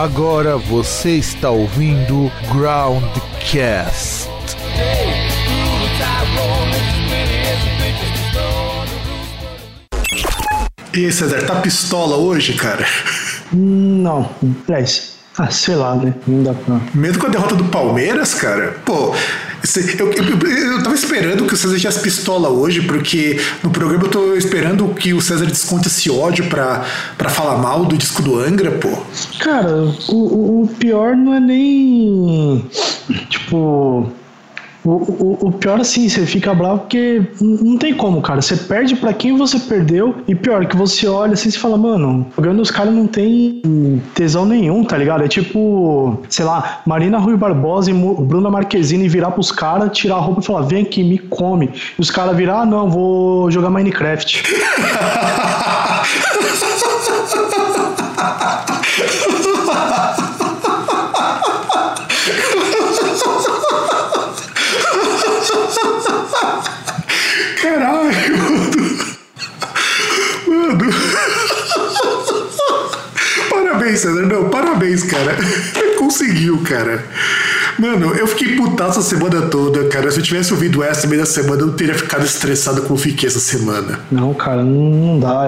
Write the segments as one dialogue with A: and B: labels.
A: Agora você está ouvindo Groundcast.
B: E aí, César, tá pistola hoje, cara?
C: Não, sei lá, né? Não dá pra...
B: Mesmo com a derrota do Palmeiras, cara? Pô, eu tava esperando que o César tivesse pistola hoje, porque no programa eu tô esperando que o César desconte esse ódio pra falar mal do disco do Angra, pô.
C: Cara, o pior não é nem... Tipo... O pior, assim, você fica bravo porque não tem como, cara. Você perde pra quem você perdeu. E pior, que você olha assim e fala, mano, jogando os caras não tem tesão nenhum, tá ligado? É tipo, sei lá, Marina Rui Barbosa e Bruna Marquezine virar pros caras, tirar a roupa e falar, vem aqui, me come. E os caras virar, não, vou jogar Minecraft.
B: Caralho, mano. Parabéns, César. Não, parabéns, cara. Conseguiu, cara. Mano, eu fiquei putado essa semana toda, cara. Se eu tivesse ouvido essa no meio da semana, eu não teria ficado estressado como eu fiquei essa semana.
C: Não, cara, não dá,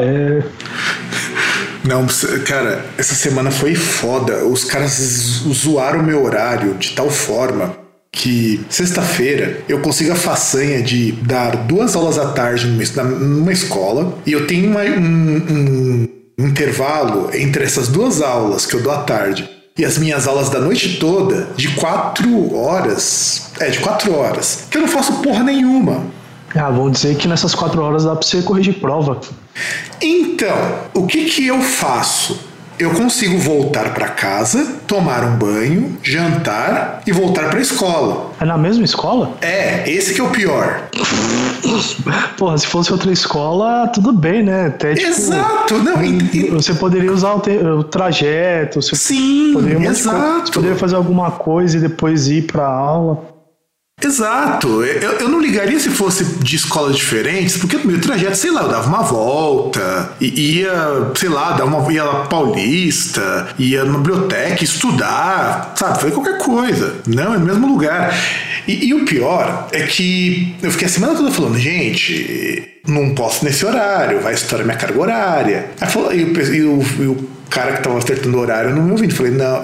B: Não, cara, essa semana foi foda. Os caras zoaram o meu horário de tal forma que sexta-feira eu consigo a façanha de dar 2 aulas à tarde numa escola e eu tenho um intervalo entre essas 2 aulas que eu dou à tarde e as minhas aulas da noite toda de 4 horas. De 4 horas. Que eu não faço porra nenhuma.
C: Vamos dizer que nessas 4 horas dá pra você corrigir prova.
B: Então, o que eu faço? Eu consigo voltar para casa, tomar um banho, jantar e voltar para a escola.
C: É na mesma escola?
B: Esse que é o pior.
C: Porra, se fosse outra escola, tudo bem, né? Até, tipo,
B: exato. Não,
C: você poderia usar o trajeto.
B: Sim, exato.
C: Você poderia fazer alguma coisa e depois ir para aula.
B: Exato, eu não ligaria se fosse de escolas diferentes, porque no meu trajeto, sei lá, eu dava uma volta, ia, sei lá, ia lá pra Paulista, ia na biblioteca estudar, sabe, fazer qualquer coisa, não, é no mesmo lugar. E o pior é que eu fiquei a semana toda falando, gente, não posso nesse horário, vai estourar minha carga horária. Aí o cara que tava acertando o horário não me ouvindo, falei, não,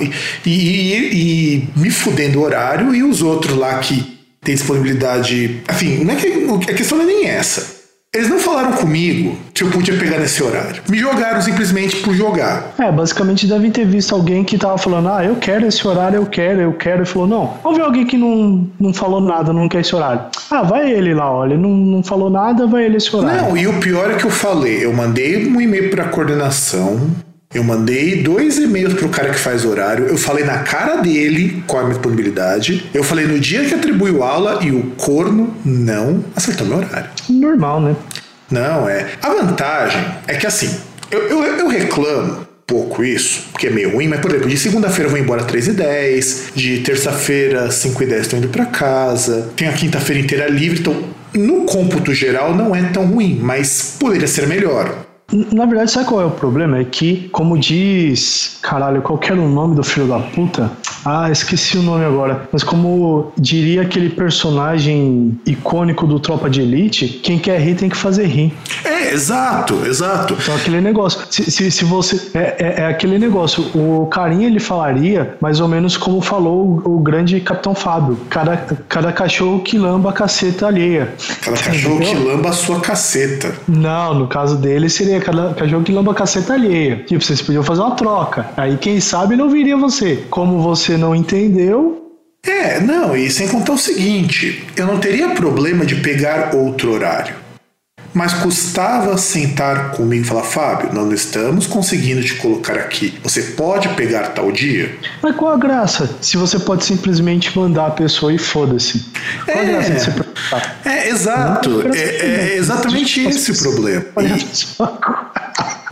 B: e me fudendo o horário, e os outros lá que tem disponibilidade. Enfim, não é que a questão não é nem essa. Eles não falaram comigo se eu podia pegar nesse horário. Me jogaram simplesmente por jogar.
C: Basicamente devem ter visto alguém que tava falando, eu quero esse horário, eu quero. E falou, não. Vamos ver alguém que não falou nada, não quer esse horário. Vai ele lá, olha, não falou nada, vai ele esse horário.
B: Não, e o pior é que eu mandei um e-mail pra coordenação. Eu mandei 2 e-mails pro cara que faz horário. Eu falei na cara dele qual é a minha disponibilidade. Eu falei no dia que atribuiu aula e o corno não acertou meu horário.
C: Normal, né?
B: Não, A vantagem é que assim, eu reclamo pouco isso, porque é meio ruim, mas por exemplo, de segunda-feira eu vou embora às 3h10, de terça-feira às 5h10 estou indo pra casa, tenho a quinta-feira inteira livre, então no cômputo geral não é tão ruim, mas poderia ser melhor.
C: Na verdade, sabe qual é o problema? É que, como diz... Caralho, qual que era o nome do filho da puta? Esqueci o nome agora. Mas como diria aquele personagem icônico do Tropa de Elite, quem quer rir tem que fazer rir.
B: Exato.
C: Então, aquele negócio. Se você... É aquele negócio. O carinha, ele falaria mais ou menos como falou o grande Capitão Fábio. Cada cachorro que lamba a caceta alheia.
B: Cada cachorro que lamba a sua caceta.
C: Não, no caso dele seria cada cachorro que lamba a caceta alheia. Tipo, vocês podiam fazer uma troca. Aí, quem sabe, não viria você. Como você não entendeu...
B: E sem contar o seguinte, eu não teria problema de pegar outro horário. Mas custava sentar comigo e falar, Fábio, nós não estamos conseguindo te colocar aqui. Você pode pegar tal dia?
C: Mas qual a graça? Se você pode simplesmente mandar a pessoa e foda-se. Qual a graça de você perguntar?
B: Exato. É exatamente esse o problema.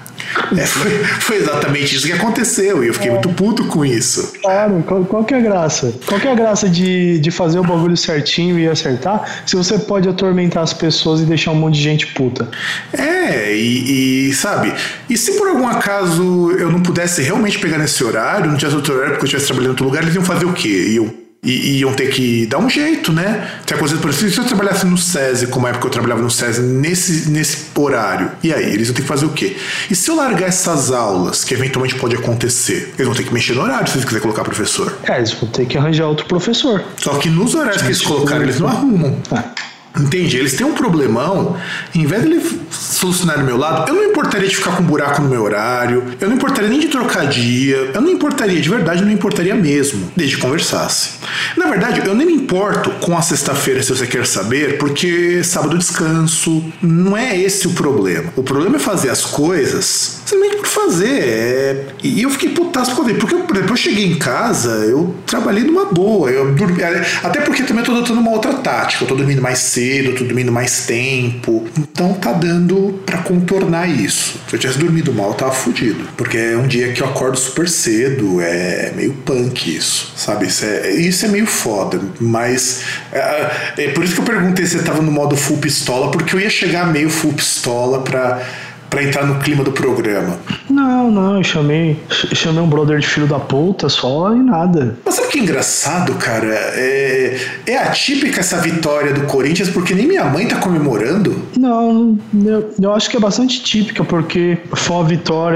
B: Foi exatamente isso que aconteceu e eu fiquei muito puto com isso.
C: Claro, qual que é a graça? Qual que é a graça de fazer o bagulho certinho e acertar se você pode atormentar as pessoas e deixar um monte de gente puta?
B: Sabe, e se por algum acaso eu não pudesse realmente pegar nesse horário, não tivesse outro horário porque eu estivesse trabalhando em outro lugar, eles iam fazer o quê? Iam ter que dar um jeito, né? Se eu trabalhasse no SESI, como a época que eu trabalhava no SESI, nesse horário, e aí? Eles vão ter que fazer o quê? E se eu largar essas aulas, que eventualmente pode acontecer, eles vão ter que mexer no horário se eles quiserem colocar professor.
C: Eles vão ter que arranjar outro professor.
B: Só que nos horários que eles colocaram, eles não arrumam. Entende? Eles têm um problemão. Em vez de ele solucionar do meu lado, eu não importaria de ficar com um buraco no meu horário, eu não importaria nem de trocar dia, eu não importaria, de verdade, não importaria mesmo, desde que conversasse. Na verdade, eu nem me importo com a sexta-feira, se você quer saber, porque sábado eu descanso. Não é esse o problema. O problema é fazer as coisas simplesmente por fazer. E eu fiquei putaço por fazer. Porque, por exemplo, eu cheguei em casa, eu trabalhei numa boa. Eu dormi, até porque também eu tô adotando uma outra tática. Eu tô dormindo mais cedo, eu tô dormindo mais tempo. Então tá dando pra contornar isso. Se eu tivesse dormido mal, eu tava fudido. Porque é um dia que eu acordo super cedo. É meio punk isso, sabe? Isso é meio foda. Mas é por isso que eu perguntei se você tava no modo full pistola, porque eu ia chegar meio full pistola pra entrar no clima do programa.
C: Não, eu chamei um brother de filho da puta só e nada.
B: Mas sabe o que é engraçado, cara? É atípica essa vitória do Corinthians, porque nem minha mãe tá comemorando.
C: Não, eu acho que é bastante típica, porque foi uma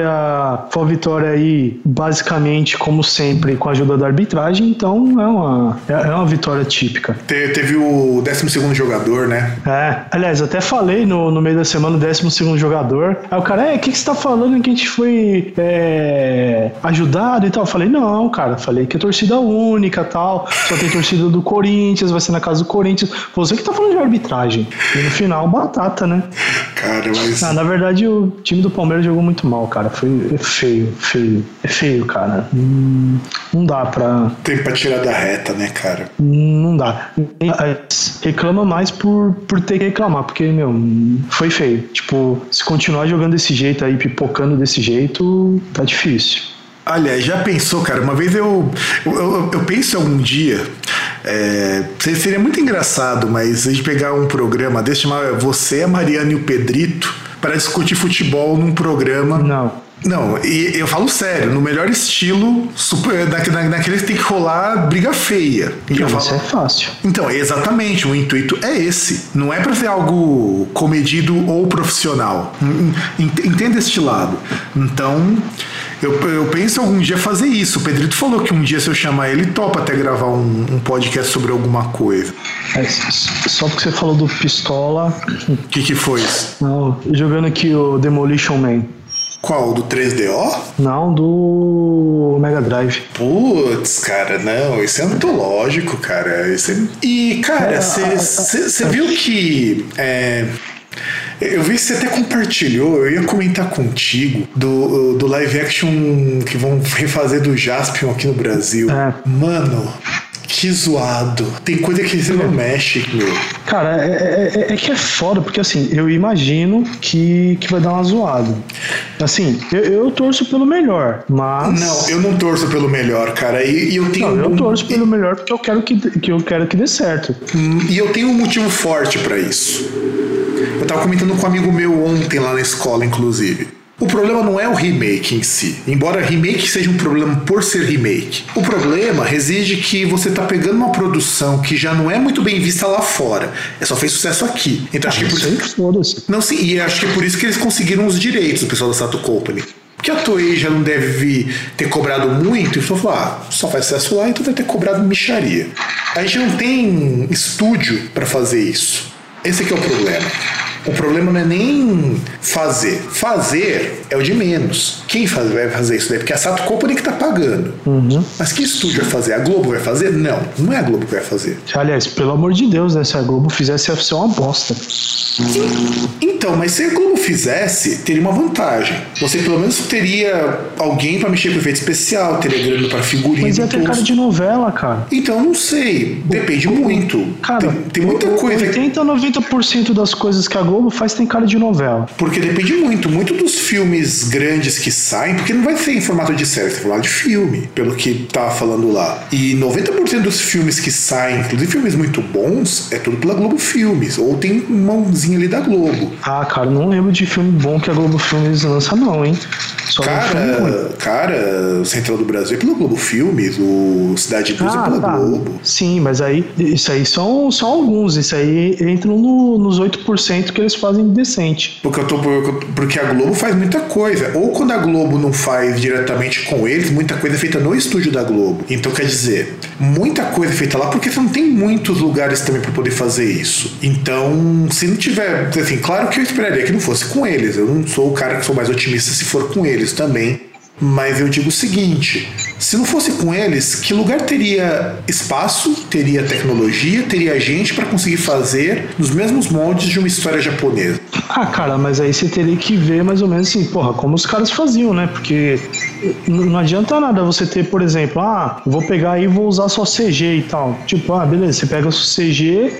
C: vitória aí, basicamente, como sempre, com a ajuda da arbitragem, então é uma vitória típica.
B: Teve o 12º jogador, né?
C: Aliás, até falei no meio da semana o 12º jogador. Aí o cara, o que você tá falando que a gente foi ajudado e tal? Eu falei, não, cara, falei que é torcida única e tal, só tem torcida do Corinthians, vai ser na casa do Corinthians. Você que tá falando de arbitragem. E no final, batata, né?
B: Cara, mas...
C: na verdade, o time do Palmeiras jogou muito mal, cara. Foi feio. É feio, cara. Não dá pra...
B: Tem pra tirar da reta, né, cara?
C: Não dá. Reclama mais por ter que reclamar, porque, foi feio. Tipo, se continuar jogando desse jeito aí, pipocando desse jeito, tá difícil.
B: Aliás, já pensou, cara? Uma vez eu penso algum dia, seria muito engraçado, mas a gente pegar um programa desse, chamar Você, a Mariana e o Pedrito, para discutir futebol num programa. Não, e eu falo sério, no melhor estilo, naquele que tem que rolar briga feia.
C: Isso é fácil.
B: Então, exatamente, o intuito é esse. Não é pra ser algo comedido ou profissional. Entenda este lado. Então, eu penso algum dia fazer isso. O Pedrito falou que um dia, se eu chamar ele, topa até gravar um podcast sobre alguma coisa.
C: Só porque você falou do Pistola...
B: O que foi?
C: Não, jogando aqui o Demolition Man.
B: Qual? Do 3DO?
C: Não, do Mega Drive.
B: Putz, cara, não, isso é antológico, cara. E, cara, você viu que... eu vi que você até compartilhou, eu ia comentar contigo do live action que vão refazer do Jaspion aqui no Brasil. Mano... Que zoado. Tem coisa que você não mexe, meu.
C: Cara, é que é foda, porque assim, eu imagino que vai dar uma zoada. Assim, eu torço pelo melhor, mas...
B: Não, eu não torço pelo melhor, cara. E eu tenho...
C: eu torço pelo melhor porque eu quero que dê certo.
B: E eu tenho um motivo forte pra isso. Eu tava comentando com um amigo meu ontem lá na escola, inclusive. O problema não é o remake em si, embora remake seja um problema por ser remake. O problema reside que você tá pegando uma produção que já não é muito bem vista lá fora, só fez sucesso aqui. Então acho que por isso... Não, sim, e acho que é por isso que eles conseguiram os direitos, o pessoal da Sato Company. Porque a Toei já não deve ter cobrado muito, e só falou, só faz sucesso lá, então deve ter cobrado micharia. A gente não tem estúdio para fazer isso. Esse aqui é o problema. O problema não é nem fazer. Fazer é o de menos. Quem vai fazer isso daí? Porque a Sato Company que tá pagando. Mas que estúdio vai fazer? A Globo vai fazer? Não é a Globo que vai fazer.
C: Aliás, pelo amor de Deus, né? Se a Globo fizesse, ia ser uma bosta.
B: Então, mas se a Globo fizesse, teria uma vantagem. Você pelo menos teria alguém pra mexer com efeito especial, teria grana pra figurino.
C: Mas ia ter cara de novela, cara.
B: Então, não sei. Depende muito.
C: Cara,
B: tem muita coisa.
C: 80 a 90% das coisas que a Globo faz tem cara de novela.
B: Porque depende muito. Muito dos filmes grandes que saem, porque não vai ser em formato de série, vai ser em formato de filme, pelo que tava falando lá. E 90% dos filmes que saem, inclusive filmes muito bons, é tudo pela Globo Filmes. Ou tem uma mãozinha ali da Globo.
C: Ah, cara, não lembro de filme bom que a Globo Filmes lança, não, hein? Só
B: Cara, o Central do Brasil é pela Globo Filmes, o Cidade de Deus é pela Globo.
C: Sim, mas aí, isso aí são alguns, isso aí entram nos 8% que eles fazem decente.
B: Porque a Globo faz muita coisa. Ou quando a Globo não faz diretamente com eles, muita coisa é feita no estúdio da Globo. Então, quer dizer, muita coisa é feita lá, porque você não tem muitos lugares também para poder fazer isso. Então, se não tiver, assim, claro que eu esperaria que não fosse com eles. Eu não sou o cara que sou mais otimista se for com eles também. Mas eu digo o seguinte, se não fosse com eles, que lugar teria espaço, teria tecnologia, teria gente para conseguir fazer nos mesmos moldes de uma história japonesa?
C: Ah, cara, mas aí você teria que ver mais ou menos assim, porra, como os caras faziam, né? Porque não adianta nada você ter, por exemplo, vou pegar aí e vou usar só CG e tal. Tipo, beleza, você pega o CG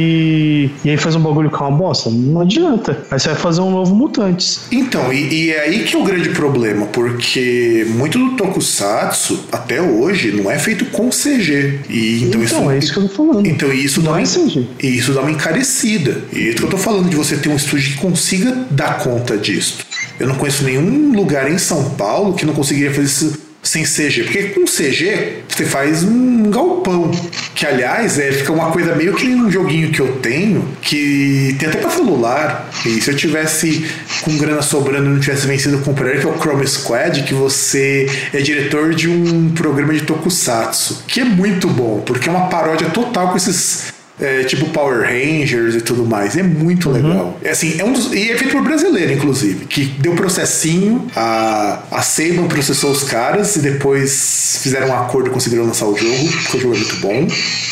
C: e aí faz um bagulho com uma bosta. Não adianta. Aí você vai fazer um novo Mutantes.
B: Então, e é aí que é o grande problema, porque muito do Tokusatsu, até hoje, não é feito com CG. Então
C: é isso que eu tô falando.
B: Então isso dá uma encarecida. E é isso que eu tô falando, de você ter um estúdio que consiga dar conta disso. Eu não conheço nenhum lugar em São Paulo que não conseguiria fazer isso sem CG, porque com CG você faz um galpão, que aliás fica uma coisa meio que um joguinho que eu tenho, que tem até pra celular, e se eu tivesse com grana sobrando e não tivesse vencido com o Prairie, que é o Chrome Squad, que você é diretor de um programa de Tokusatsu, que é muito bom, porque é uma paródia total com esses tipo Power Rangers e tudo mais. É muito legal. É assim, e é feito por brasileiro, inclusive, que deu processinho, a Saban processou os caras e depois fizeram um acordo e conseguiram lançar o jogo, porque o jogo é muito bom.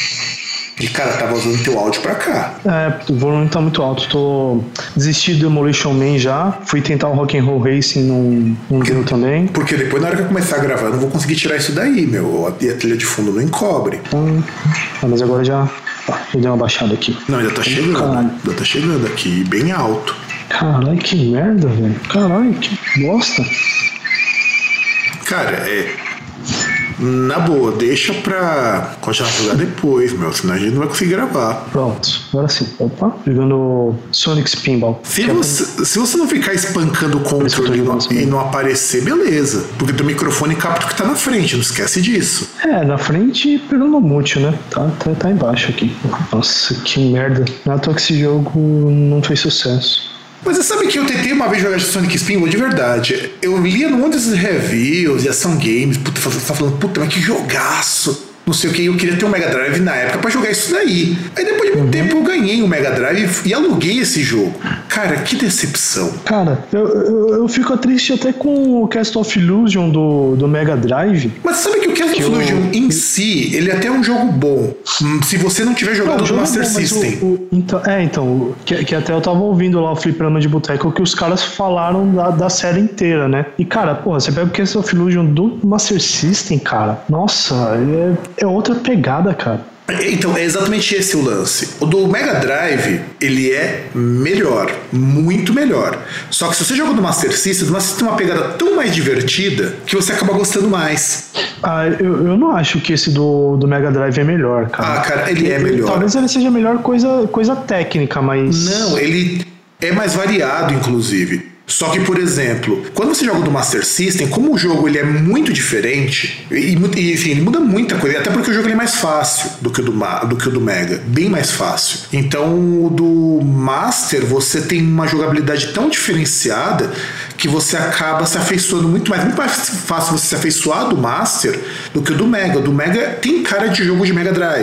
B: E, cara, tá vazando teu áudio pra cá.
C: O volume tá muito alto. Tô desistindo do Demolition Man já. Fui tentar o Rock'n'Roll Racing, não deu também.
B: Porque depois, na hora que eu começar a gravar, eu não vou conseguir tirar isso daí, meu. E a trilha de fundo não encobre.
C: Mas agora já dei uma baixada aqui.
B: Não, ainda tá chegando. Caralho. Ainda tá chegando aqui, bem alto.
C: Caralho, que merda, velho. Caralho, que bosta.
B: Cara, na boa, deixa pra continuar a jogar depois, meu, senão a gente não vai conseguir gravar.
C: Pronto, agora sim. Opa, jogando Sonic Spinball.
B: Se você não ficar espancando o controle e não aparecer, beleza. Porque teu microfone capta o que tá na frente, não esquece disso.
C: Na frente pegando muito, né? Tá embaixo aqui. Nossa, que merda. Não é à toa que esse jogo não fez sucesso.
B: Mas você sabe que eu tentei uma vez jogar de Sonic Spinball de verdade. Eu lia num monte desses reviews e ação games. Puta, você tá falando, puta, mas que jogaço. Não sei o que, eu queria ter um Mega Drive na época pra jogar isso daí. Aí depois de muito tempo eu ganhei um Mega Drive e aluguei esse jogo. Cara, que decepção.
C: Cara, eu fico triste até com o Castle of Illusion do Mega Drive.
B: Mas sabe que o Castle of Illusion em si, ele até é um jogo bom. Se você não tiver jogado no Master System.
C: Que até eu tava ouvindo lá o Fliperama de Boteco que os caras falaram da série inteira, né? E cara, porra, você pega o Castle of Illusion do Master System, cara. Nossa, é outra pegada, cara.
B: Então, é exatamente esse o lance. O do Mega Drive, ele é melhor, muito melhor. Só que se você joga no Master System, o Master System tem uma pegada tão mais divertida que você acaba gostando mais.
C: Eu não acho que esse do Mega Drive é melhor, cara.
B: Cara, ele é melhor.
C: Talvez ele seja melhor coisa técnica, mas...
B: Não, ele é mais variado, inclusive. Só que, por exemplo, quando você joga no Master System, como o jogo ele é muito diferente, e enfim, ele muda muita coisa, até porque o jogo ele é mais fácil do que o do Mega, bem mais fácil. Então, o do Master, você tem uma jogabilidade tão diferenciada que você acaba se afeiçoando muito mais fácil você se afeiçoar do Master do que o do Mega. O do Mega tem cara de jogo de Mega Drive.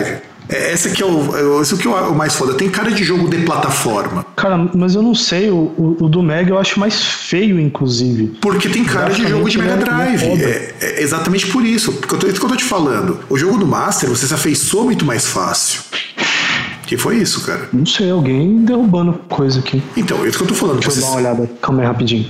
B: Esse que é o mais foda. Tem cara de jogo de plataforma.
C: Cara, mas eu não sei, o do Mega eu acho mais feio, inclusive.
B: Porque tem cara de jogo de Mega Drive. É exatamente por isso. Porque isso que eu tô te falando. O jogo do Master, você se afeiçoou muito mais fácil. Que foi isso, cara?
C: Não sei, alguém derrubando coisa aqui.
B: Então, isso que eu tô falando.
C: Deixa eu dar uma olhada. Calma aí, rapidinho.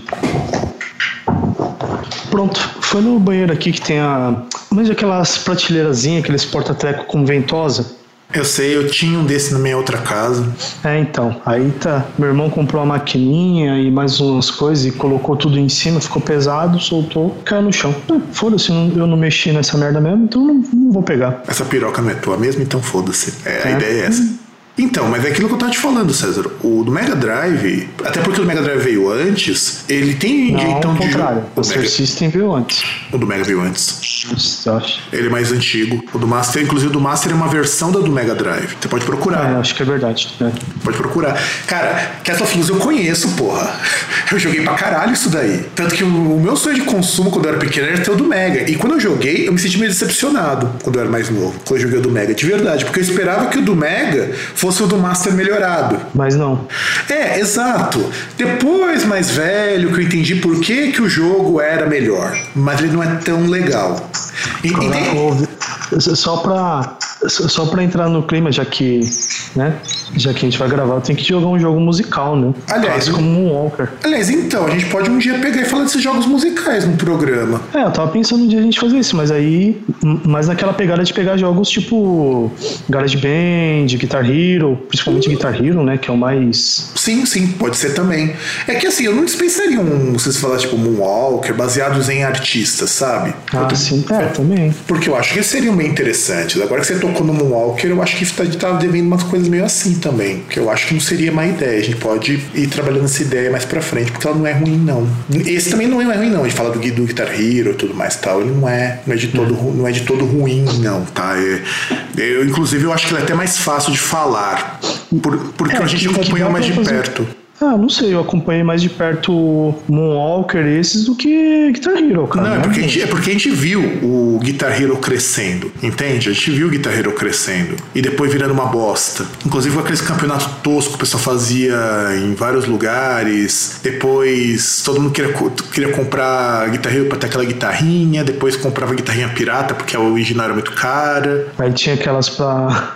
C: Pronto, foi no banheiro aqui que tem mas aquelas prateleirazinhas, aqueles porta-treco com ventosa.
B: Eu sei, eu tinha um desse na minha outra casa.
C: Então, aí tá. Meu irmão comprou uma maquininha e mais umas coisas e colocou tudo em cima, ficou pesado, soltou, caiu no chão. Foda-se, eu não mexi nessa merda mesmo, então não vou pegar.
B: Essa piroca não é tua mesmo, então foda-se. A ideia é essa. Então, mas é aquilo que eu tava te falando, César. O do Mega Drive, até porque o Mega Drive veio antes, ele tem jeitão de jogo.
C: O Master System veio antes.
B: O do Mega veio antes.
C: Nossa,
B: ele é mais antigo. O do Master, inclusive, o do Master é uma versão da do Mega Drive. Você pode procurar.
C: Acho que é verdade.
B: Pode procurar. Cara, Castle of Illusion eu conheço, porra. Eu joguei pra caralho isso daí. Tanto que o meu sonho de consumo quando eu era pequeno era ter o do Mega. E quando eu joguei, eu me senti meio decepcionado quando eu era mais novo. Quando eu joguei o do Mega, de verdade. Porque eu esperava que o do Mega fosse o do Master melhorado.
C: Mas não.
B: Exato. Depois, mais velho, que eu entendi por que o jogo era melhor. Mas ele não é tão legal. Só pra entrar no clima, já que a gente vai gravar, eu tenho que jogar um jogo musical, né? Aliás,
C: como Moonwalker.
B: Aliás, então, a gente pode um dia pegar e falar desses jogos musicais no programa.
C: Eu tava pensando um dia a gente fazer isso, mas naquela pegada de pegar jogos tipo GarageBand, Guitar Hero, principalmente Guitar Hero, né? Que é o mais...
B: Sim, pode ser também. É que assim, eu não dispensaria vocês falar tipo Moonwalker, baseados em artistas, sabe?
C: Sim, também.
B: Porque eu acho que seriam bem interessantes. Agora que você tocou no Moonwalker, eu acho que tá devendo umas coisas meio assim também. Que eu acho que não seria má ideia. A gente pode ir trabalhando essa ideia mais pra frente, porque ela não é ruim, não. Esse também não é ruim, não. A gente fala do Guitar Hero e tudo mais tal. Ele não é de todo ruim, não, tá? Inclusive, eu acho que ele é até mais fácil de falar. Porque a gente acompanhou mais de perto.
C: Não sei, eu acompanhei mais de perto Moonwalker esses do que Guitar Hero, cara.
B: Não, é porque a gente viu o Guitar Hero crescendo, entende? A gente viu o Guitar Hero crescendo e depois virando uma bosta. Inclusive aqueles campeonatos toscos que o pessoal fazia em vários lugares. Depois todo mundo queria comprar Guitar Hero pra ter aquela guitarrinha. Depois comprava guitarrinha pirata porque a original era muito cara.
C: Aí tinha aquelas pra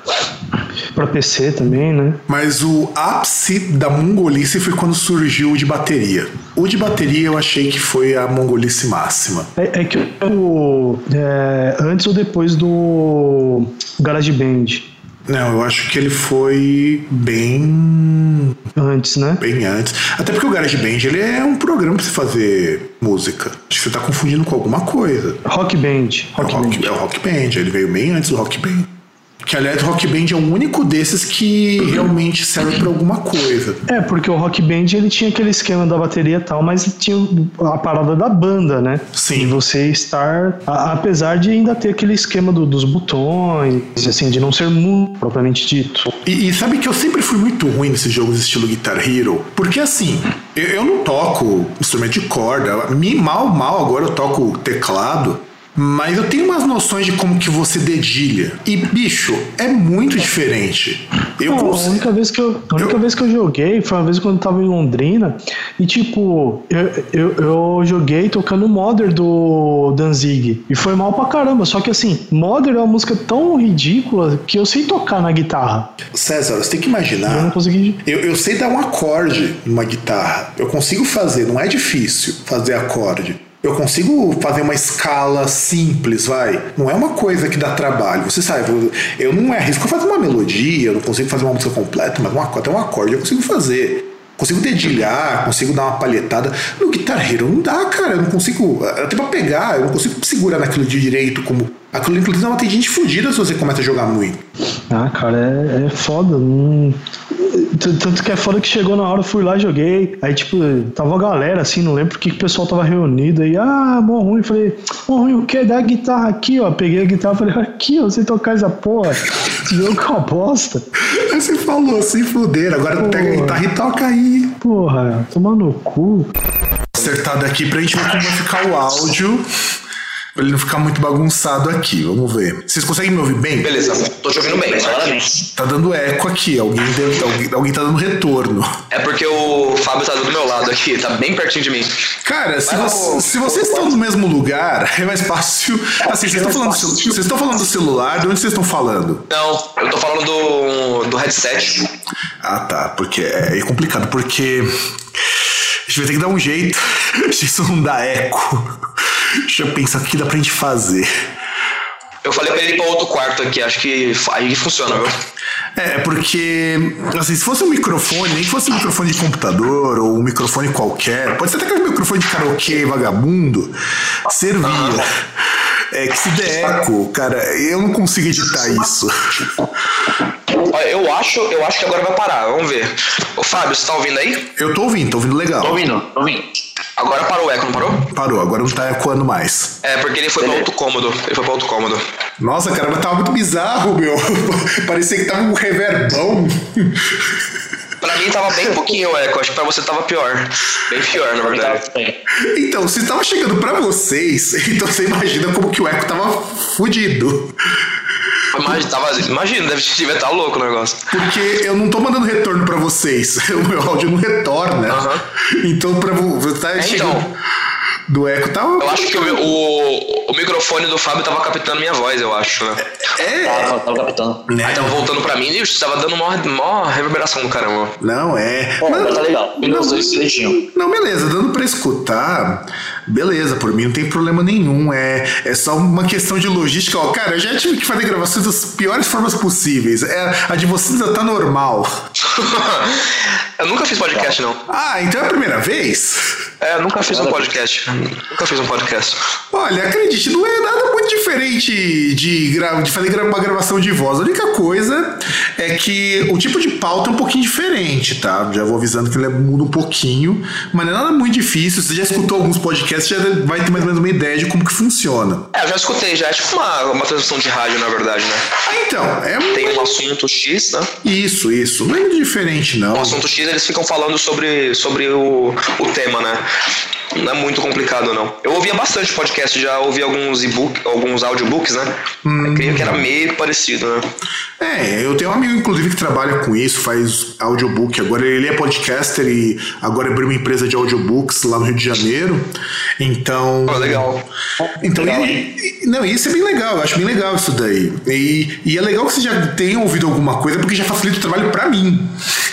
C: PC também, né?
B: Mas o ápice da mongolice foi quando surgiu o de bateria. O de bateria eu achei que foi a mongolice máxima.
C: Que antes ou depois do GarageBand?
B: Não, eu acho que ele foi bem...
C: Antes, né?
B: Bem antes. Até porque o GarageBand, ele é um programa pra você fazer música. Acho que você tá confundindo com alguma coisa.
C: Rock Band.
B: É o Rock Band, ele veio bem antes do Rock Band. Que, aliás, o Rock Band é o único desses que realmente serve pra alguma coisa.
C: Porque o Rock Band, ele tinha aquele esquema da bateria e tal, mas tinha a parada da banda, né?
B: Sim.
C: De você estar... Apesar de ainda ter aquele esquema dos botões, assim, de não ser muito propriamente dito.
B: E sabe que eu sempre fui muito ruim nesses jogos estilo Guitar Hero? Porque, assim, eu não toco instrumento de corda. Mal agora eu toco teclado. Mas eu tenho umas noções de como que você dedilha. E, bicho, é muito diferente.
C: A única vez que eu joguei foi uma vez quando eu tava em Londrina. E, tipo, eu joguei tocando Mother do Danzig. E foi mal pra caramba. Só que, assim, Mother é uma música tão ridícula que eu sei tocar na guitarra.
B: César, você tem que imaginar.
C: Eu não consegui.
B: Eu sei dar um acorde numa guitarra. Eu consigo fazer, não é difícil fazer acorde. Eu consigo fazer uma escala simples, vai. Não é uma coisa que dá trabalho. Você sabe, eu não arrisco fazer uma melodia, eu não consigo fazer uma música completa, mas até um acorde eu consigo fazer. Consigo dedilhar, consigo dar uma palhetada. No Guitar Hero não dá, cara. Eu não consigo. Até pra pegar, eu não consigo segurar naquilo de direito como. Aquilo, inclusive, não tem gente fodida se você começa a jogar muito.
C: Cara, é foda. Tanto que é foda que chegou na hora, eu fui lá, joguei. Aí, tipo, tava a galera, assim, não lembro porque que o pessoal tava reunido. Aí, mó ruim. Falei, mó ruim, o que? Dá a guitarra aqui, ó. Peguei a guitarra e falei, aqui, ó, você tocar essa porra. Esse jogo é uma bosta.
B: Aí você falou, se fuder, agora pega a guitarra e toca aí.
C: Porra, toma no cu.
B: Acertado aqui pra gente ver como vai ficar o áudio. Pra ele não ficar muito bagunçado aqui, vamos ver. Vocês conseguem me ouvir bem?
D: Beleza, tô te ouvindo bem.
B: Tá dando eco aqui, alguém tá dando retorno.
D: É porque o Fábio tá do meu lado aqui, tá bem pertinho de mim.
B: Cara, se vocês estão no mesmo lugar, é mais fácil. Assim, vocês estão falando do celular, de onde vocês estão falando?
D: Não, eu tô falando do headset.
B: Ah, tá, porque é complicado, porque a gente vai ter que dar um jeito se isso não dá eco. Deixa eu pensar o que dá pra gente fazer.
D: Eu falei pra ele ir pra outro quarto aqui, acho que aí funciona, viu?
B: Porque, assim, se fosse um microfone, nem que fosse um microfone de computador ou um microfone qualquer, pode ser até aquele microfone de karaokê vagabundo, servia. Que se der eco, cara, eu não consigo editar isso.
D: Eu acho que agora vai parar, vamos ver. Ô Fábio, você tá ouvindo aí?
B: Eu tô ouvindo legal.
D: Tô ouvindo. Agora parou o eco, não parou?
B: Parou, agora não tá ecoando mais.
D: Porque ele foi pra outro cômodo.
B: Nossa, cara, mas tava muito bizarro, meu. Parecia que tava um reverbão.
D: Pra mim tava bem pouquinho o eco, acho que pra você tava pior. Bem pior, na verdade.
B: Então, se tava chegando pra vocês, então você imagina como que o eco tava fudido.
D: Imagina, devia estar louco o negócio.
B: Porque eu não tô mandando retorno pra vocês. O meu áudio não retorna. Então, pra você tá chegando do eco, tá...
D: Eu acho que o microfone do Fábio tava captando minha voz, eu acho, né?
E: Tava captando.
D: Aí tava voltando pra mim e tava dando maior reverberação do caramba.
B: Não,
E: mas tá legal.
B: Não, beleza, dando pra escutar, beleza, por mim não tem problema nenhum. É só uma questão de logística. Ó, cara, eu já tive que fazer gravações das piores formas possíveis. A de vocês já tá normal.
D: Eu nunca fiz podcast, não.
B: Ah, então é a primeira vez?
D: Eu nunca fiz um podcast.
B: Olha, acredite, não é nada muito diferente de fazer uma gravação de voz. A única coisa é que o tipo de pauta é um pouquinho diferente, tá? Já vou avisando que ele muda um pouquinho, mas não é nada muito difícil. Você já escutou alguns podcasts, já vai ter mais ou menos uma ideia de como que funciona.
D: Eu já escutei, já é tipo uma transmissão de rádio, na verdade, né?
B: Então,
D: tem um assunto X, né?
B: Isso. Não é muito diferente, não.
D: O assunto X, eles ficam falando sobre o tema, né? Não é muito complicado, não. Eu ouvia bastante podcast, já ouvi alguns audiobooks, né? Eu creio que era meio parecido, né?
B: Eu tenho um amigo, inclusive, que trabalha com isso, faz audiobook. Agora ele é podcaster e agora abriu uma empresa de audiobooks lá no Rio de Janeiro. Então...
D: legal.
B: Então, isso é bem legal, eu acho bem legal isso daí. E é legal que você já tenha ouvido alguma coisa, porque já facilita o trabalho pra mim.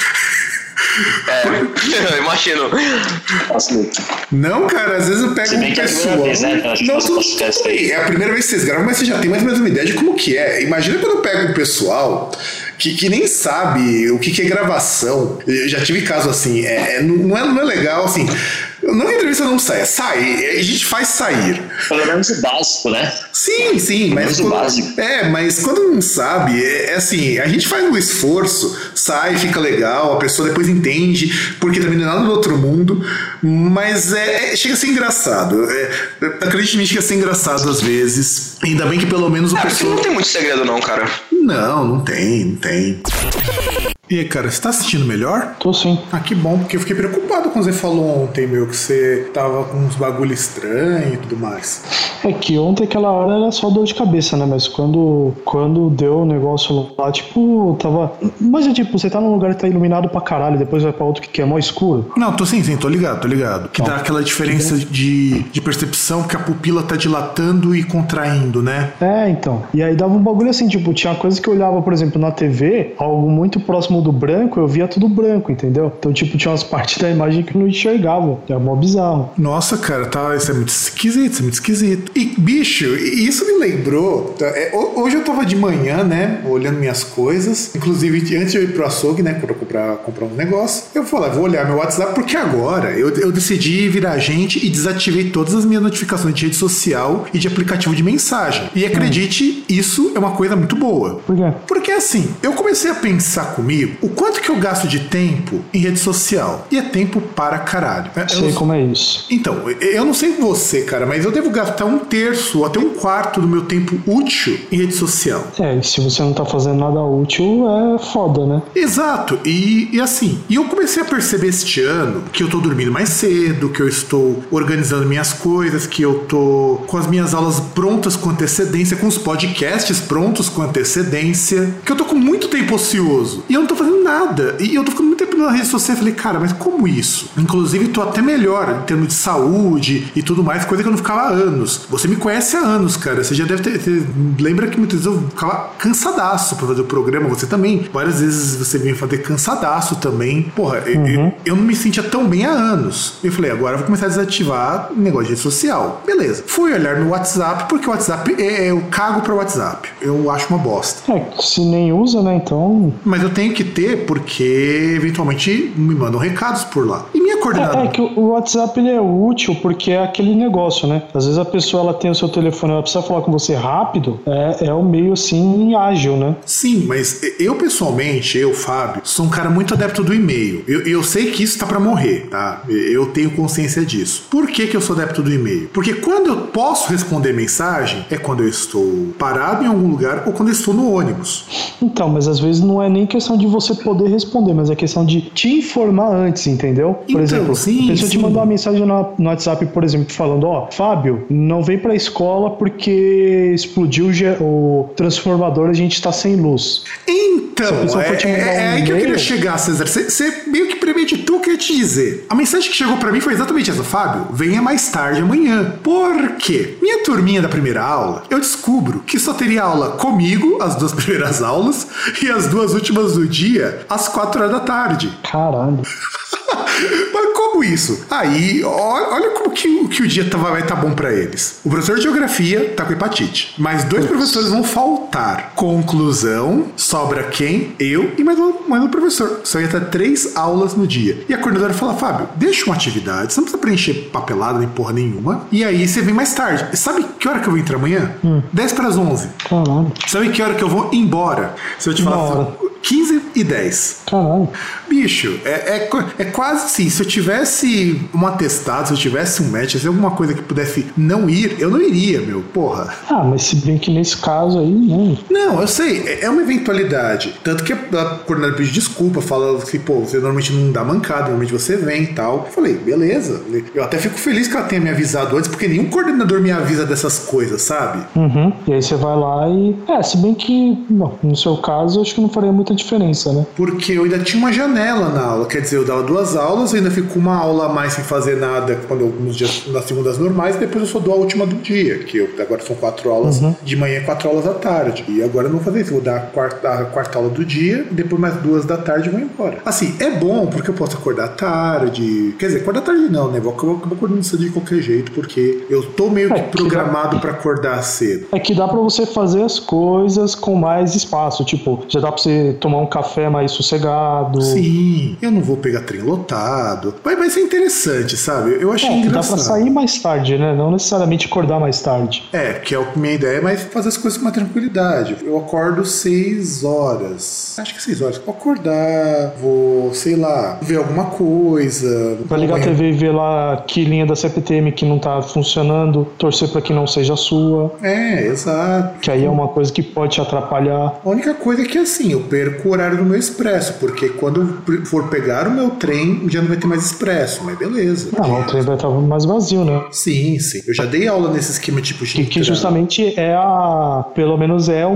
D: Eu imagino.
B: Não, cara, às vezes eu pego um pessoal. É a primeira vez que vocês gravam, mas você já tem mais ou menos uma ideia de como que é. Imagina quando eu pego um pessoal que nem sabe o que é gravação. Eu já tive caso assim, não é legal, assim. Não que a entrevista não saia, a gente faz sair.
E: Pelo menos o básico, né?
B: Sim, mas mas quando não sabe, assim, a gente faz um esforço, sai, fica legal, a pessoa depois entende, porque também não é nada do outro mundo, mas chega a ser engraçado. Acredite em mim, chega a ser engraçado às vezes. Ainda bem que pelo menos o pessoal...
D: Não tem muito segredo não, cara.
B: Não tem. E aí, cara, você tá sentindo melhor?
C: Tô sim.
B: Ah, que bom, porque eu fiquei preocupado quando você falou ontem, meu, que você tava com uns bagulho estranho e tudo mais.
C: É que ontem aquela hora era só dor de cabeça, né? Mas quando deu o negócio lá, tipo, tava... Mas tipo, você tá num lugar que tá iluminado pra caralho, depois vai pra outro que é mó escuro.
B: Não, tô ligado. Que dá aquela diferença de percepção que a pupila tá dilatando e contraindo, né?
C: Então. E aí dava um bagulho assim, tipo, tinha coisa que eu olhava, por exemplo, na TV, algo muito próximo do branco, eu via tudo branco, entendeu? Então, tipo, tinha umas partes da imagem que eu não enxergava. É mó bizarro.
B: Nossa, cara, isso é muito esquisito. E, bicho, isso me lembrou... Hoje eu tava de manhã, né, olhando minhas coisas. Inclusive, antes de eu ir pro açougue, né, pra comprar um negócio, eu falei, vou olhar meu WhatsApp, porque agora eu decidi virar agente e desativei todas as minhas notificações de rede social e de aplicativo de mensagem. E acredite, isso é uma coisa muito boa.
C: Por quê?
B: Porque, assim, eu comecei a pensar comigo comigo o quanto que eu gasto de tempo em rede social. E é tempo para caralho.
C: Sei como é isso.
B: Então, eu não sei você, cara, mas eu devo gastar 1/3 ou até 1/4 do meu tempo útil em rede social.
C: E se você não tá fazendo nada útil, é foda, né?
B: Exato. E assim, eu comecei a perceber este ano que eu tô dormindo mais cedo, que eu estou organizando minhas coisas, que eu tô com as minhas aulas prontas com antecedência, com os podcasts prontos com antecedência, que eu tô com muito tempo ocioso e eu não tô fazendo nada. E eu tô ficando muito tempo na rede social. Eu falei, cara, mas como isso? Inclusive, tô até melhor em termos de saúde e tudo mais, coisa que eu não ficava há anos. Você me conhece há anos, cara. Você já deve ter lembra que muitas vezes eu ficava cansadaço pra fazer o programa. Você também. Várias vezes você vinha fazer cansadaço também. Porra, eu não me sentia tão bem há anos. Eu falei, agora eu vou começar a desativar o negócio de rede social. Beleza. Fui olhar no WhatsApp, porque o WhatsApp eu cago pra WhatsApp. Eu acho uma bosta.
C: Se nem usa, né, então...
B: Mas eu tenho que ter, porque eventualmente me mandam recados por lá. E minha coordenadora...
C: É que o WhatsApp ele é útil porque é aquele negócio, né? Às vezes a pessoa ela tem o seu telefone, ela precisa falar com você rápido, é um meio assim ágil, né?
B: Sim, mas eu pessoalmente, Fábio, sou um cara muito adepto do e-mail. Eu sei que isso tá pra morrer, tá? Eu tenho consciência disso. Por que eu sou adepto do e-mail? Porque quando eu posso responder mensagem é quando eu estou parado em algum lugar ou quando eu estou no ônibus.
C: Então, mas às vezes não é nem questão de você poder responder, mas é questão de te informar antes, entendeu? Por exemplo, a pessoa te mandou uma mensagem no WhatsApp, por exemplo, falando, Fábio, não vem pra escola porque explodiu o transformador, a gente tá sem luz.
B: Então, é aí que eu queria chegar, César. Você meio que premeditou o que eu ia te dizer. A mensagem que chegou pra mim foi exatamente essa. Fábio, venha mais tarde amanhã. Por quê? Minha turminha da primeira aula, eu descubro que só teria aula comigo, as 2 primeiras aulas, e as 2 últimas do dia, às 4h da tarde.
C: Caralho.
B: Mas como isso? Aí, olha como que o dia vai estar bom pra eles. O professor de geografia tá com hepatite. Mais 2 professores vão faltar. Conclusão, sobra quem? Eu e mais um professor. Só ia ter 3 aulas no dia. E a coordenadora fala, Fábio, deixa uma atividade, você não precisa preencher papelada nem porra nenhuma. E aí você vem mais tarde. E sabe que hora que eu vou entrar amanhã? 10:11.
C: Caralho.
B: Sabe que hora que eu vou embora? Se eu te falar 15:10.
C: Caralho.
B: Bicho, é quase assim, se eu tivesse um atestado, se eu tivesse um match, se alguma coisa que pudesse não ir, eu não iria, meu, porra.
C: Mas se bem que nesse caso aí, não.
B: Não, eu sei, é uma eventualidade. Tanto que a coordenadora pediu desculpa, fala que, você normalmente não dá mancada, normalmente você vem e tal. Eu falei, beleza. Eu até fico feliz que ela tenha me avisado antes, porque nenhum coordenador me avisa dessas coisas, sabe?
C: E aí você vai lá e... se bem que, no seu caso, eu acho que não faria muita diferença, né?
B: Porque eu ainda tinha uma janela na aula, quer dizer, eu dava 2 aulas, eu ainda fico com uma aula a mais sem fazer nada alguns dias nas segundas normais, e depois eu só dou a última do dia, que agora são 4 aulas de manhã e 4 aulas à tarde. E agora eu não vou fazer isso, eu vou dar a quarta aula do dia, depois mais 2 da tarde e vou embora. Assim, é bom porque eu posso acordar tarde, quer dizer, acordar tarde não, né? Eu vou acordando cedo de qualquer jeito, porque eu tô meio que programado pra acordar cedo.
C: É que dá pra você fazer as coisas com mais espaço, tipo, já dá pra você tomar um café mais sossegado.
B: Sim, eu não vou pegar trem lotado. Vai ser interessante, sabe? Eu achei engraçado.
C: Dá pra sair mais tarde, né? Não necessariamente acordar mais tarde.
B: Que é a minha ideia, mas fazer as coisas com mais tranquilidade. Eu acordo 6 horas. Acho que 6 horas. Vou acordar, vou, sei lá, ver alguma coisa.
C: Vai ligar a TV e ver lá que linha da CPTM que não tá funcionando, torcer pra que não seja a sua.
B: Exato.
C: Que aí é uma coisa que pode te atrapalhar.
B: A única coisa é que, assim, eu perco o horário do meu expresso, porque quando eu for pegar o meu trem, já não vai ter mais expresso, mas beleza.
C: O trem vai estar mais vazio, né?
B: Sim. Eu já dei aula nesse esquema tipo de...
C: Que justamente pelo menos é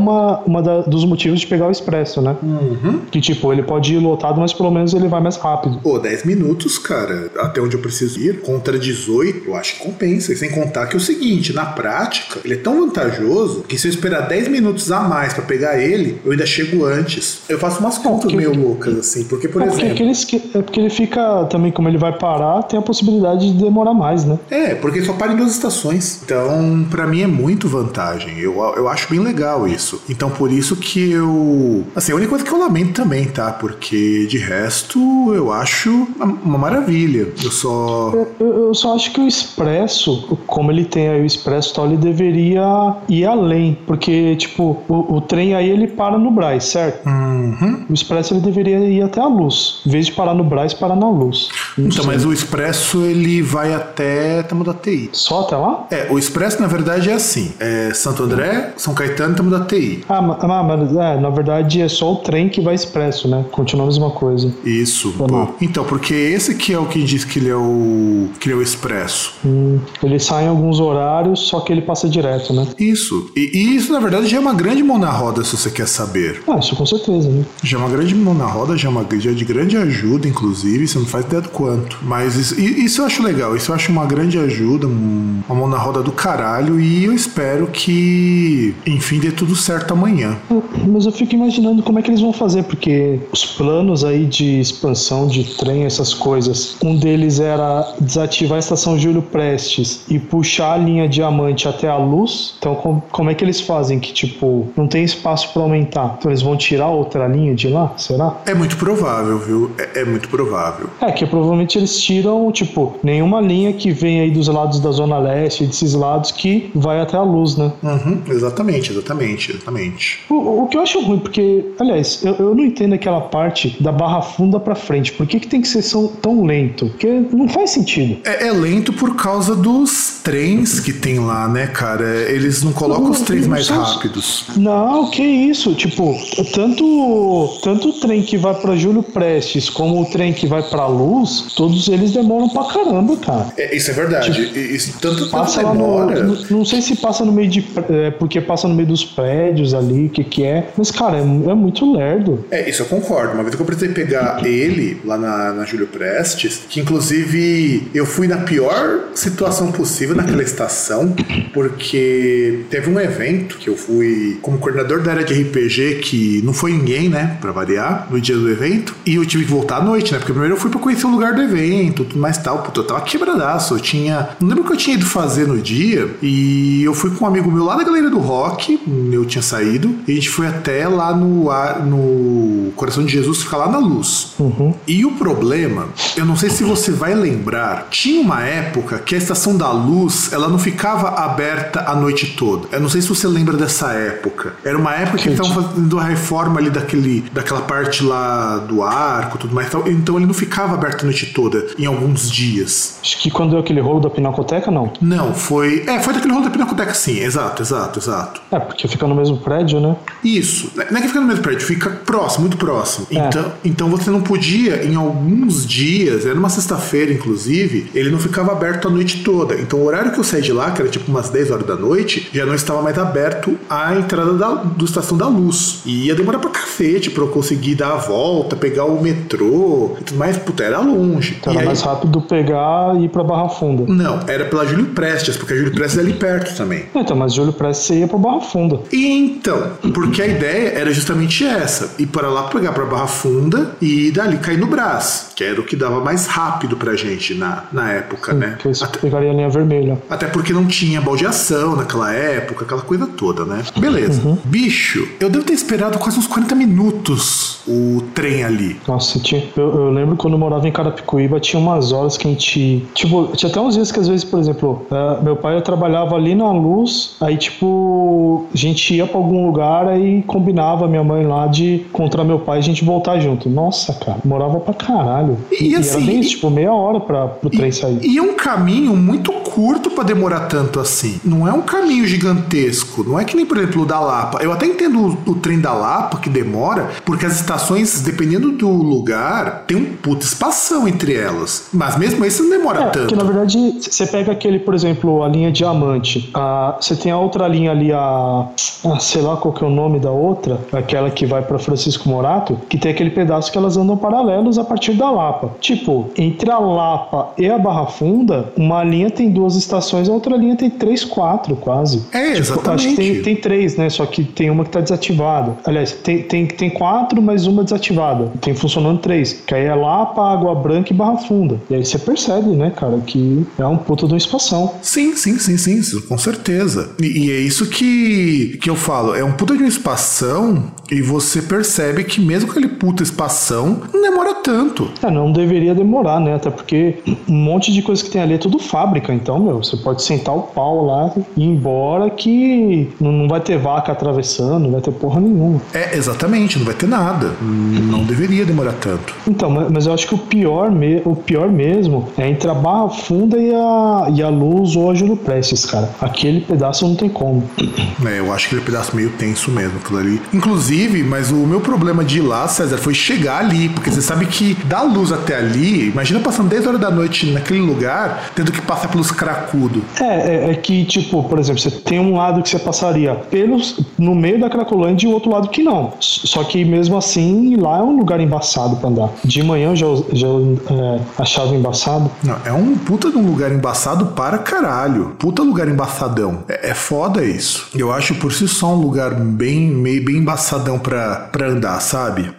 C: dos motivos de pegar o expresso, né? Que tipo, ele pode ir lotado, mas pelo menos ele vai mais rápido.
B: 10 minutos, cara, até onde eu preciso ir, contra 18, eu acho que compensa. E sem contar que é o seguinte, na prática, ele é tão vantajoso que se eu esperar 10 minutos a mais pra pegar ele, eu ainda chego antes. Eu faço umas contas meio loucas, assim, porque, por exemplo...
C: Porque ele fica também, como ele vai parar, tem a possibilidade de demorar mais, né?
B: Porque só para em 2 estações. Então, pra mim é muito vantagem. Eu acho bem legal isso. Então, por isso que eu... Assim, a única coisa que eu lamento também, tá? Porque, de resto, eu acho uma maravilha. Eu só
C: acho que o Expresso, como ele tem aí o Expresso e tal, ele deveria ir além. Porque, tipo, o trem aí, ele para no Brás, certo?
B: Uhum.
C: O Expresso, ele deveria ir até a Luz. Em vez de parar no Brás, parar na Luz.
B: Então, mas o Expresso, ele vai até Tamo da TI.
C: Só até lá?
B: O Expresso, na verdade, é assim. É Santo André, São Caetano e Tamo da TI.
C: Mas na verdade é só o trem que vai Expresso, né? Continua a mesma coisa.
B: Isso. Então, porque esse que é o que diz que ele é o Expresso.
C: Ele sai em alguns horários, só que ele passa direto, né?
B: Isso. E isso, na verdade, já é uma grande mão na roda, se você quer saber.
C: Isso com certeza, né?
B: Já é uma grande mão na roda, já é de grande ajuda, inclusive, você não faz ideia do quanto. Mas isso eu acho legal, isso eu acho uma grande ajuda, uma mão na roda do caralho, e eu espero que, enfim, dê tudo certo amanhã.
C: Mas eu fico imaginando como é que eles vão fazer, porque os planos aí de expansão de trem, essas coisas, um deles era desativar a estação Júlio Prestes e puxar a linha Diamante até a Luz. Então como é que eles fazem? Que tipo, não tem espaço pra aumentar, então eles vão tirar outra linha de lá? Será?
B: É muito provável, viu? É muito provável.
C: Que provavelmente eles tiram, tipo, nenhuma linha que vem aí dos lados da Zona Leste, desses lados que vai até a Luz, né?
B: Exatamente.
C: O que eu acho ruim, porque, aliás, eu não entendo aquela parte da Barra Funda pra frente. Por que tem que ser tão lento? Porque não faz sentido.
B: É lento por causa dos trens que tem lá, né, cara? Eles não colocam os trens mais rápidos.
C: Não, que isso? Tipo, tanto o trem que vai pra Júlio Prestes como o trem que vai pra Luz, todos eles demoram pra caramba, cara.
B: Isso é verdade.
C: Tipo,
B: isso tanto
C: passa
B: demora.
C: Não sei se passa no meio porque passa no meio dos prédios ali, o que é. Mas, cara, é muito lerdo.
B: Isso eu concordo. Uma vez que eu precisei pegar ele lá na Júlio Prestes, que inclusive eu fui na pior situação possível naquela estação, porque teve um evento que eu fui como coordenador da área de RPG, que não foi ninguém, né, pra variar, no dia do evento, e eu tive que voltar à noite, né, porque primeiro eu fui pra conhecer o lugar do evento, tudo mais tal. Puta, eu tava quebradaço, não lembro o que eu tinha ido fazer no dia, e eu fui com um amigo meu lá da Galeria do Rock, eu tinha saído, e a gente foi até lá no Coração de Jesus, ficar lá na Luz. E o problema, eu não sei se você vai lembrar, tinha uma época que a Estação da Luz, ela não ficava aberta a noite toda. Eu não sei se você lembra dessa época. Era uma época que eles estavam fazendo a reforma ali daquela parte lá do arco, tudo mais, então ele não ficava aberto a noite toda, em alguns dias.
C: Acho que quando deu aquele rolo da Pinacoteca, não?
B: Não, foi daquele rolo da Pinacoteca, sim, exato.
C: Porque fica no mesmo prédio, né?
B: Isso, não é que fica no mesmo prédio, fica próximo, muito próximo. Então você não podia, em alguns dias, era uma sexta-feira, inclusive, ele não ficava aberto a noite toda. Então o horário que eu saí de lá, que era tipo umas 10 horas da noite, já não estava mais aberto a entrada do Estação da Luz. E ia demorar pra cacete pra eu conseguir dar a volta, pegar o metrô e tudo mais. Puta, era longe.
C: Então era mais rápido pegar e ir pra Barra Funda.
B: Não, era pela Júlio Prestes, porque a Júlio Prestes é ali perto também.
C: Então, mas Júlio Prestes você ia pra Barra Funda.
B: Então, porque a ideia era justamente essa, ir para lá pegar pra Barra Funda e dali cair no Brás, que era o que dava mais rápido pra gente na época, né?
C: Que você pegaria a linha vermelha.
B: Até porque não tinha baldeação naquela época, aquela coisa toda, né? Beleza. Bicho, eu devo ter esperado quase uns 40 minutos o trem ali.
C: Nossa, eu lembro quando eu morava em Carapicuíba, tinha umas horas que a gente... Tipo, tinha até uns dias que às vezes, por exemplo, meu pai trabalhava ali na Luz, aí tipo, a gente ia pra algum lugar, aí combinava minha mãe lá de encontrar meu pai e a gente voltar junto. Nossa, cara, morava pra caralho. E assim, era bem isso, tipo, meia hora pro trem sair.
B: E é um caminho muito curto pra demorar tanto assim. Não é um caminho gigantesco. Não é que nem, por exemplo, o da Lapa. Eu até entendo o trem da Lapa que demora, porque as estações, dependendo do lugar, tem um puta espação entre elas. Mas mesmo esse não demora tanto.
C: Porque na verdade, você pega aquele, por exemplo, a linha Diamante. Você tem a outra linha ali, sei lá qual que é o nome da outra, aquela que vai pra Francisco Morato, que tem aquele pedaço que elas andam paralelos a partir da Lapa. Tipo, entre a Lapa e a Barra Funda, uma linha tem 2 2 estações, a outra linha tem 3, 4 quase.
B: Exatamente.
C: Acho que tem 3, né? Só que tem uma que tá desativada. Aliás, tem 4, mas uma desativada. Tem funcionando 3. Que aí é Lapa, Água Branca e Barra Funda. E aí você percebe, né, cara, que é um puta de uma espação.
B: Sim, com certeza. E é isso que eu falo. É um puta de uma espação e você percebe que mesmo aquele puta espação não demora tanto.
C: Não deveria demorar, né? Até porque um monte de coisa que tem ali é tudo fábrica. Então, você pode sentar o pau lá e ir embora que não vai ter vaca atravessando, não vai ter porra nenhuma.
B: Exatamente, não vai ter nada. Não deveria demorar tanto.
C: Então, mas eu acho que o pior mesmo é entre a Barra Funda e a Luz ou a Júlio Prestes, cara. Aquele pedaço não tem como.
B: Eu acho aquele pedaço meio tenso mesmo, aquilo ali. Inclusive, mas o meu problema de ir lá, César, foi chegar ali, porque você sabe que da Luz até ali, imagina passando 10 horas da noite naquele lugar, tendo que passar pelos cracudos.
C: É que, tipo, por exemplo, você tem um lado que você passaria no meio da Cracolândia e o outro lado que não. Só que mesmo assim, lá é um lugar embaçado pra andar. De manhã eu já achava embaçado.
B: Não, é um puta de um lugar embaçado para caralho. Puta lugar embaçadão. É foda isso. Eu acho por si só um lugar bem embaçadão pra andar, sabe?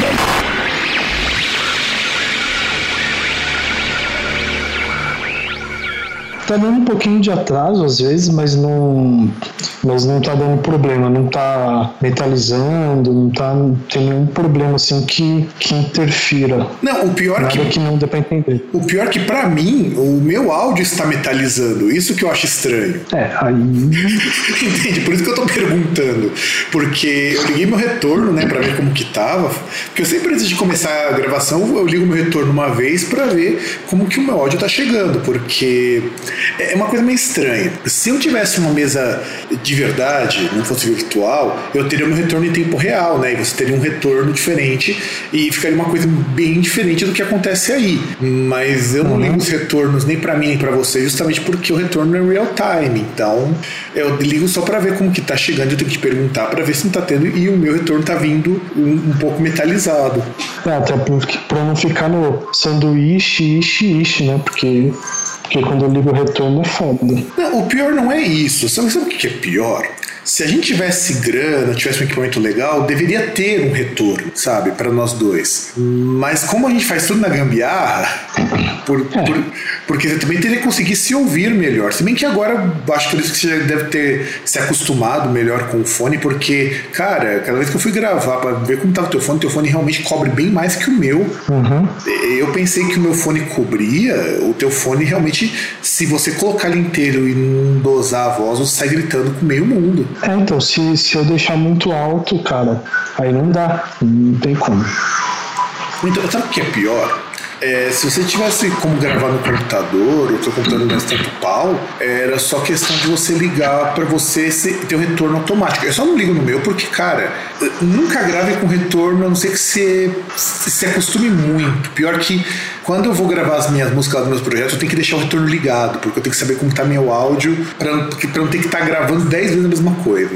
C: Tá dando um pouquinho de atraso às vezes, mas não tá dando problema, não tá metalizando, não tá tendo nenhum problema assim que interfira.
B: Não, o pior
C: nada que não dê pra entender.
B: O pior que pra mim, o meu áudio está metalizando, isso que eu acho estranho.
C: Aí...
B: Entende? Por isso que eu tô perguntando, porque eu liguei meu retorno, né, pra ver como que tava, porque eu sempre antes de começar a gravação, eu ligo meu retorno uma vez pra ver como que o meu áudio tá chegando, porque é uma coisa meio estranha. Se eu tivesse uma mesa de verdade, não fosse virtual, eu teria meu retorno em tempo real, né? E você teria um retorno diferente e ficaria uma coisa bem diferente do que acontece aí. Mas eu não ligo os retornos nem pra mim nem pra você, justamente porque o retorno é real time. Então eu ligo só pra ver como que tá chegando. Eu tenho que perguntar pra ver se não tá tendo, e o meu retorno tá vindo um pouco metalizado.
C: Até pra não ficar no sanduíche, né? Porque quando eu ligo o retorno é foda.
B: Não, o pior não é isso. Sabe o que é pior? Se a gente tivesse grana, tivesse um equipamento legal, deveria ter um retorno, sabe, para nós dois. Mas como a gente faz tudo na gambiarra, porque você também teria que conseguir se ouvir melhor. Se bem que agora, acho que por isso que você já deve ter se acostumado melhor com o fone, porque, cara, cada vez que eu fui gravar para ver como tava o teu fone realmente cobre bem mais que o meu. Eu pensei que o meu fone cobria, o teu fone realmente, se você colocar ele inteiro e não dosar a voz, você sai gritando com meio mundo.
C: Então, se eu deixar muito alto, cara, aí não dá, não tem como.
B: Então, sabe o que é pior? Se você tivesse como gravar no computador, o seu computador não tivesse tanto pau, era só questão de você ligar pra você ter o retorno automático. Eu só não ligo no meu porque, cara, nunca grave com retorno, a não ser que você se acostume muito. Pior que quando eu vou gravar as minhas músicas dos meus projetos, eu tenho que deixar o retorno ligado, porque eu tenho que saber como tá meu áudio pra não ter que estar gravando 10 vezes a mesma coisa.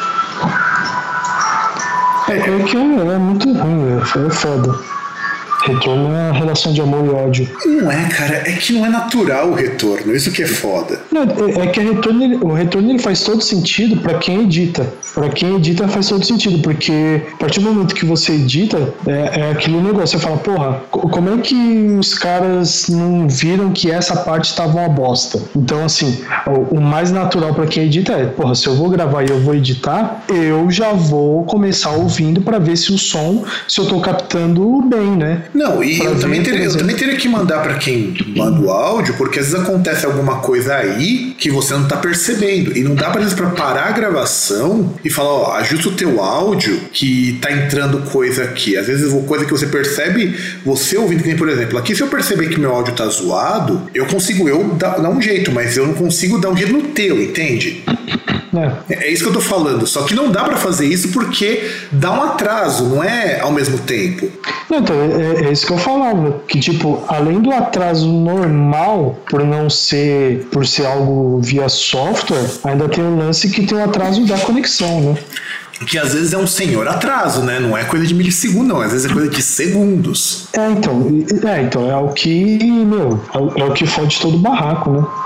C: É muito ruim, é foda. Retorno é uma relação de amor e ódio.
B: Não é, cara, é que não é natural o retorno, isso que é foda.
C: Não, é que o retorno ele faz todo sentido pra quem edita. Pra quem edita faz todo sentido, porque a partir do momento que você edita, é aquele negócio, você fala, porra, como é que os caras não viram que essa parte tava uma bosta? Então, assim, o mais natural pra quem edita é, porra, se eu vou gravar e eu vou editar, eu já vou começar ouvindo pra ver se eu tô captando bem, né?
B: Não, e eu também teria que mandar pra quem manda o áudio, porque às vezes acontece alguma coisa aí que você não tá percebendo, e não dá pra parar a gravação e falar, ó, ajusta o teu áudio que tá entrando coisa aqui. Às vezes coisa que você percebe, você ouvindo, que nem por exemplo, aqui se eu perceber que meu áudio tá zoado, eu consigo dar um jeito, mas eu não consigo dar um jeito no teu, entende? É isso que eu tô falando, só que não dá pra fazer isso porque dá um atraso, não é ao mesmo tempo.
C: Não, então, é isso que eu falava, que tipo, além do atraso normal, por ser algo via software, ainda tem um lance que tem o atraso da conexão, né?
B: Que às vezes é um senhor atraso, né? Não é coisa de milissegundos, não. Às vezes é coisa de segundos.
C: Então é o que, é o que fode todo o barraco, né?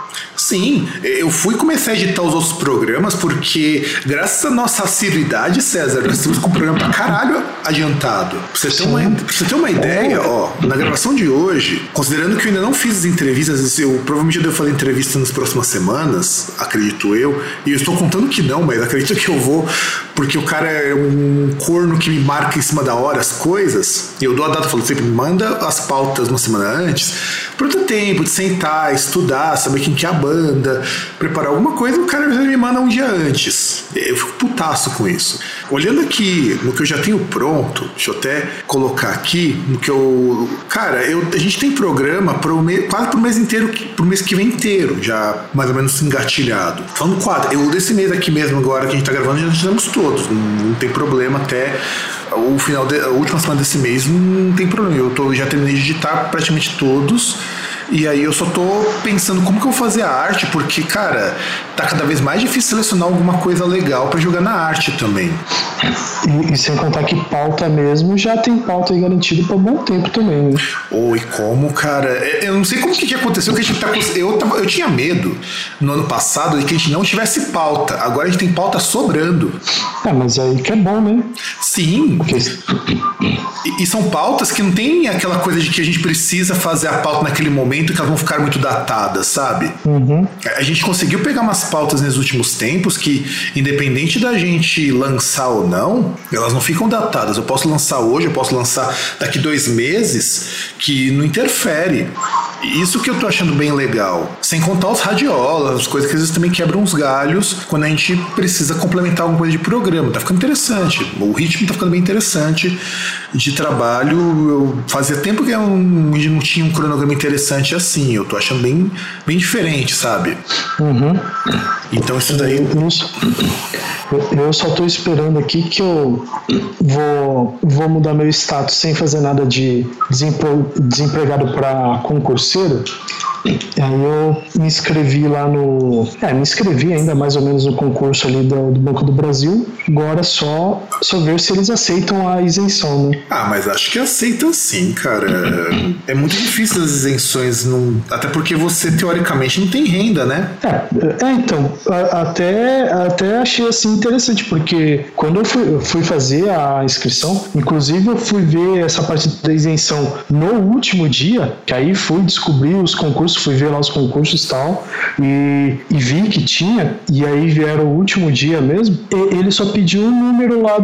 B: Sim, eu fui começar a editar os outros programas porque, graças à nossa assiduidade, César, nós estamos com o programa pra caralho adiantado. Pra você ter uma ideia, ó, na gravação de hoje, considerando que eu ainda não fiz as entrevistas, eu provavelmente devo fazer entrevista nas próximas semanas, acredito eu, e eu estou contando que não, mas acredito que eu vou, porque o cara é um corno que me marca em cima da hora as coisas, e eu dou a data, falo sempre, manda as pautas uma semana antes, para eu ter tempo de sentar, estudar, saber quem que é a banda, preparar alguma coisa, o cara me manda um dia antes. Eu fico putaço com isso. Olhando aqui no que eu já tenho pronto, deixa eu até colocar aqui, no que eu... Cara, a gente tem programa quase pro mês inteiro, pro mês que vem inteiro, já mais ou menos engatilhado. Falando quadro, desse mês aqui mesmo, agora que a gente tá gravando, já tivemos todos, não tem problema até... a última semana desse mês não tem problema, já terminei de editar praticamente todos, e aí eu só tô pensando como que eu vou fazer a arte, porque, cara, tá cada vez mais difícil selecionar alguma coisa legal pra jogar na arte também.
C: E sem contar que pauta mesmo, já tem pauta aí garantida por bom tempo também, né?
B: E como, cara, eu não sei como que aconteceu, que a gente eu tinha medo no ano passado de que a gente não tivesse pauta, agora a gente tem pauta sobrando.
C: Mas aí que é bom, né?
B: Sim.
C: Porque...
B: E são pautas que não tem aquela coisa de que a gente precisa fazer a pauta naquele momento que elas vão ficar muito datadas, sabe?
C: Uhum.
B: A gente conseguiu pegar umas pautas nos últimos tempos que, independente da gente lançar ou não, elas não ficam datadas. Eu posso lançar hoje, eu posso lançar daqui 2 meses, que não interfere. Isso que eu tô achando bem legal. Sem contar os radiolas, as coisas que às vezes também quebram uns galhos quando a gente precisa complementar alguma coisa de programa. Tá ficando interessante. O ritmo tá ficando bem interessante de trabalho. Fazia tempo que eu não tinha um cronograma interessante assim. Eu tô achando bem diferente, sabe?
C: Uhum.
B: Então isso daí...
C: Eu só tô esperando aqui que eu vou mudar meu status sem fazer nada de desempregado para concurseiro. Aí eu me inscrevi lá me inscrevi ainda mais ou menos no concurso ali do Banco do Brasil. Agora só ver se eles aceitam a isenção, né?
B: Mas acho que aceitam sim, cara. É muito difícil as isenções, até porque você teoricamente não tem renda, né?
C: Então, até achei assim interessante, porque quando eu fui fazer a inscrição, inclusive eu fui ver essa parte da isenção no último dia, que aí fui descobrir os concursos, fui ver lá os concursos e tal, e vi que tinha, e aí vieram o último dia mesmo, e ele só pediu o número lá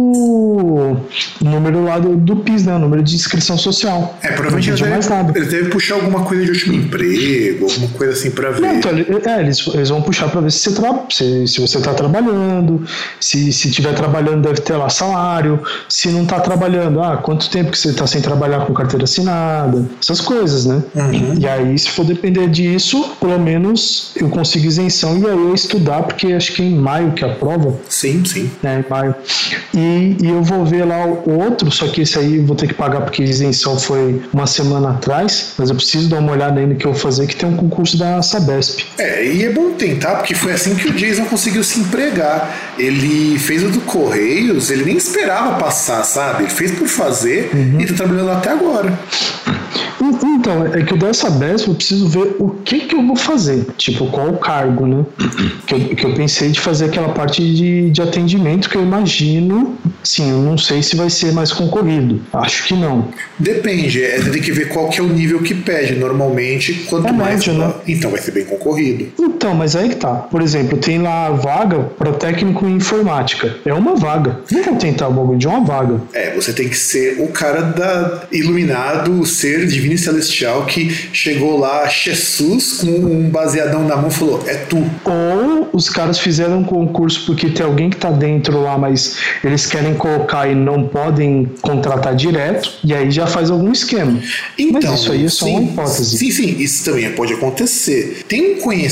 C: do PIS, né? O número de inscrição social.
B: Provavelmente ele deve puxar alguma coisa de último emprego, alguma coisa assim pra ver.
C: Não, então, eles vão puxar pra ver se você tá trabalhando, se estiver trabalhando deve ter lá salário, se não tá trabalhando, quanto tempo que você tá sem trabalhar com carteira assinada, essas coisas, né?
B: Uhum.
C: E aí, se for depender disso, pelo menos eu consigo isenção e aí eu estudar, porque acho que é em maio que aprova.
B: Sim.
C: Em maio. E eu vou ver lá o outro, só que esse aí eu vou ter que pagar porque a isenção foi uma semana atrás, mas eu preciso dar uma olhada ainda que eu vou fazer, que tem um concurso da Sabesp.
B: E é bom tentar, porque foi assim que o Jason conseguiu se empregar. Ele fez o do Correios, ele nem esperava passar, sabe? Ele fez por fazer e tá trabalhando lá até agora.
C: Então, é que o da Sabesp eu preciso ver o que eu vou fazer, tipo, qual o cargo, né? Que eu pensei de fazer aquela parte de atendimento que eu imagino, sim, eu não sei se vai ser mais concorrido, acho que não.
B: Depende, você tem que ver qual que é o nível que pede, normalmente, quanto mais...
C: médio, né?
B: Então vai ser bem concorrido.
C: Então, mas aí que tá, por exemplo, tem lá a vaga para técnico em informática, é uma vaga, não vou tentar o bagulho de uma vaga.
B: Você tem que ser o cara iluminado, o ser divino e celestial que chegou lá, Jesus, com um baseadão na mão e falou, é tu.
C: Ou os caras fizeram um concurso porque tem alguém que tá dentro lá, mas eles querem colocar e não podem contratar direto, e aí já faz algum esquema.
B: Então,
C: mas isso aí é só uma hipótese.
B: Sim, isso também pode acontecer. Tem um conhecido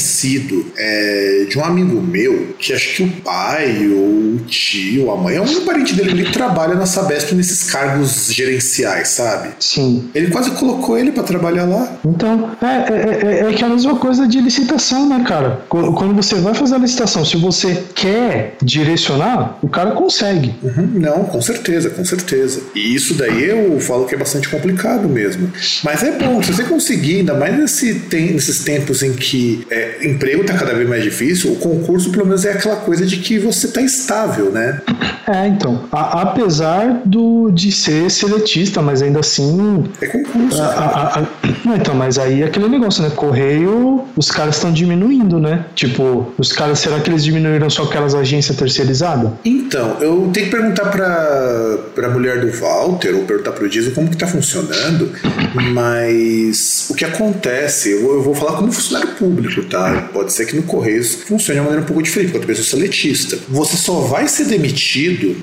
B: conhecido de um amigo meu, que acho que o pai ou o tio, a mãe, é um parente dele, ele trabalha na Sabesp nesses cargos gerenciais, sabe?
C: Sim.
B: Ele quase colocou ele pra trabalhar lá.
C: Então, é que é a mesma coisa de licitação, né, cara? Quando você vai fazer a licitação, se você quer direcionar, o cara consegue.
B: Não, com certeza, com certeza. E isso daí eu falo que é bastante complicado mesmo. Mas é bom, se você conseguir, ainda mais nesses tempos em que emprego tá cada vez mais difícil, o concurso pelo menos é aquela coisa de que você tá estável, né?
C: Então, apesar de ser seletista, mas ainda assim...
B: É concurso.
C: Não, então, mas aí é aquele negócio, né? Correio, os caras estão diminuindo, né? Tipo, os caras, será que eles diminuíram só aquelas agências terceirizadas?
B: Então, eu tenho que perguntar pra mulher do Walter, ou perguntar pro Diesel como que tá funcionando, mas o que acontece, eu vou falar como funcionário público, tá? Pode ser que no Correio funcione de uma maneira um pouco diferente, porque eu sou seletista. Você só vai ser demitido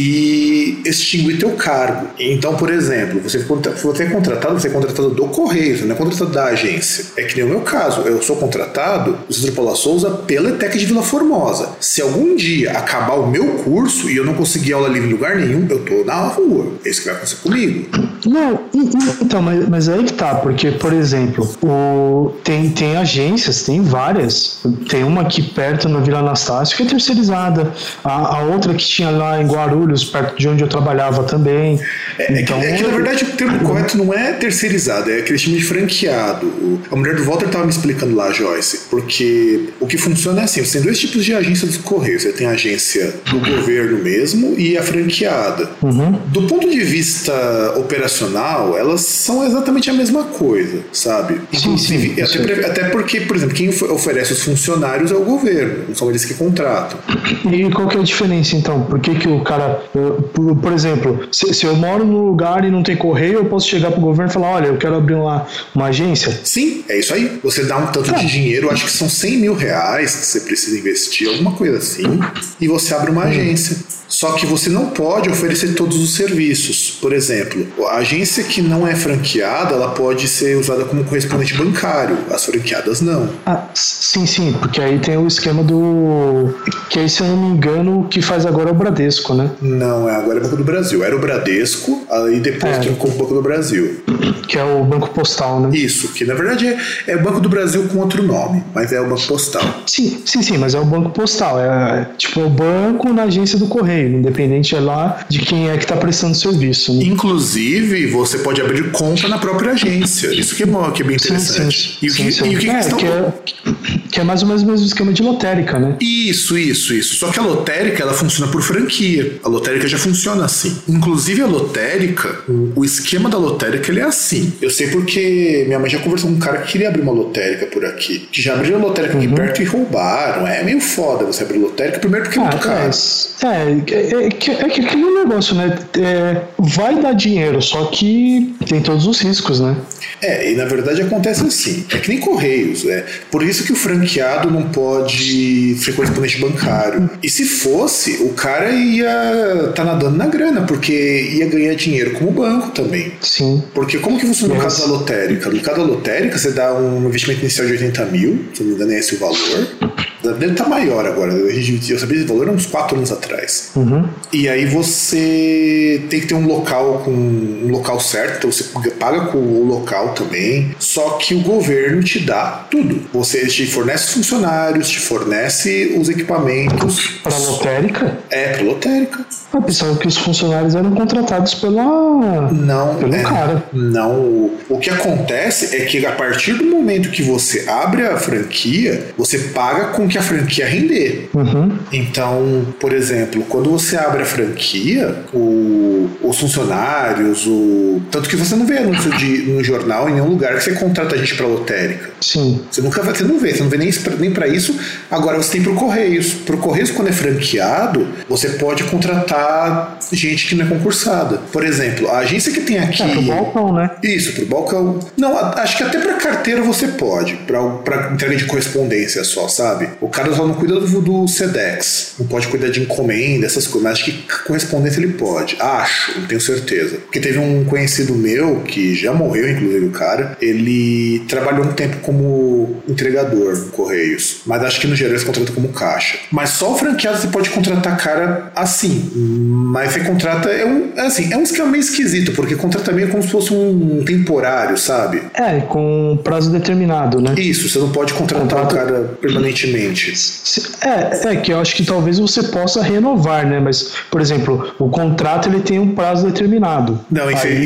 B: se extinguir teu cargo. Então, por exemplo, você é contratado do Correio, você não é contratado da agência. É que nem o meu caso, eu sou contratado, o Cícero Paula Souza, pela ETEC de Vila Formosa. Se algum dia acabar o meu curso e eu não conseguir aula livre em lugar nenhum, eu tô na rua. É isso que vai acontecer comigo.
C: Não, então, mas aí que tá, porque, por exemplo, tem agências, tem várias. Tem uma aqui perto na Vila Anastácio que é terceirizada. A outra que tinha lá em Guarulhos, perto de onde eu trabalhava também.
B: Que na verdade o termo correto não é terceirizado, é aquele time de franqueado. A mulher do Walter estava me explicando lá, Joyce, porque o que funciona é assim, você tem dois tipos de agência dos Correios. Você tem a agência do governo mesmo e a franqueada. Do ponto de vista operacional, elas são exatamente a mesma coisa, sabe? Inclusive, até porque, por exemplo, quem oferece os funcionários é o governo, não são eles que contratam.
C: E qual que é a diferença, então? Por que o cara... Por exemplo, se eu moro num lugar e não tem correio, eu posso chegar pro governo e falar, olha, eu quero abrir uma agência?
B: Sim, é isso aí. Você dá um tanto de dinheiro, acho que são 100 mil reais que você precisa investir, alguma coisa assim, e você abre uma agência. Só que você não pode oferecer todos os serviços. Por exemplo, a agência que não é franqueada, ela pode ser usada como correspondente bancário. As franqueadas não.
C: Sim, porque aí tem o esquema que aí, se eu não me engano, o que faz agora é o Bradesco, né?
B: Não, agora é o Banco do Brasil. Era o Bradesco, aí depois trocou o Banco do Brasil.
C: Que é o Banco Postal, né?
B: Isso, que na verdade é o Banco do Brasil com outro nome, mas é o Banco Postal.
C: Sim, mas é o Banco Postal. É tipo o banco na agência do Correio, independente lá de quem é que está prestando serviço. Né?
B: Inclusive, você pode abrir conta na própria agência. Isso que é bem interessante.
C: Que é mais ou menos o mesmo esquema de lotérica, né?
B: Isso. Só que a lotérica, ela funciona por franquia. A lotérica já funciona assim. Inclusive, a lotérica, o esquema da lotérica, ele é assim. Eu sei porque minha mãe já conversou com um cara que queria abrir uma lotérica por aqui. Que já abriu a lotérica aqui perto e roubaram. É meio foda você abrir lotérica, primeiro porque é muito caro.
C: É que aquele negócio, né? Vai dar dinheiro, só que tem todos os riscos, né?
B: E na verdade acontece assim. É que nem Correios. Por isso que o franqueado não pode ser correspondente bancário. E se fosse, o cara ia tá nadando na grana, porque ia ganhar dinheiro como banco também.
C: Sim.
B: Porque como que funciona no caso da lotérica? No caso da lotérica, você dá um investimento inicial de 80 mil, se não me engano é esse o valor. Deve estar maior agora. Eu sabia esse valor há uns 4 anos atrás. E aí você tem que ter um local certo, então você paga com o local também. Só que o governo te dá tudo. Você te fornece funcionários, te fornece os equipamentos.
C: Para lotérica?
B: Para lotérica.
C: Eu pensava que os funcionários eram contratados pelo cara.
B: Não. O que acontece é que a partir do momento que você abre a franquia, você paga com que a franquia render. Então, por exemplo, quando você abre a franquia, os funcionários, tanto que você não vê anúncio no jornal em nenhum lugar que você contrata gente para lotérica.
C: Sim.
B: Você não vê nem para isso. Agora você tem pro Correios. Pro Correios, quando é franqueado, você pode contratar gente que não é concursada. Por exemplo, a agência que tem aqui...
C: pro balcão, né?
B: Isso, pro balcão. Não, acho que até pra carteira você pode, pra entrega de correspondência só, sabe? O cara só não cuida do SEDEX, não pode cuidar de encomenda, essas coisas, mas acho que correspondência ele pode. Acho, não tenho certeza. Porque teve um conhecido meu, que já morreu, inclusive o cara, ele trabalhou um tempo como entregador no Correios, mas acho que no geral ele se contrata como caixa. Mas só o franqueado você pode contratar cara assim, mas você contrata, é um esquema meio esquisito, porque contrata meio como se fosse um temporário, sabe?
C: Com prazo determinado, né?
B: Isso, você não pode contratar o cara permanentemente.
C: Que eu acho que talvez você possa renovar, né? Mas, por exemplo, o contrato ele tem um prazo determinado.
B: Não,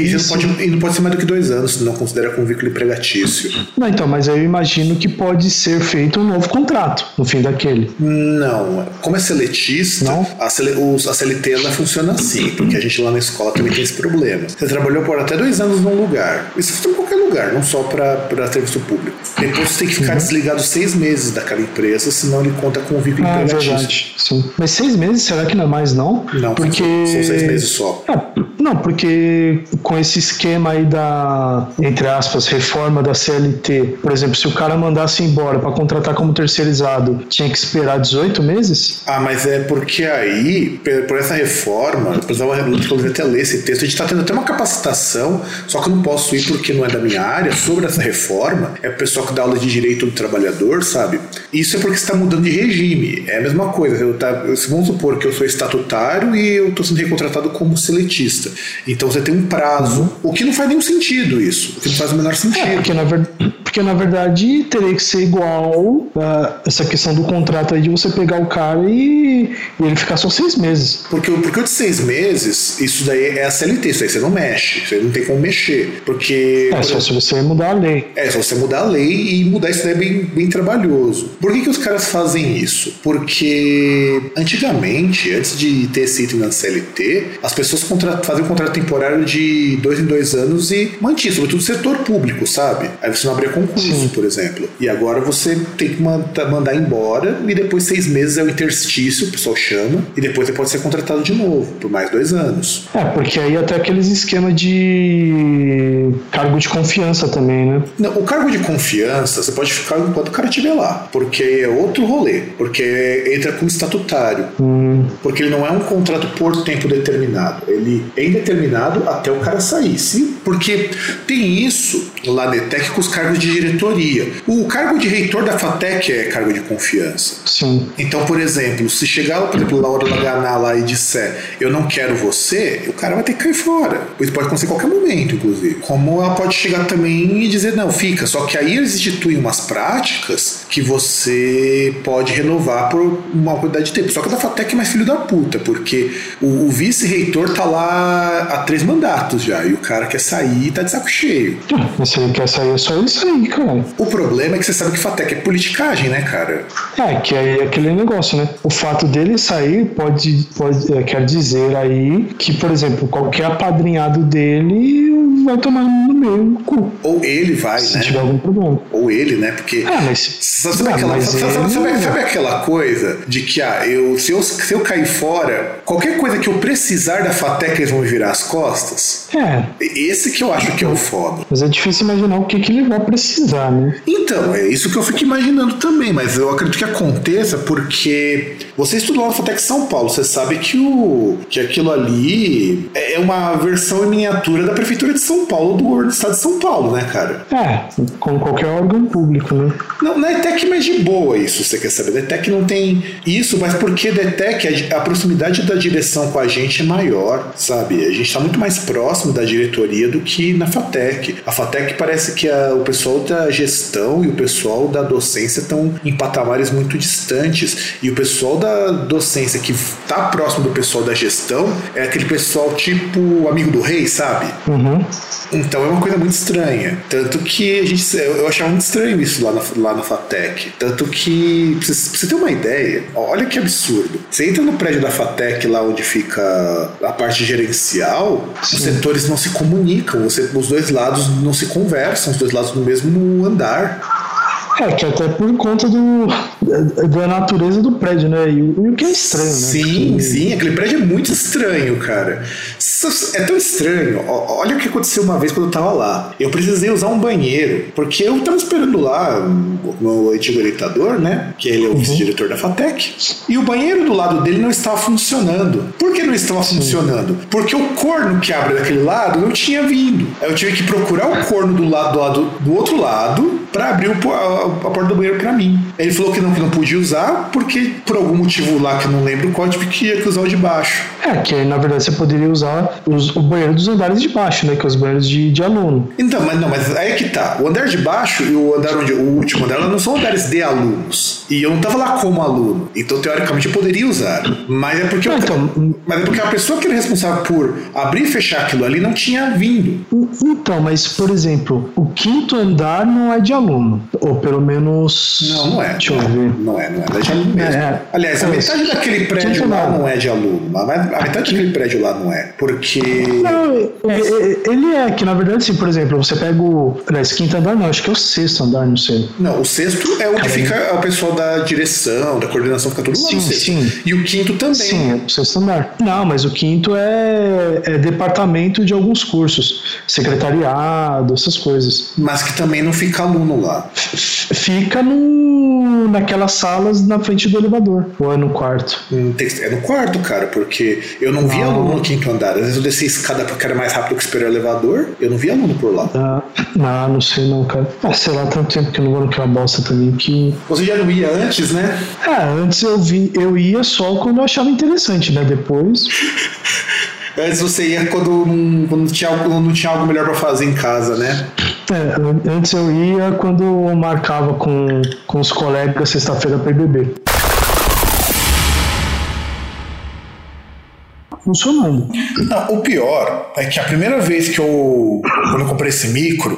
B: não pode ser mais do que 2 anos, senão considera como vínculo empregatício.
C: Não, então, mas eu imagino que pode ser feito um novo contrato no fim daquele.
B: Não, como é seletista, a CLT ela funciona assim, porque a gente lá na escola também tem esse problema. Você trabalhou por até 2 anos num lugar, isso funciona em qualquer lugar, não só para serviço público. Depois você tem que ficar desligado 6 meses daquela empresa, senão ele conta com o vínculo empregatício.
C: Verdade, sim. Mas 6 meses, será que não é mais, não?
B: Não, porque são 6 meses só.
C: Não, porque com esse esquema aí da, entre aspas, reforma da CLT, por exemplo, se o cara mandasse embora para contratar como terceirizado, tinha que esperar 18 meses?
B: Mas é porque aí, por essa reforma, eu precisava até ler esse texto, a gente está tendo até uma capacitação, só que eu não posso ir porque não é da minha área, sobre essa reforma, é o pessoal que dá aula de direito do trabalhador, sabe? Isso é porque você está mudando de regime, é a mesma coisa, vamos supor que eu sou estatutário e eu estou sendo recontratado como seletista, então você tem um prazo, o que não faz nenhum sentido isso, o que não faz o menor sentido.
C: Porque na verdade teria que ser igual essa questão do contrato aí de você pegar o cara e ele ficar só 6 meses.
B: Porque o de 6 meses, isso daí é a CLT, isso aí você não mexe, você não tem como mexer. Porque.
C: Só se você mudar a lei.
B: Só você mudar a lei, e mudar isso daí é bem trabalhoso. Por que os caras fazem isso? Porque antigamente, antes de ter esse item na CLT, as pessoas faziam um contrato temporário de 2 em 2 anos e mantinha, sobretudo no setor público, sabe? Aí você não abria concurso, por exemplo. E agora você tem que mandar embora e depois 6 meses é o interstício, o pessoal chama, e depois você pode ser contratado de novo, por mais 2 anos.
C: Porque aí até aqueles esquemas de cargo de confiança também, né?
B: Não, o cargo de confiança você pode ficar enquanto o cara estiver lá, porque é outro rolê, porque entra como estatutário, porque ele não é um contrato por tempo determinado, ele é indeterminado até o cara sair. Sim, porque tem isso lá na ETEC com os cargos de diretoria. O cargo de reitor da FATEC é cargo de confiança.
C: Sim.
B: Então, por exemplo, se chegar, por exemplo, na hora da Ganá lá e disser eu não quero você, o cara vai ter que cair fora. Isso pode acontecer em qualquer momento, inclusive. Como ela pode chegar também e dizer não, fica. Só que aí eles instituem umas práticas que você pode renovar por uma quantidade de tempo. Só que a da FATEC é mais filho da puta, porque o vice-reitor tá lá há 3 mandatos já, e o cara quer sair e tá de saco cheio.
C: Mas se ele quer sair, é só ele sair, cara.
B: O problema é que você sabe que FATEC é politicagem, né, cara?
C: Que aí é aquele negócio, né? O fato dele sair pode quer dizer aí que, por exemplo, qualquer apadrinhado dele vai tomar no meio cu.
B: Ou ele vai,
C: se
B: né?
C: Se tiver algum problema.
B: Ou ele, né? Porque sabe aquela coisa de que se eu cair fora, qualquer coisa que eu precisar da FATEC eles vão me virar as costas? Esse que eu acho que é o foda.
C: Mas é difícil imaginar o que ele vai precisar, né?
B: Então, é isso que eu fico imaginando também, mas eu acredito que aconteça porque você estudou na FATEC São Paulo, você sabe que aquilo ali é uma versão em miniatura da Prefeitura de São Paulo, do Estado de São Paulo, né, cara?
C: Como qualquer órgão público, né?
B: Não, na ETEC é mais de boa isso, você quer saber. Na ETEC não tem isso, mas porque na ETEC a proximidade da direção com a gente é maior, sabe? A gente tá muito mais próximo da diretoria do que na FATEC. A FATEC parece que o pessoal da gestão e o pessoal da docência estão em patamares muito distantes, e o pessoal da docência que tá próximo do pessoal da gestão é aquele pessoal tipo amigo do rei, sabe? Então é uma coisa muito estranha. Tanto que eu achava muito estranho isso lá na FATEC. Tanto que, pra você ter uma ideia, olha que absurdo. Você entra no prédio da FATEC, lá onde fica a parte gerencial, os setores não se comunicam, os dois lados não se conversam, os dois lados no mesmo andar.
C: Que até por conta da natureza do prédio, né? E o que é estranho, né?
B: Sim, aquele prédio é muito estranho, cara. É tão estranho. Olha o que aconteceu uma vez quando eu tava lá. Eu precisei usar um banheiro, porque eu tava esperando lá no antigo eleitador, né? Que ele é o vice-diretor da FATEC. E o banheiro do lado dele não estava funcionando. Por que não estava funcionando? Porque o corno que abre daquele lado não tinha vindo. Aí eu tive que procurar o corno do outro lado pra abrir a porta do banheiro pra mim. Ele falou que não podia usar, porque por algum motivo lá que eu não lembro qual, tive que usar o de baixo.
C: Que na verdade você poderia usar o banheiro dos andares de baixo, né? Que é os banheiros de aluno.
B: Então, mas aí é que tá. O andar de baixo e o último andar não são andares de alunos. E eu não tava lá como aluno. Então, teoricamente, eu poderia usar. Mas é porque a pessoa que era responsável por abrir e fechar aquilo ali não tinha vindo.
C: Então, mas, por exemplo, o quinto andar não é de aluno. Ou pelo menos...
B: Não é.
C: Deixa eu ver.
B: Não é de aluno mesmo. Aliás, a metade daquele prédio lá não é de aluno. A metade daquele prédio lá não é. Porque...
C: Não, ele é que, na verdade, assim, por exemplo, você pega o quinto andar, não, acho que é o sexto andar, não sei.
B: Não, o sexto é onde fica o pessoal da direção, da coordenação, fica tudo lá no sexto. Sim. E o quinto também.
C: Sim, é o sexto andar. Não, mas o quinto é departamento de alguns cursos, secretariado, essas coisas.
B: Mas que também não fica aluno lá.
C: Fica naquelas salas na frente do elevador, ou é no quarto?
B: É no quarto, cara, porque eu não vi aluno no quinto andar. Às vezes eu desci a escada porque era mais rápido que esperar o elevador, eu não vi aluno por lá.
C: Não sei não, cara. Sei lá, tanto tempo que eu não vou naquela bosta também que...
B: Você já não ia antes, né?
C: Antes eu ia só quando eu achava interessante, né? Depois...
B: Antes você ia quando não tinha algo melhor pra fazer em casa, né?
C: Antes eu ia quando eu marcava com os colegas sexta-feira pra ir beber. Funcionando.
B: Não, o pior é que a primeira vez quando eu comprei esse micro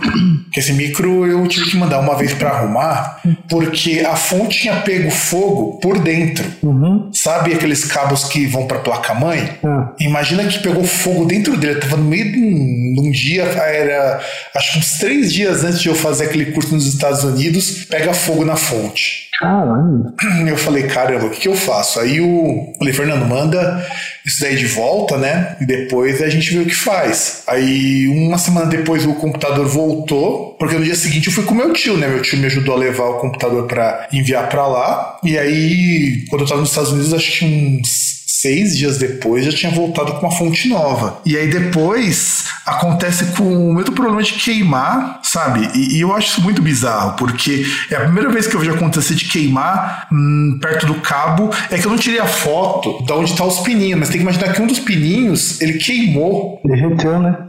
B: eu tive que mandar uma vez pra arrumar, porque a fonte tinha pego fogo por dentro. Sabe aqueles cabos que vão pra placa-mãe? Imagina que pegou fogo dentro dele. Eu tava no meio de um dia, era acho que uns 3 dias antes de eu fazer aquele curso nos Estados Unidos, pega fogo na fonte.
C: Caralho.
B: Eu falei, caramba, o que eu faço? Aí eu falei, Fernando, manda isso daí de volta, né? E depois a gente vê o que faz. Aí uma semana depois o computador voltou, porque no dia seguinte eu fui com meu tio, né? Meu tio me ajudou a levar o computador pra enviar pra lá. E aí, quando eu tava nos Estados Unidos, acho que uns 6 dias depois já tinha voltado com uma fonte nova. E aí depois acontece com o mesmo problema de queimar, sabe? E eu acho isso muito bizarro, porque é a primeira vez que eu vejo acontecer de queimar perto do cabo. É que eu não tirei a foto de onde tá os pininhos, mas tem que imaginar que um dos pininhos, ele queimou.
C: Derreteu, né?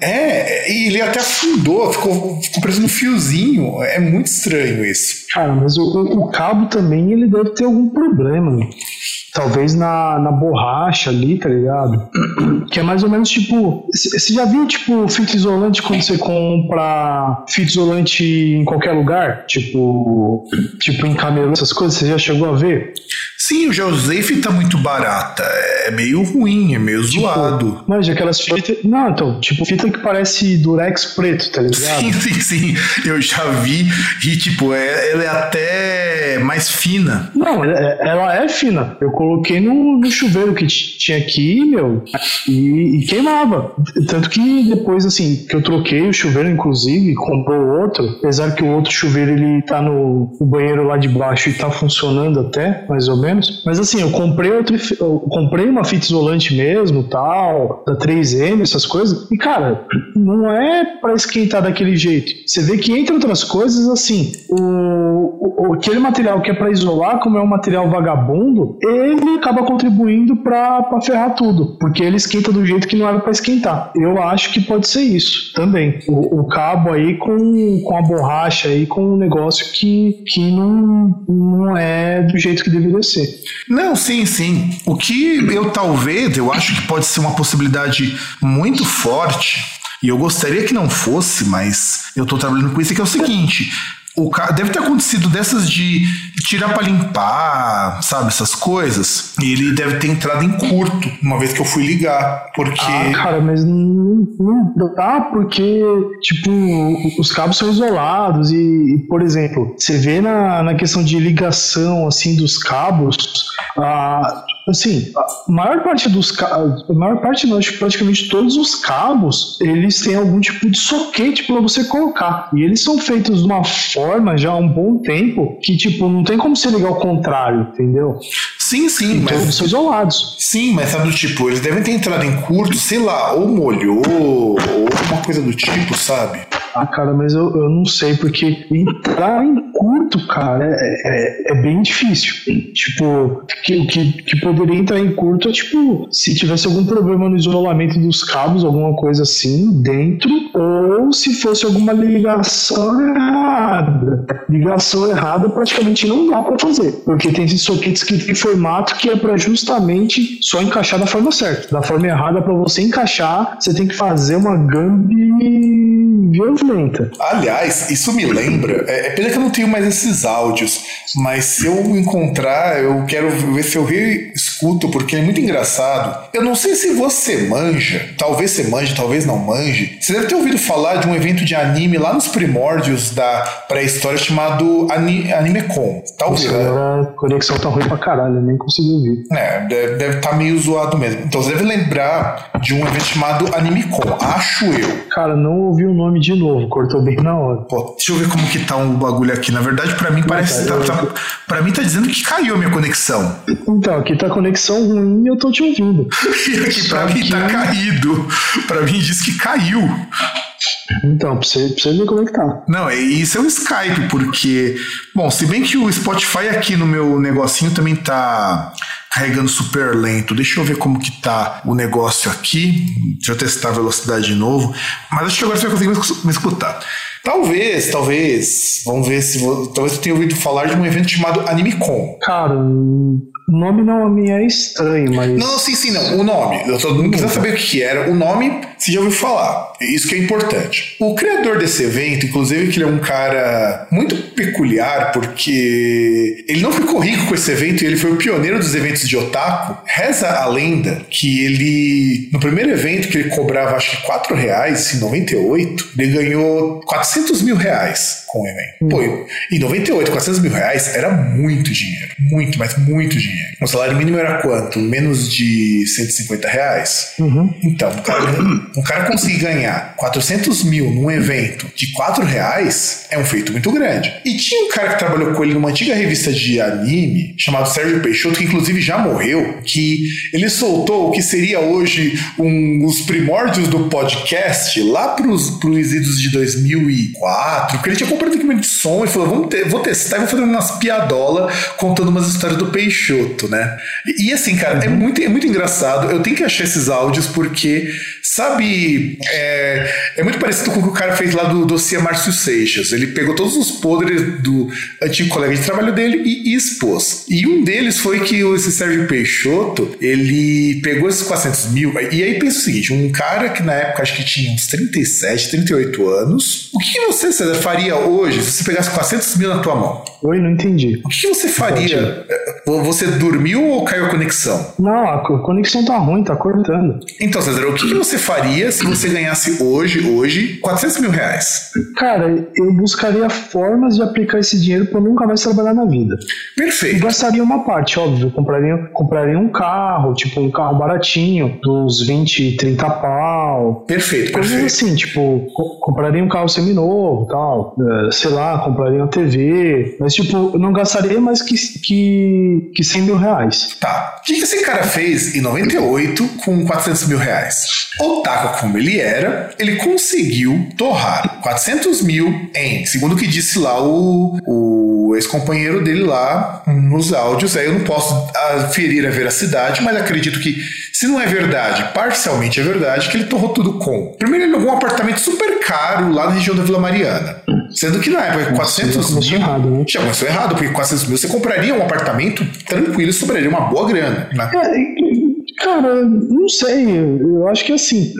B: E ele até afundou, ficou preso no fiozinho. É muito estranho isso.
C: Cara, mas o cabo também, ele deve ter algum problema, né? Talvez na borracha ali, tá ligado? Que é mais ou menos tipo... Você já viu, tipo, fita isolante quando você compra fita isolante em qualquer lugar? Tipo em camelô, essas coisas? Você já chegou a ver?
B: Sim, eu já usei fita muito barata. É meio ruim, é meio zoado.
C: Mas aquelas fitas... Não, então, tipo fita que parece durex preto, tá ligado?
B: Sim. Eu já vi e, tipo, ela é até mais fina.
C: Não, ela é fina. Eu coloquei no chuveiro que tinha aqui, meu, e queimava. Tanto que depois, assim, que eu troquei o chuveiro, inclusive, comprou outro, apesar que o outro chuveiro, ele tá no banheiro lá de baixo e tá funcionando até, mais ou menos. Mas assim, eu comprei uma fita isolante mesmo, tal, da 3M, essas coisas, e cara, não é pra esquentar daquele jeito. Você vê que, entre outras coisas, assim, aquele material que é pra isolar, como é um material vagabundo, ele acaba contribuindo pra ferrar tudo, porque ele esquenta do jeito que não era pra esquentar. Eu acho que pode ser isso também. O cabo aí com a borracha aí, com um negócio que não é do jeito que deveria ser.
B: Não, sim. O que eu acho que pode ser uma possibilidade muito forte, e eu gostaria que não fosse, mas eu tô trabalhando com isso, que é o seguinte: deve ter acontecido dessas de tirar pra limpar, sabe, essas coisas. E ele deve ter entrado em curto, uma vez que eu fui ligar, porque...
C: Cara, mas não dá, porque, tipo, os cabos são isolados e, por exemplo, você vê na questão de ligação, assim, dos cabos, assim, a maior parte não, acho que praticamente todos os cabos, eles têm algum tipo de soquete pra você colocar. E eles são feitos de uma forma já há um bom tempo que, tipo, não tem como você ligar ao contrário, entendeu?
B: Sim,
C: então,
B: mas...
C: eles são isolados.
B: Sim, mas sabe do tipo, eles devem ter entrado em curto, sei lá, ou molhou, ou uma coisa do tipo, sabe?
C: Cara, mas eu não sei, porque entrar em curto, cara, é bem difícil. Tipo, o que poderia entrar em curto é, tipo, se tivesse algum problema no isolamento dos cabos, alguma coisa assim, dentro, ou se fosse alguma ligação errada. Ligação errada praticamente não dá pra fazer, porque tem esses soquetes que tem formato que é pra justamente só encaixar da forma certa. Da forma errada, pra você encaixar, você tem que fazer uma gambi violenta.
B: Aliás, isso me lembra, pena que eu não tenho mais esses áudios, mas se eu encontrar, eu quero ver se eu reescuto, porque é muito engraçado. Eu não sei se você manja, talvez você manje, talvez não manje. Você deve ter ouvido falar de um evento de anime lá nos primórdios da pré-história chamado AnimeCon. Talvez.
C: Agora a conexão tá ruim pra caralho, eu nem consegui ouvir.
B: Deve estar meio zoado mesmo. Então você deve lembrar de um evento chamado AnimeCon, acho eu.
C: Cara, não ouvi o nome de novo, cortou bem na hora.
B: Pô, deixa eu ver como que tá o bagulho aqui. Na verdade, pra mim parece pra mim tá dizendo que caiu a minha conexão.
C: Então, aqui tá conexão ruim e eu tô te ouvindo.
B: E aqui pra mim tá caído. Pra mim diz que caiu.
C: Então, pra você ver como é que tá.
B: Não, isso é o Skype, porque... Bom, se bem que o Spotify aqui no meu negocinho também tá carregando super lento. Deixa eu ver como que tá o negócio aqui. Deixa eu testar a velocidade de novo. Mas acho que agora você vai conseguir me escutar. Talvez, vamos ver se... Talvez você tenha ouvido falar de um evento chamado AnimeCon.
C: Cara, o nome não me é estranho, mas...
B: Não, sim, não. O nome. Eu não precisa saber o que era. O nome, você já ouviu falar. Isso que é importante. O criador desse evento, inclusive, que ele é um cara muito peculiar, porque ele não ficou rico com esse evento e ele foi o pioneiro dos eventos de otaku. Reza a lenda que ele, no primeiro evento que ele cobrava, acho que R$4 em 98, ele ganhou R$400 mil com o evento. Pô, em 98, R$400 mil era muito dinheiro. Muito, mas muito dinheiro. O salário mínimo era quanto? Menos de R$150?
C: Uhum.
B: Então, um cara conseguir ganhar R$400 mil num evento de R$4 é um feito muito grande. E tinha um cara que trabalhou com ele numa antiga revista de anime, chamado Sérgio Peixoto, que inclusive já morreu, que ele soltou o que seria hoje os primórdios do podcast lá pros idos de 2004, porque ele tinha comprado equipamento de som e falou, vou testar e vou fazer umas piadolas contando umas histórias do Peixoto, né? E assim, cara, é muito engraçado. Eu tenho que achar esses áudios porque, sabe, é muito parecido com o que o cara fez lá do dossiê Márcio Seixas. Ele pegou todos os podres do antigo colega de trabalho dele e expôs. E um deles foi que esse Sérgio Peixoto, ele pegou esses R$400 mil e aí pensa o seguinte, um cara que na época acho que tinha uns 37, 38 anos, o que você, César, faria hoje se você pegasse R$400 mil na tua mão?
C: Oi, não entendi.
B: O que você faria? Você dormiu ou caiu a conexão?
C: Não, a conexão tá ruim, tá cortando.
B: Então, César, o que você faria se você ganhasse hoje R$400 mil?
C: Cara, eu buscaria formas de aplicar esse dinheiro pra nunca mais trabalhar na vida.
B: Perfeito.
C: E gastaria uma parte, óbvio. Compraria um carro, tipo um carro baratinho, dos 20, 30 pau.
B: Perfeito.
C: Coisas assim, tipo, compraria um carro seminovo e tal. Sei lá, compraria uma TV. Mas, tipo, eu não gastaria mais que R$100 mil.
B: Tá. O que esse cara fez em 98 com R$400 mil? Otaku como ele era, ele conseguiu torrar R$400 mil em, segundo o que disse lá o ex-companheiro dele lá nos áudios. Aí eu não posso aferir a veracidade, mas acredito que, se não é verdade, parcialmente é verdade, que ele torrou tudo com. Primeiro, ele alugou um apartamento super caro lá na região da Vila Mariana. Sendo que na época, R$400 mil...
C: errado, né?
B: Já começou errado, porque R$400 mil você compraria um apartamento tranquilo e sobraria uma boa grana, né?
C: Cara, não sei, eu acho que assim,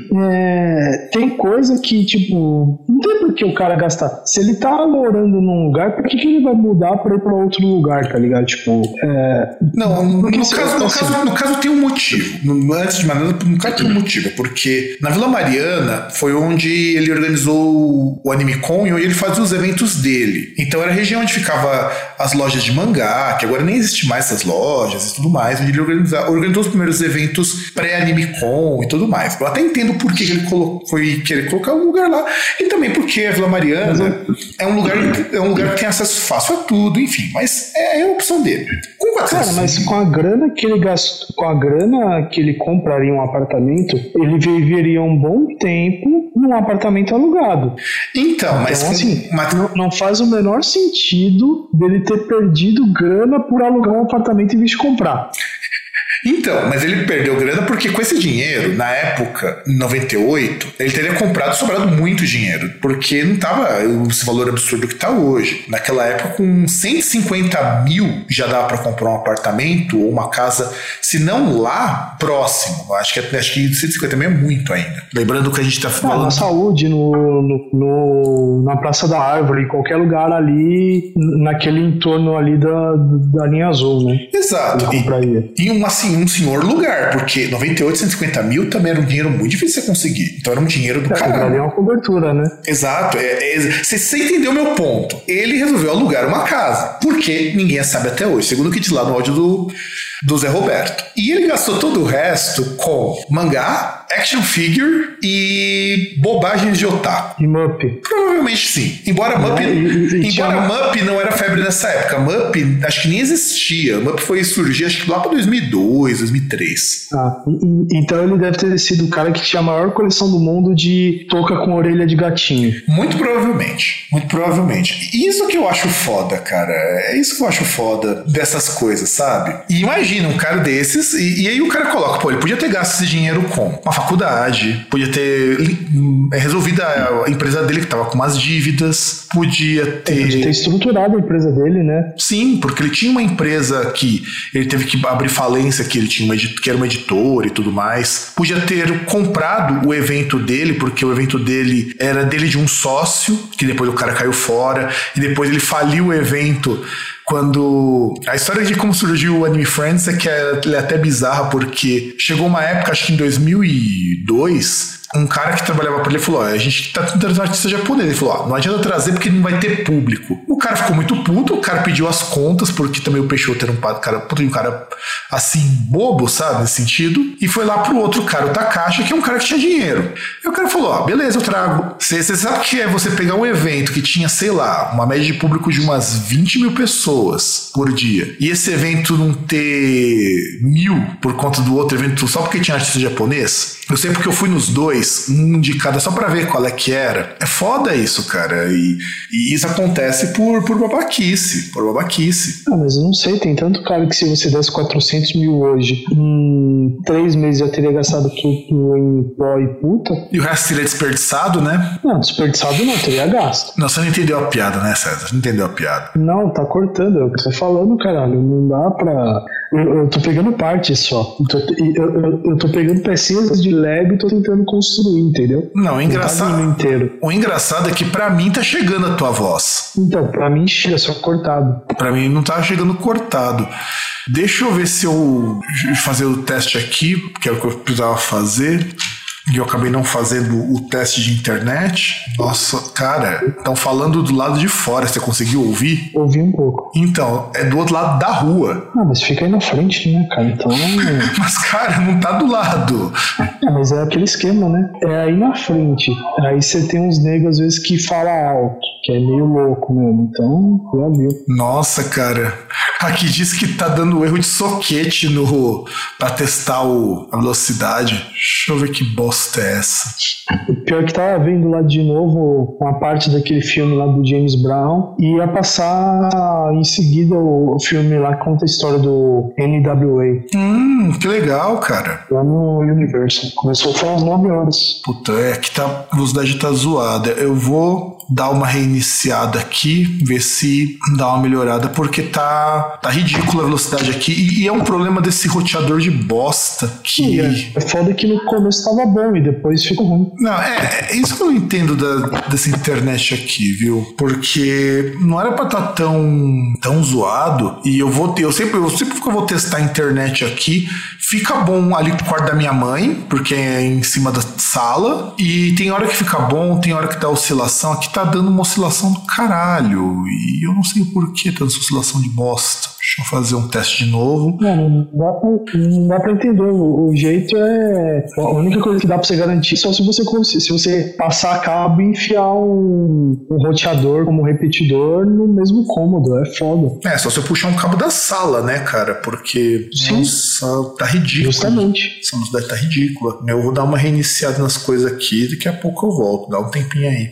C: tem coisa que, tipo, não tem por que o cara gastar. Se ele tá morando num lugar, por que ele vai mudar pra ir pra outro lugar, tá ligado? Tipo,
B: Não, no caso tem um motivo. Antes de mais nada, no caso tem um motivo, porque na Vila Mariana foi onde ele organizou o AnimeCon e onde ele fazia os eventos dele. Então era a região onde ficava as lojas de mangá, que agora nem existe mais essas lojas e tudo mais, onde ele organizou os primeiros eventos pré-AnimeCon e tudo mais. Eu até entendo por que ele foi querer colocar um lugar lá, e também porque a Vila Mariana é um lugar que tem acesso fácil a tudo, enfim, mas é a opção dele.
C: Cara, mas com a grana que ele gastou, com a grana que ele compraria um apartamento, ele viveria um bom tempo num apartamento alugado.
B: Então, mas
C: assim, não faz o menor sentido dele ter perdido grana por alugar um apartamento em vez de comprar.
B: Então, mas ele perdeu grana porque com esse dinheiro, na época, em 98, ele teria comprado e sobrado muito dinheiro, porque não tava esse valor absurdo que tá hoje. Naquela época, com 150 mil já dava para comprar um apartamento ou uma casa, se não lá, próximo. Acho que 150 mil é muito ainda. Lembrando que a gente tá falando...
C: Na Saúde, na Praça da Árvore, em qualquer lugar ali, naquele entorno ali da linha azul, né?
B: Exato. E um senhor lugar, porque 98, 150 mil também era um dinheiro muito difícil de você conseguir. Então era um dinheiro do caralho.
C: Ali é uma cobertura, né?
B: Exato. Você entendeu meu ponto. Ele resolveu alugar uma casa, porque ninguém sabe até hoje, segundo o que diz lá no áudio do Zé Roberto. E ele gastou todo o resto com mangá, action figure e bobagens de otaku.
C: E Mup.
B: Provavelmente sim. Embora Mup não era febre nessa época. Mup acho que nem existia. Mup foi surgir acho que lá para 2002, 2003.
C: Então ele deve ter sido o cara que tinha a maior coleção do mundo de touca com orelha de gatinho.
B: Muito provavelmente. Muito provavelmente. Isso que eu acho foda, cara. É isso que eu acho foda dessas coisas, sabe? E imagina um cara desses e aí o cara coloca, pô, ele podia ter gasto esse dinheiro com uma faculdade, podia ter resolvido a empresa dele que tava com umas dívidas, podia ter
C: estruturado a empresa dele, né?
B: Sim, porque ele tinha uma empresa que ele teve que abrir falência, que ele tinha que era uma editora e tudo mais. Podia ter comprado o evento dele, porque o evento dele era dele de um sócio, que depois o cara caiu fora, e depois ele faliu o evento. Quando... A história de como surgiu o Anime Friends é que é até bizarra, porque chegou uma época, acho que em 2002, um cara que trabalhava por ele falou, a gente tá tentando trazer artista japonês. Ele falou, não adianta trazer porque não vai ter público. O cara ficou muito puto, o cara pediu as contas, porque também o Peixoto era um cara assim, bobo, sabe, nesse sentido, e foi lá pro outro cara, o Takashi, que é um cara que tinha dinheiro. E o cara falou, beleza, eu trago. Você sabe o que é você pegar um evento que tinha, sei lá, uma média de público de umas 20 mil pessoas por dia, e esse evento não ter 1.000 por conta do outro evento só porque tinha artista japonês? Eu sei porque eu fui nos dois, um de cada, só pra ver qual é que era. É foda isso, cara. E isso acontece por babaquice. Por babaquice.
C: Mas eu não sei, tem tanto cara que se você desse 400 mil hoje, em 3 meses já teria gastado tudo em pó e puta.
B: E o resto seria desperdiçado, né?
C: Não, desperdiçado não, teria gasto.
B: Não, você não entendeu a piada, né, César? Não entendeu a piada.
C: Não, tá cortando, é o que você tá falando, caralho. Não dá pra... Eu tô pegando parte só. Eu tô pegando pecinhas de Lego e tô tentando construir, entendeu?
B: Não, o engraçado,
C: inteiro.
B: O engraçado é que pra mim tá chegando a tua voz.
C: Então, pra mim chega só cortado.
B: Pra mim não tá chegando cortado. Deixa eu ver se eu fazer o teste aqui, que é o que eu precisava fazer. E eu acabei não fazendo o teste de internet. Nossa, cara, estão falando do lado de fora. Você conseguiu ouvir?
C: Ouvi um pouco.
B: Então, é do outro lado da rua.
C: Mas fica aí na frente, né, cara? Então...
B: Mas, cara, não tá do lado.
C: Mas é aquele esquema, né? É aí na frente. Aí você tem uns negros, às vezes, que falam alto, que é meio louco mesmo. Então, já viu.
B: Nossa, cara. Aqui diz que tá dando erro de soquete pra testar a velocidade. Deixa eu ver que bosta é essa.
C: O pior é que tava vendo lá de novo uma parte daquele filme lá do James Brown e ia passar em seguida o filme lá que conta a história do NWA.
B: Que legal, cara.
C: Lá no Universal. Começou a falar às 9 horas.
B: Puta, aqui a velocidade tá zoada. Eu vou dar uma reiniciada aqui, ver se dá uma melhorada, porque tá ridícula a velocidade aqui. E é um problema desse roteador de bosta que...
C: É foda que no começo tava bom e depois ficou ruim.
B: Não, isso que eu não entendo dessa internet aqui, viu? Porque não era pra estar tão zoado. E eu sempre que eu vou testar a internet aqui, fica bom ali no quarto da minha mãe, porque é em cima da sala. E tem hora que fica bom, tem hora que dá oscilação. Aqui tá dando uma oscilação do caralho. E eu não sei por que tá dando essa oscilação de bosta. Deixa eu fazer um teste de novo.
C: Não dá pra entender. O jeito é... A única coisa que dá pra você garantir é só se você passar a cabo e enfiar um roteador como repetidor no mesmo cômodo. É foda.
B: Só se eu puxar um cabo da sala, né, cara? Porque, nossa, tá ridículo.
C: Justamente.
B: Essa velocidade tá ridícula. Eu vou dar uma reiniciada nas coisas aqui, daqui a pouco eu volto. Dá um tempinho aí.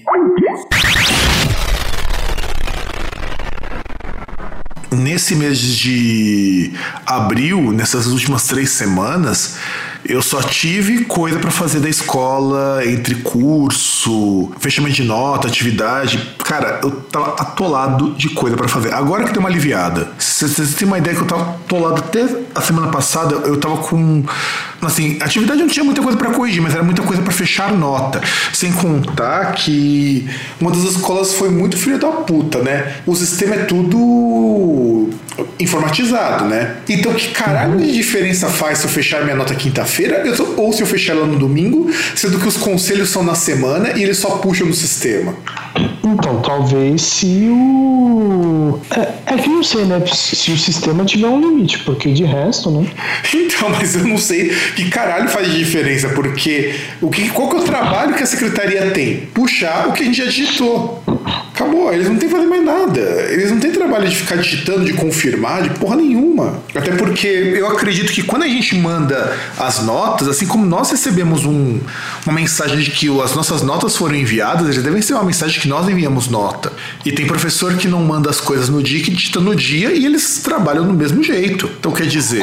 B: Nesse mês de abril, nessas últimas 3 semanas, eu só tive coisa pra fazer da escola, entre curso, fechamento de nota, atividade. Cara, eu tava atolado de coisa pra fazer. Agora que deu uma aliviada. Vocês têm uma ideia que eu tava atolado até a semana passada, eu tava com... Assim, atividade não tinha muita coisa pra corrigir, mas era muita coisa pra fechar nota. Sem contar que uma das escolas foi muito filha da puta, né? O sistema é tudo informatizado, né? Então que caralho de diferença faz se eu fechar minha nota quinta-feira ou se eu fechar ela no domingo, sendo que os conselhos são na semana e eles só puxam no sistema?
C: Então, talvez se o... É que não sei, né? Se o sistema tiver um limite, porque de resto, né?
B: Então, mas eu não sei que caralho faz de diferença, porque qual que é o trabalho que a secretaria tem? Puxar o que a gente já digitou. Acabou, eles não têm que fazer mais nada. Eles não têm trabalho de ficar digitando, de confirmar, de porra nenhuma. Até porque eu acredito que quando a gente manda as notas, assim como nós recebemos uma mensagem de que as nossas notas foram enviadas, eles devem ser uma mensagem que nós enviamos nota. E tem professor que não manda as coisas no dia, que digita no dia, e eles trabalham do mesmo jeito. Então quer dizer...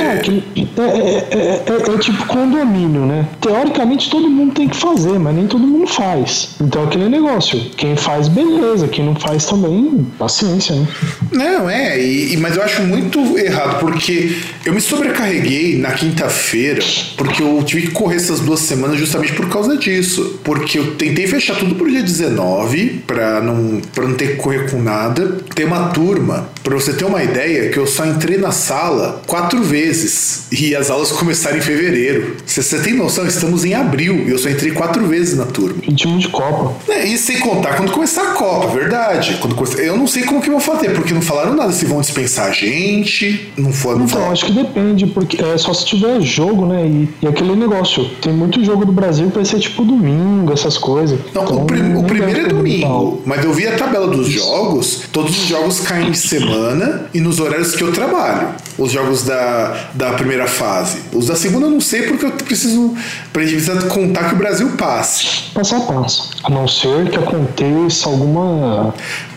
C: É tipo condomínio, né? Teoricamente todo mundo tem que fazer, mas nem todo mundo faz. Então aquele negócio, quem faz, beleza, quem não faz também, paciência, né?
B: Não, mas eu acho muito errado, porque eu me sobrecarreguei na quinta-feira, porque eu tive que correr essas 2 semanas justamente por causa disso. Porque eu tentei fechar tudo pro dia 19, pra não ter que correr com nada. Tem uma turma, pra você ter uma ideia, que eu só entrei na sala 4 vezes, e as aulas começaram em fevereiro. Você tem noção, estamos em abril, e eu só entrei 4 vezes na turma.
C: Ritmo de Copa.
B: E sem contar quando começar a Copa, verdade. Eu não sei como que vão fazer, porque não falaram nada se vão dispensar a gente, não
C: Então,
B: falaram.
C: acho que depende, porque é só se tiver jogo, né? E aquele negócio, tem muito jogo do Brasil que vai ser tipo domingo, essas coisas.
B: Não,
C: então,
B: o primeiro é domingo, mas eu vi a tabela dos jogos, todos os jogos caem de semana e nos horários que eu trabalho. Os jogos da primeira fase. Os da segunda eu não sei, porque eu preciso contar que o Brasil passe.
C: Passo a passo. A não ser que aconteça alguma...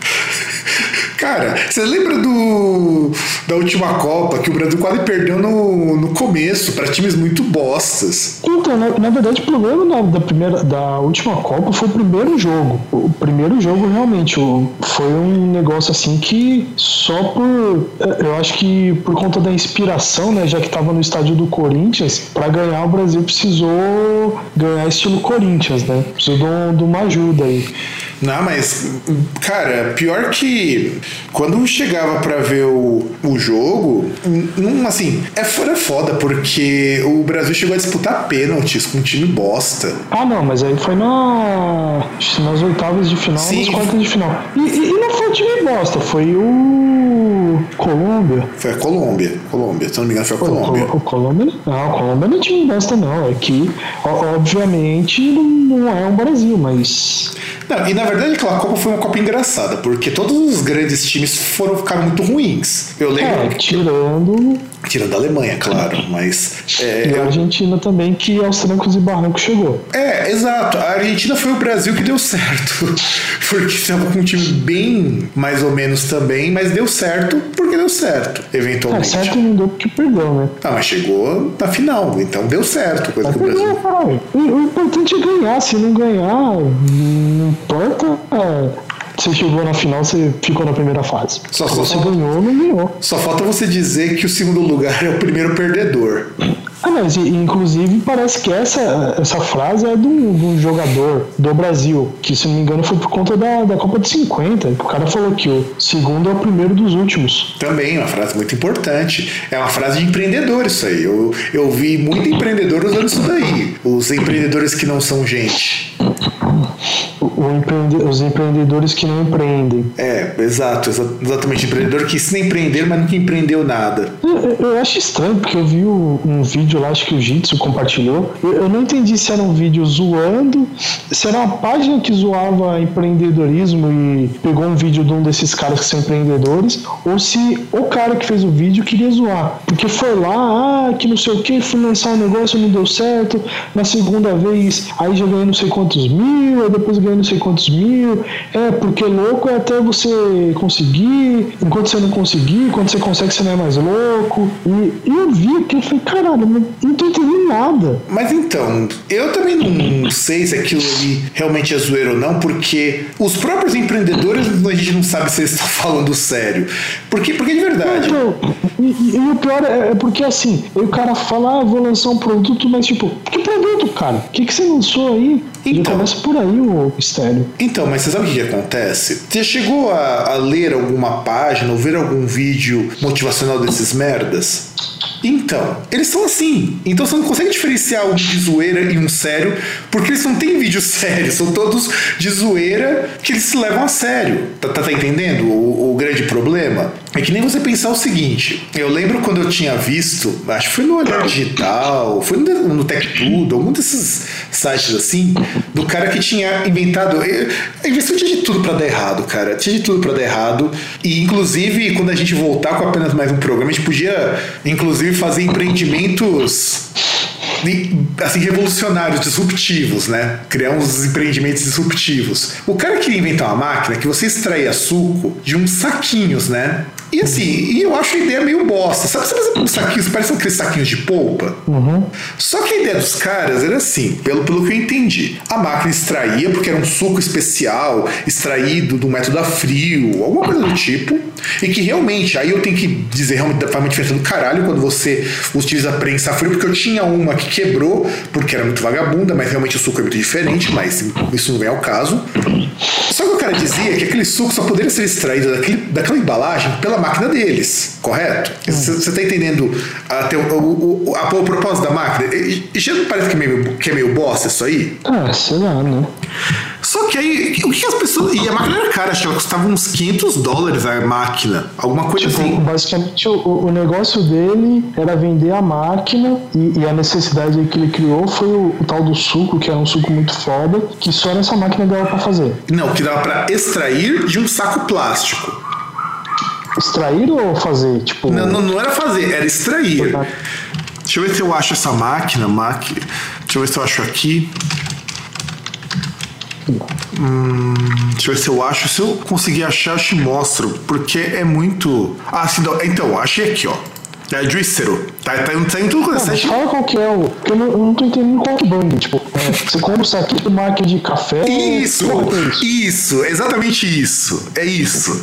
B: Cara, você lembra da última Copa, que o Brasil quase perdeu no começo para times muito bostas?
C: Então, na verdade, o problema da última Copa foi o primeiro jogo. O primeiro jogo realmente foi um negócio assim que só eu acho que por conta da inspiração, né, já que estava no estádio do Corinthians, para ganhar o Brasil precisou ganhar estilo Corinthians, né? Precisou de uma ajuda aí.
B: Não, mas, cara, pior que quando eu chegava pra ver o jogo, assim, era foda, porque o Brasil chegou a disputar pênaltis com um time bosta.
C: Ah, não, mas aí foi nas oitavas de final,
B: Sim.
C: nas quartas de final. E não foi o time bosta, foi o Colômbia.
B: Foi a Colômbia, se não me engano foi a Colômbia.
C: O Colômbia não é time bosta, não. É que, obviamente, não é um Brasil, mas...
B: Não, e na verdade aquela Copa foi uma Copa engraçada, porque todos os grandes times ficaram muito ruins. Eu lembro. Tirando a Alemanha, claro, mas...
C: e a Argentina também, que aos trancos e barrancos chegou.
B: Exato. A Argentina foi o Brasil que deu certo. Porque estava com um time bem mais ou menos também, mas deu certo porque deu certo, eventualmente.
C: Certo não deu porque perdeu, né?
B: Mas chegou na final, então deu certo. Coisa que o Brasil...
C: O importante é ganhar, se não ganhar, não importa você chegou na final, você ficou na primeira fase. Você ganhou ou não ganhou.
B: Só falta você dizer que o segundo lugar é o primeiro perdedor.
C: Mas inclusive parece que essa frase é de um jogador do Brasil, que se não me engano foi por conta da Copa de 50, que o cara falou que o segundo é o primeiro dos últimos.
B: Também, uma frase muito importante. É uma frase de empreendedor isso aí. Eu vi muito empreendedor usando isso daí. Os empreendedores que não são gente.
C: Os empreendedores que não empreendem.
B: Exatamente. Empreendedor que ensina a empreender, mas nunca empreendeu nada.
C: Eu acho estranho, porque eu vi um vídeo lá, acho que o Jitsu compartilhou. Eu não entendi se era um vídeo zoando, se era uma página que zoava empreendedorismo e pegou um vídeo de um desses caras que são empreendedores, ou se o cara que fez o vídeo queria zoar. Porque foi lá, que não sei o que, fui lançar um negócio, não deu certo, na segunda vez, aí já ganhei não sei quantos mil, aí depois ganhei não sei quantos mil. Porque louco é até você conseguir, enquanto você não conseguir, quando você consegue você não é mais louco. E eu vi aquilo e falei, caralho, não tô entendendo nada.
B: Mas então, eu também não sei se aquilo ali realmente é zoeiro ou não, porque os próprios empreendedores a gente não sabe se eles estão falando sério. Porque de verdade.
C: E o pior é porque assim, aí o cara fala, vou lançar um produto, mas tipo, que produto, cara? O que você lançou aí? Então, já começa por aí o mistério.
B: Então, mas você sabe o que acontece? Você chegou a ler alguma página ou ver algum vídeo motivacional desses merdas? Então, eles são assim. Então você não consegue diferenciar um de zoeira e um sério, porque eles não têm vídeo sério, são todos de zoeira que eles se levam a sério. Tá entendendo o grande problema? É que nem você pensar o seguinte, eu lembro quando eu tinha visto, acho que foi no Olhar Digital, foi no Tech Tudo, algum desses sites assim, do cara que tinha inventado, a investigação tinha de tudo pra dar errado, cara, tinha de tudo pra dar errado, e inclusive quando a gente voltar com apenas mais um programa, a gente podia inclusive fazer empreendimentos assim, revolucionários, disruptivos, né? Criar uns empreendimentos disruptivos. O cara queria inventar uma máquina que você extraía suco de uns saquinhos, né? E assim, eu acho a ideia meio bosta. Sabe uns saquinhos, parecem aqueles saquinhos de polpa?
C: Uhum.
B: Só que a ideia dos caras era assim, pelo que eu entendi. A máquina extraía, porque era um suco especial, extraído do método a frio, alguma coisa do tipo, e que realmente, aí eu tenho que dizer, realmente faz uma diferença do caralho quando você utiliza prensa a frio, porque eu tinha uma que quebrou, porque era muito vagabunda, mas realmente o suco é muito diferente, mas isso não vem ao caso. Só que o cara dizia que aquele suco só poderia ser extraído daquela embalagem pela máquina deles, correto? Você tá entendendo até o propósito da máquina? E já não parece que é meio bosta isso aí?
C: Sei lá, né?
B: Só que aí, o que as pessoas... E a máquina era cara, acho que ela custava uns $500 a máquina, alguma coisa assim.
C: Basicamente, o negócio dele era vender a máquina e a necessidade que ele criou foi o tal do suco, que era um suco muito foda, que só nessa máquina dava pra fazer.
B: Não, que dava pra extrair de um saco plástico.
C: Extrair ou fazer? Tipo...
B: Não era fazer, era extrair. Deixa eu ver se eu acho essa máquina. Deixa eu ver se eu acho aqui. Deixa eu ver se eu acho. Se eu conseguir achar, eu te mostro. Porque é muito... então, achei aqui, ó. É Juicero. Tá em tudo quanto é site.
C: Fala qual que é o... Porque eu não tô entendendo qual que é o bando. Tipo, você compra um saquinho de máquina de café...
B: Isso, exatamente isso. É isso.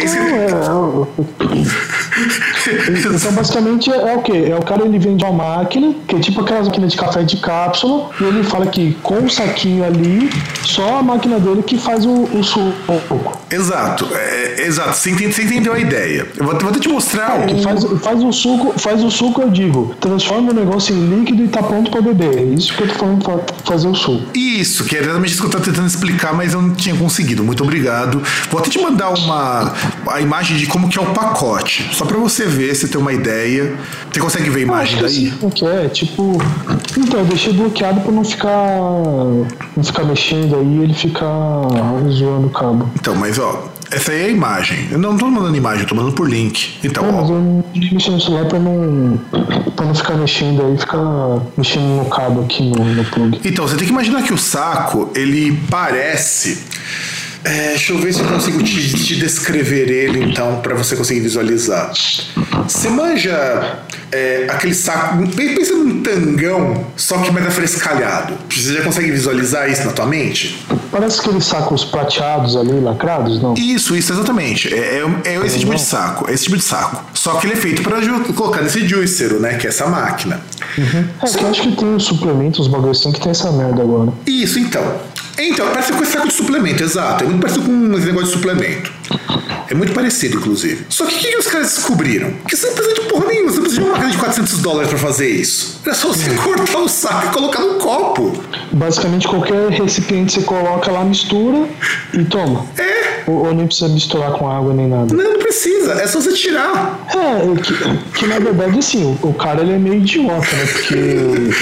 C: Então, basicamente, é o quê? É o cara, ele vende uma máquina, que é tipo aquelas máquinas de café de cápsula, e ele fala que com o saquinho ali, só a máquina dele que faz o suco.
B: Exato. Exato. Você entendeu a ideia. Eu vou até te mostrar...
C: Que faz o suco, eu digo, transforma o negócio em líquido e tá pronto pra beber. É isso que eu tô falando pra fazer o suco.
B: Isso, que é exatamente isso que eu tô tentando explicar, mas eu não tinha conseguido. Muito obrigado. Vou até te mandar a imagem de como que é o pacote, só pra você ver, se tem uma ideia. Você consegue ver a imagem daí?
C: O que é? Tipo... Então, eu deixei bloqueado pra não ficar mexendo aí, ele ficar zoando o cabo.
B: Então, mas ó... Essa aí é a imagem. Eu não tô mandando imagem, eu tô mandando por link. Então,
C: mas eu não mexi no celular pra não ficar mexendo aí, ficar mexendo no cabo aqui no plug.
B: Então, você tem que imaginar que o saco, ele parece... Deixa eu ver se eu consigo te descrever ele, então, pra você conseguir visualizar. Você manja aquele saco, pensa num tangão, só que mais afrescalhado. Você já consegue visualizar isso na tua mente?
C: Parece aqueles sacos prateados ali, lacrados, não?
B: Isso, exatamente. Esse tipo de saco. Esse tipo de saco. Só que ele é feito pra colocar nesse juicero, né? Que é essa máquina.
C: Que eu acho que tem os suplementos, os bagulhos assim, que tem essa merda agora.
B: Isso, então. Parece com esse saco de suplemento, exato. É muito parecido com esse negócio de suplemento. É muito parecido, inclusive. Só que o que os caras descobriram? Que você não precisa de porra nenhuma. Você não precisa de uma máquina de $400 pra fazer isso. Era só você cortar o saco e colocar no copo.
C: Basicamente, qualquer recipiente você coloca lá, mistura e toma. Ou nem precisa misturar com água nem nada.
B: Não precisa. É só você tirar.
C: Que na verdade, assim, o cara ele é meio idiota, né? Porque...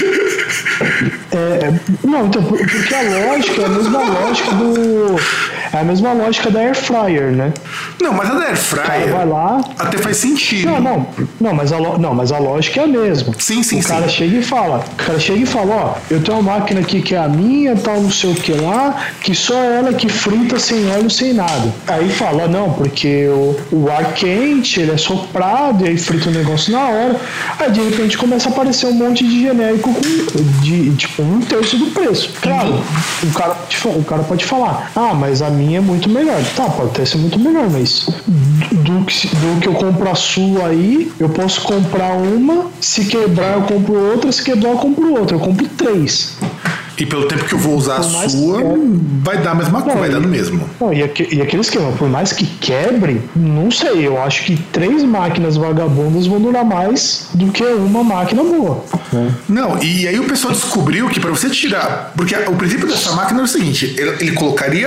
C: Não, então, porque a lógica é a mesma lógica do... É a mesma lógica da Air Fryer, né?
B: Não, mas a da Air Fryer
C: vai lá...
B: até faz sentido.
C: Não, mas a lógica é a mesma.
B: Sim.
C: O cara chega e fala, ó, eu tenho uma máquina aqui que é a minha, tal, não sei o que lá, que só ela que frita sem óleo, sem nada. Aí fala, não, porque o ar quente, ele é soprado, e aí frita o negócio na hora. Aí de repente começa a aparecer um monte de genérico de tipo 1/3 do preço. Claro, o cara pode falar, mas a minha é muito melhor. Tá, pode até ser muito melhor, mas do que eu compro a sua aí, eu posso comprar uma, se quebrar eu compro outra, se quebrar eu compro outra, eu compro 3.
B: E pelo tempo que eu vou usar a sua, vai dar a mesma coisa, vai dar no mesmo.
C: E aquele esquema, por mais que quebre, não sei, eu acho que 3 máquinas vagabundas vão durar mais do que uma máquina boa.
B: Não, e aí o pessoal descobriu que para você tirar... Porque o princípio dessa máquina é o seguinte, ele colocaria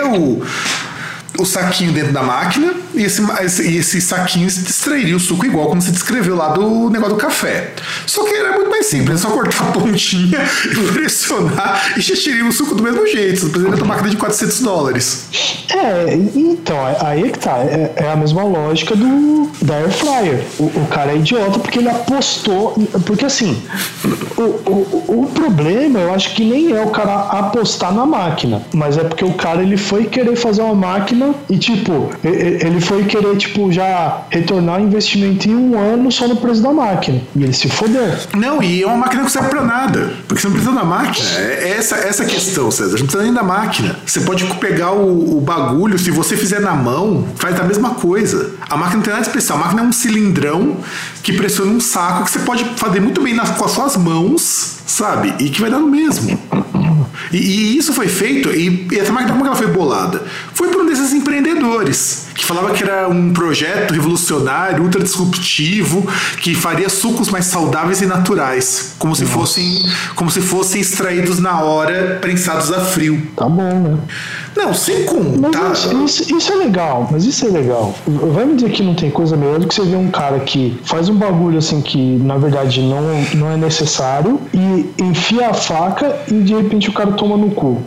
B: o saquinho dentro da máquina e esse saquinho extrairia o suco igual como você descreveu lá do negócio do café. Só que era muito mais simples, é só cortar a pontinha e pressionar e já tiraria o suco do mesmo jeito. Você precisa de uma máquina de $400.
C: Então, aí é que tá. É a mesma lógica da Air Fryer. O cara é idiota porque ele apostou. Porque assim, o problema eu acho que nem é o cara apostar na máquina, mas é porque o cara ele foi querer fazer uma máquina e tipo, ele foi querer tipo já retornar o investimento em 1 ano só no preço da máquina. E ele se fodeu.
B: Não, e é uma máquina que não serve pra nada. Porque você não precisa da máquina. É essa a questão, César. Você não precisa nem da máquina. Você pode pegar o bagulho, se você fizer na mão, faz a mesma coisa. A máquina não tem nada especial. A máquina é um cilindrão que pressiona um saco que você pode fazer muito bem com as suas mãos, sabe? E que vai dar no mesmo. E isso foi feito, e essa máquina, como ela foi bolada? Foi por um desses empreendedores que falava que era um projeto revolucionário, ultra disruptivo, que faria sucos mais saudáveis e naturais, como se fossem extraídos na hora, prensados a frio.
C: Tá bom, né?
B: Não, sem contar.
C: Mas isso é legal, Vai me dizer que não tem coisa melhor do que você ver um cara que faz um bagulho assim que na verdade não é necessário e enfia a faca e de repente o cara toma no cu.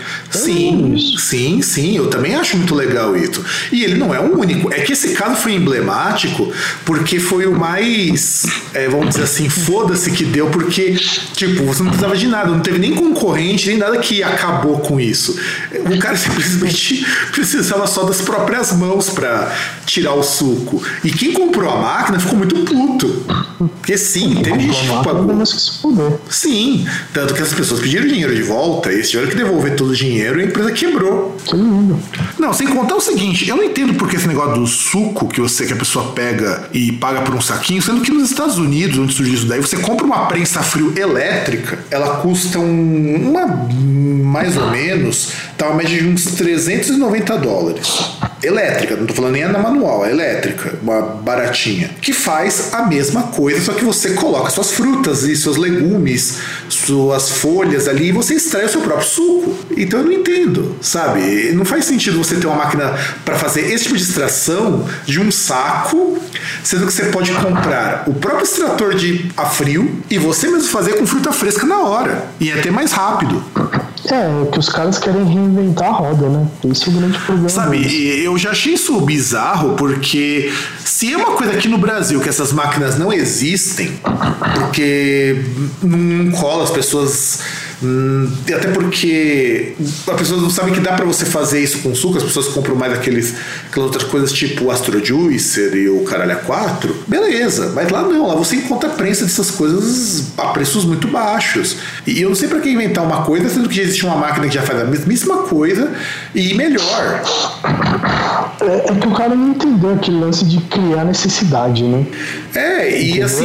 B: Sim, eu também acho muito legal isso. E ele não é o único. É que esse caso foi emblemático porque foi o mais, vamos dizer assim, foda-se que deu, porque, tipo, você não precisava de nada, não teve nem concorrente, nem nada que acabou com isso. O cara simplesmente precisava só das próprias mãos pra tirar o suco. E quem comprou a máquina ficou muito puto. Porque sim, teve gente que pagou. Sim, tanto que essas pessoas pediram dinheiro de volta e eles tiveram que devolver todo o dinheiro e a empresa quebrou. Não, sem contar o seguinte, eu não entendo porque esse negócio do suco que a pessoa pega e paga por um saquinho, sendo que nos Estados Unidos, onde surgiu isso daí, você compra uma prensa frio elétrica, ela custa mais ou menos, tá uma média de uns $390. Elétrica, não tô falando nem na manual, é elétrica, uma baratinha, que faz a mesma coisa, só que você coloca suas frutas e seus legumes, suas folhas ali e você extrai o seu próprio suco. Então eu não entendo, sabe? Não faz sentido você ter uma máquina para fazer esse tipo de extração de um saco, sendo que você pode comprar o próprio extrator a frio e você mesmo fazer com fruta fresca na hora, e até mais rápido.
C: É que os caras querem reinventar a roda, né? Esse é o grande problema.
B: Sabe, eu já achei isso bizarro, porque se é uma coisa aqui no Brasil que essas máquinas não existem, porque não cola, as pessoas Até porque as pessoas não sabem que dá pra você fazer isso com suco, as pessoas compram mais aquelas outras coisas tipo o Astro Juicer e o Caralho A4. Beleza, mas lá não, lá você encontra prensa dessas coisas a preços muito baixos. E eu não sei pra que inventar uma coisa, sendo que já existe uma máquina que já faz a mesma coisa e melhor.
C: É que o cara não entendeu aquele lance de criar necessidade, né?
B: E assim,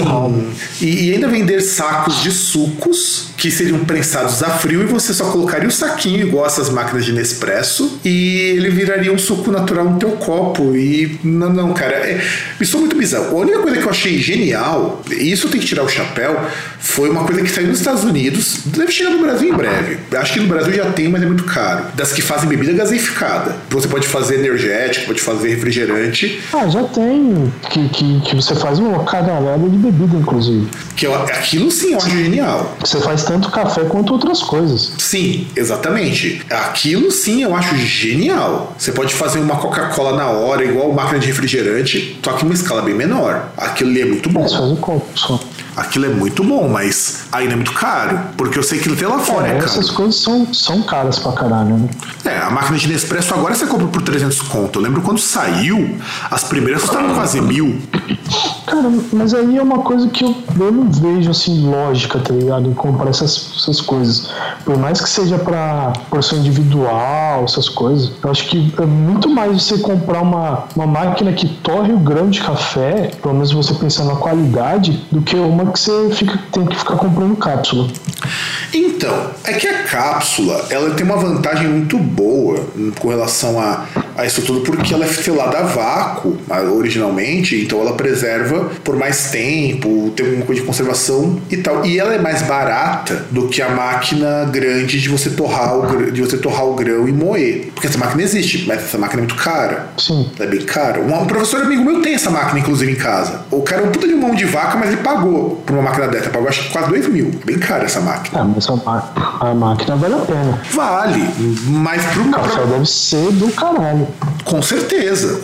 B: e ainda vender sacos de sucos que seriam prensados a frio e você só colocaria o saquinho igual essas máquinas de Nespresso e ele viraria um suco natural no teu copo. E não, cara, isso é muito bizarro. A única coisa que eu achei genial, e isso tem que tirar o chapéu, foi uma coisa que saiu nos Estados Unidos, deve chegar no Brasil em breve. Acho que no Brasil já tem, mas é muito caro. Das que fazem bebida gaseificada. Você pode fazer energético, pode fazer refrigerante.
C: Já tem que você faz uma cagalhada de bebida, inclusive.
B: Aquilo sim eu acho genial.
C: Você faz tanto café quanto outras coisas.
B: Sim, exatamente. Aquilo sim eu acho genial. Você pode fazer uma Coca-Cola na hora, igual máquina de refrigerante, só que em uma escala bem menor. Aquilo ali é muito bom.
C: Você faz um copo só.
B: Aquilo é muito bom, mas ainda é muito caro, porque eu sei que até lá fora é caro.
C: Essas coisas são caras pra caralho, né?
B: A máquina de Nespresso agora você compra por 300 conto. Eu lembro quando saiu, as primeiras custavam quase 1.000.
C: Cara, mas aí é uma coisa que eu não vejo, assim, lógica, tá ligado? Em comprar essas coisas. Por mais que seja pra porção individual, essas coisas, eu acho que é muito mais você comprar uma máquina que torre o grão de café, pelo menos você pensando na qualidade, do que uma que você tem que ficar comprando cápsula.
B: Então, é que a cápsula, ela tem uma vantagem muito boa com relação a isso tudo, porque ela é selada a vácuo originalmente, então ela preserva por mais tempo, tem uma coisa de conservação e tal, e ela é mais barata do que a máquina grande de você torrar o grão e moer, porque essa máquina existe, mas essa máquina é muito cara.
C: Sim.
B: É bem cara. Um professor amigo meu tem essa máquina, inclusive, em casa. O cara é um puta de mão de vaca, mas ele pagou por uma máquina dessa, pagou acho que quase 2.000. Bem cara essa máquina.
C: Mas a máquina vale a pena.
B: Vale, mas
C: o café deve ser do caralho.
B: Com certeza.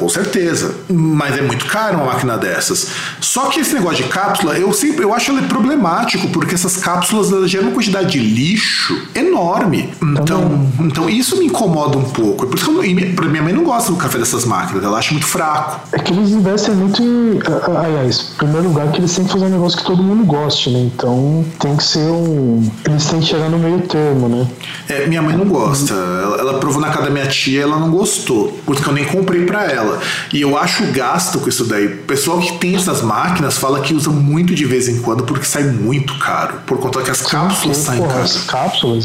B: Mas é muito caro uma máquina dessas. Só que esse negócio de cápsula, eu acho ele problemático, porque essas cápsulas elas geram uma quantidade de lixo enorme. Então isso me incomoda um pouco. É por isso que minha mãe não gosta do café dessas máquinas, ela acha muito fraco.
C: É que eles investem muito em. Aliás, em primeiro lugar, que eles têm que fazer um negócio que todo mundo goste, né? Então tem que ser eles têm que chegar no meio termo, né?
B: Minha mãe não gosta. Ela provou na casa da minha tia, ela não gostou. Porque eu nem comprei pra ela. E eu acho gasto com isso daí. O pessoal que tem essas máquinas fala que usa muito de vez em quando porque sai muito caro. Por conta que as cápsulas saem caras.
C: As cápsulas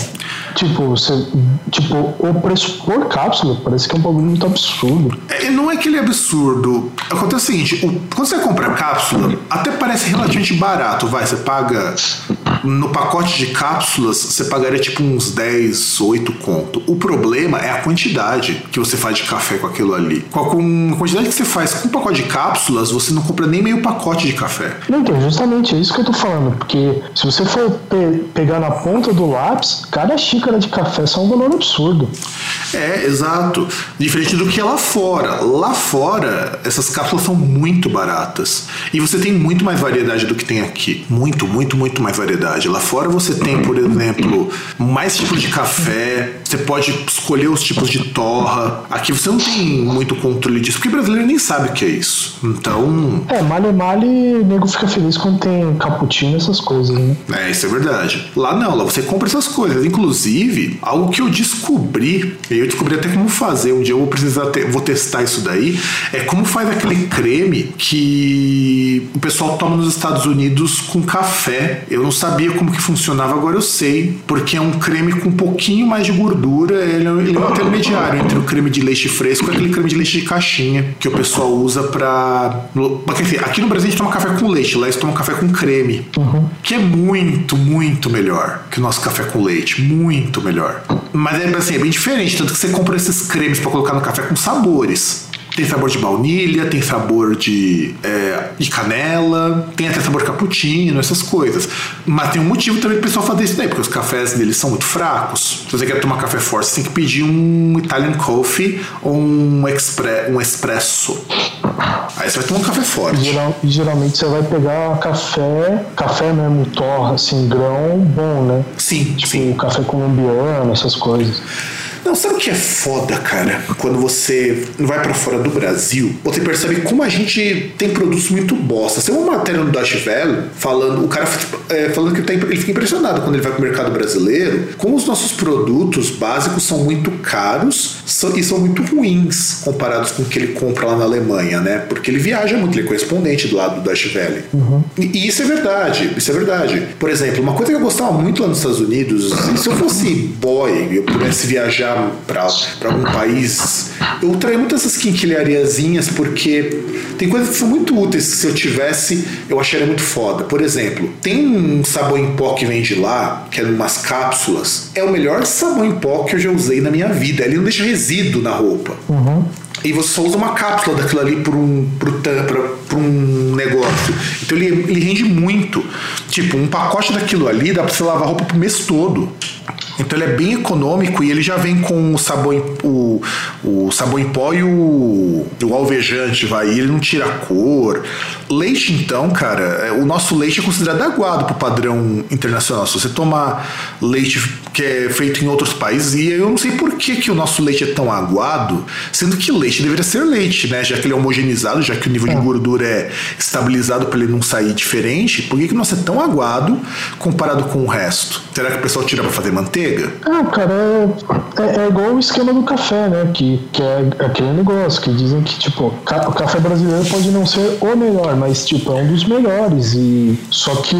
C: o preço por cápsula parece que é um bagulho muito absurdo.
B: Não é que ele é absurdo. Acontece o seguinte, quando você compra a cápsula, até parece relativamente barato. Você paga no pacote de cápsulas, você pagaria tipo uns 10, 8 conto. O problema é a quantidade que você faz de café com aquilo ali. Com a quantidade que você faz com um pacote de cápsulas, você não compra nem meio pacote de café.
C: Não, então, justamente, é isso que eu tô falando. Porque se você for pegar na ponta do lápis, cada xícara de café é um valor absurdo.
B: Exato. Diferente do que é lá fora. Lá fora, essas cápsulas são muito baratas. E você tem muito mais variedade do que tem aqui. Muito, muito, muito mais variedade. Lá fora você tem, por exemplo, mais tipos de café. Você pode escolher os tipos de torra. Aqui você não tem muito controle disso, porque o brasileiro nem sabe o que é isso. Então...
C: male, o nego fica feliz quando tem cappuccino e essas coisas, né?
B: Isso é verdade. Lá não, lá você compra essas coisas. Inclusive, algo que eu descobri até como fazer, um dia eu vou testar isso daí, é como faz aquele creme que o pessoal toma nos Estados Unidos com café. Eu não sabia como que funcionava, agora eu sei, porque é um creme com um pouquinho mais de gordura, ele é um intermediário entre o creme de leite fresco e aquele creme de leite de caixinha, que o pessoal usa pra... Aqui no Brasil a gente toma café com leite, lá eles tomam café com creme, que é muito, muito melhor que o nosso café com leite, muito melhor. Mas é bem diferente, tanto que você compra esses cremes pra colocar no café com sabores. Tem sabor de baunilha, tem sabor de canela, tem até sabor cappuccino, essas coisas. Mas tem um motivo também pro pessoal fazer isso daí, porque os cafés deles são muito fracos. Se você quer tomar café forte, você tem que pedir um Italian Coffee ou um espresso. Aí você vai tomar um café forte.
C: Geralmente você vai pegar café mesmo, torra, assim, grão bom, né?
B: Sim,
C: tipo,
B: sim.
C: Café colombiano, essas coisas.
B: Não, sabe o que é foda, cara? Quando você vai pra fora do Brasil, você percebe como a gente tem produtos muito bosta. Tem uma matéria no Deutsche Welle falando, o cara falando que ele fica impressionado quando ele vai pro mercado brasileiro, como os nossos produtos básicos são muito caros e são muito ruins comparados com o que ele compra lá na Alemanha, né? Porque ele viaja muito, ele é correspondente do lado do Deutsche Welle. Uhum. E isso é verdade, isso é verdade. Por exemplo, uma coisa que eu gostava muito lá nos Estados Unidos, se eu fosse boy e eu pudesse viajar para algum país, eu traria muitas essas quinquilhariazinhas, porque tem coisas que são muito úteis que se eu tivesse, eu acharia muito foda. Por exemplo, tem um sabão em pó que vende lá, que é umas cápsulas. É o melhor sabão em pó que eu já usei na minha vida. Ele não deixa resíduo na roupa. Uhum. E você só usa uma cápsula daquilo ali para um negócio. Então ele rende muito. Tipo, um pacote daquilo ali dá para você lavar a roupa pro mês todo. Então ele é bem econômico e ele já vem com o sabão em pó e o alvejante, ele não tira a cor. Leite, então, cara, o nosso leite é considerado aguado pro padrão internacional. Se você tomar leite que é feito em outros países, e eu não sei por que o nosso leite é tão aguado, sendo que leite deveria ser leite, né? Já que ele é homogeneizado, já que o nível de gordura é estabilizado para ele não sair diferente, por que o nosso é tão aguado comparado com o resto? Será que o pessoal tira para fazer manteiga?
C: Cara, é igual o esquema do café, né? Que é aquele negócio que dizem que, tipo, o café brasileiro pode não ser o melhor, mas, tipo, é um dos melhores. E só que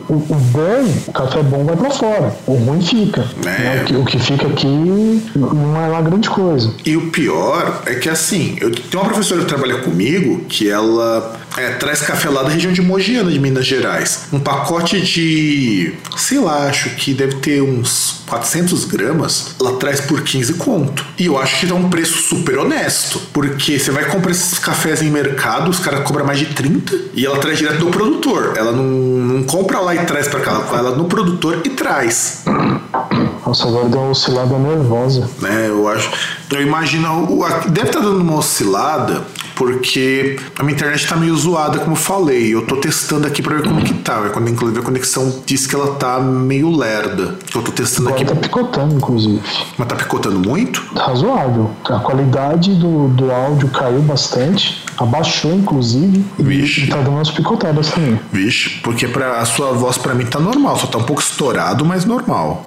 C: o café bom vai pra fora, o ruim fica. Né? O que fica aqui não é uma grande coisa.
B: E o pior é que, assim, eu tenho uma professora que trabalha comigo que ela traz café lá da região de Mogiana, de Minas Gerais. Um pacote de, sei lá, acho que deve ter uns 400 gramas, ela traz por 15 conto. E eu acho que dá um preço super honesto, porque você vai comprar esses cafés em mercado, os caras cobram mais de 30 e ela traz direto do produtor. Ela não compra lá e traz pra cá, ela vai lá no produtor e traz.
C: Nossa, agora deu uma oscilada nervosa.
B: Eu imagino, deve estar dando uma oscilada porque a minha internet tá meio zoada, como eu falei. Eu tô testando aqui pra ver como que tá. Quando inclusive a conexão diz que ela tá meio lerda. Eu tô testando
C: agora
B: aqui.
C: Tá picotando, inclusive.
B: Mas tá picotando muito?
C: Razoável. A qualidade do áudio caiu bastante. Abaixou, inclusive.
B: Vixe.
C: E tá dando umas picotadas também.
B: Vixe, porque a sua voz pra mim tá normal. Só tá um pouco estourado, mas normal.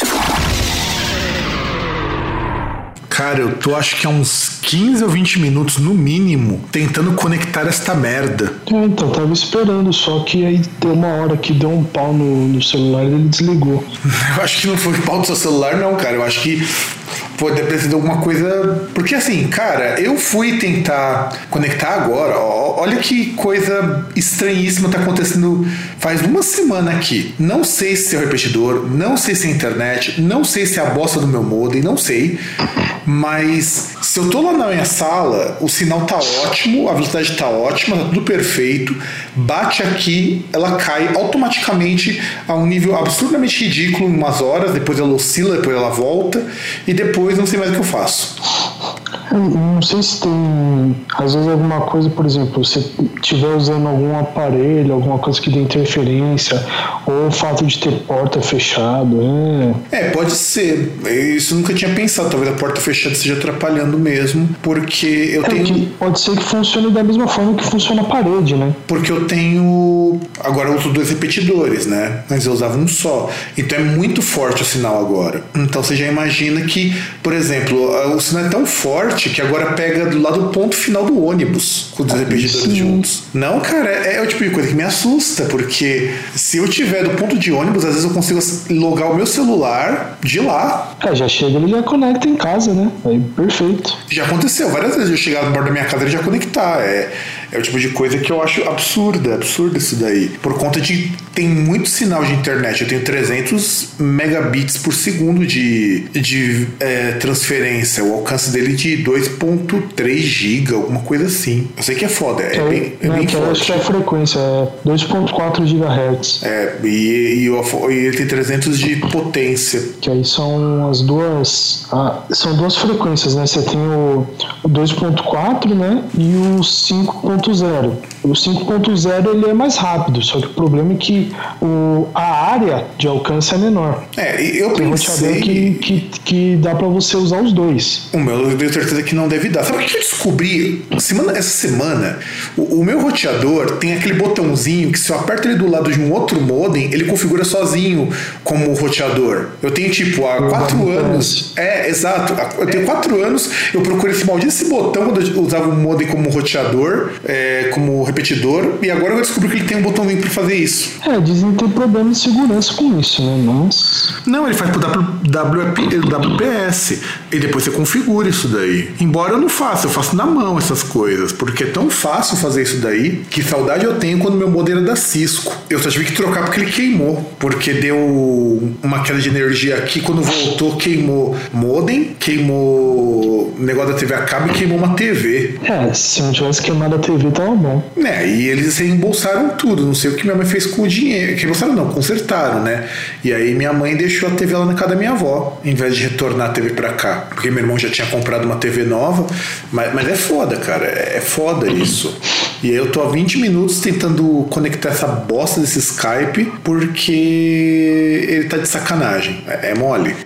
B: Cara, eu tô acho que há uns 15 ou 20 minutos no mínimo tentando conectar esta merda.
C: Então, tava esperando, só que aí deu uma hora que deu um pau no celular e ele desligou.
B: Eu acho que não foi pau do seu celular não, cara. Eu acho que pode ter sido alguma coisa... Porque assim, cara, eu fui tentar conectar agora. Olha que coisa estranhíssima tá acontecendo faz uma semana aqui. Não sei se é o repetidor, não sei se é a internet, não sei se é a bosta do meu modem, não sei. Mas se eu tô lá na minha sala, o sinal tá ótimo, a velocidade tá ótima, tá tudo perfeito. Bate aqui, ela cai automaticamente a um nível absurdamente ridículo em umas horas, depois ela oscila, depois ela volta, e depois não sei mais o que eu faço.
C: Eu não sei se tem, às vezes, alguma coisa, por exemplo, se estiver usando algum aparelho, alguma coisa que dê interferência, ou o fato de ter porta fechado.
B: Pode ser. Isso eu nunca tinha pensado. Talvez a porta fechada esteja atrapalhando mesmo, porque eu tenho...
C: Pode ser que funcione da mesma forma que funciona a parede, né?
B: Porque eu tenho... Agora eu uso 2 repetidores, né? Mas eu usava um só. Então é muito forte o sinal agora. Então você já imagina que, por exemplo, o sinal é tão forte que agora pega do lado do ponto final do ônibus com os 2 repetidores juntos. Não, cara, é o tipo de coisa que me assusta, porque se eu tiver do ponto de ônibus, às vezes eu consigo logar o meu celular de lá.
C: Já chega, ele já conecta em casa, né? Aí, perfeito.
B: Já aconteceu várias vezes eu chegar no bordo da minha casa e já conectar. É É o tipo de coisa que eu acho absurdo isso daí. Por conta de tem muito sinal de internet. Eu tenho 300 megabits por segundo de transferência. O alcance dele de 2.3 GB, alguma coisa assim. Eu sei que é foda. É bem forte.
C: Eu acho que é a frequência, é 2.4 GHz.
B: E ele tem 300 de potência.
C: Que aí são as duas... são duas frequências, né? Você tem o 2.4, né? E o 5.0. O 5.0 ele é mais rápido, só que o problema é que a área de alcance é menor.
B: Eu pensei
C: que dá pra você usar os dois.
B: O meu, eu tenho certeza que não deve dar. Sabe o que eu descobri? Essa semana, o meu roteador tem aquele botãozinho que se eu aperto ele do lado de um outro modem, ele configura sozinho como roteador. Eu tenho há 4 anos... exato. Eu tenho 4 anos, eu procurei esse botão quando eu usava o modem como roteador, como repetidor, e agora eu descobri que ele tem um botãozinho pra fazer isso.
C: Dizem que tem problema de segurança com isso, né? Mas...
B: Não, ele faz pro WPS. E depois você configura isso daí. Embora eu não faça, eu faço na mão essas coisas, porque é tão fácil fazer isso daí, que saudade eu tenho quando meu modem era da Cisco. Eu só tive que trocar porque ele queimou, porque deu uma queda de energia aqui, quando voltou queimou modem, queimou o negócio da TV a cabo e queimou uma TV.
C: Se não tivesse queimado a TV, tava bom.
B: E eles reembolsaram tudo, não sei o que minha mãe fez com o dinheiro. Reembolsaram não, consertaram, né? E aí minha mãe deixou a TV lá na casa da minha avó, em vez de retornar a TV pra cá, porque meu irmão já tinha comprado uma TV nova. Mas é foda, cara, é foda isso. E aí eu tô há 20 minutos tentando conectar essa bosta desse Skype, porque ele tá de sacanagem, é mole.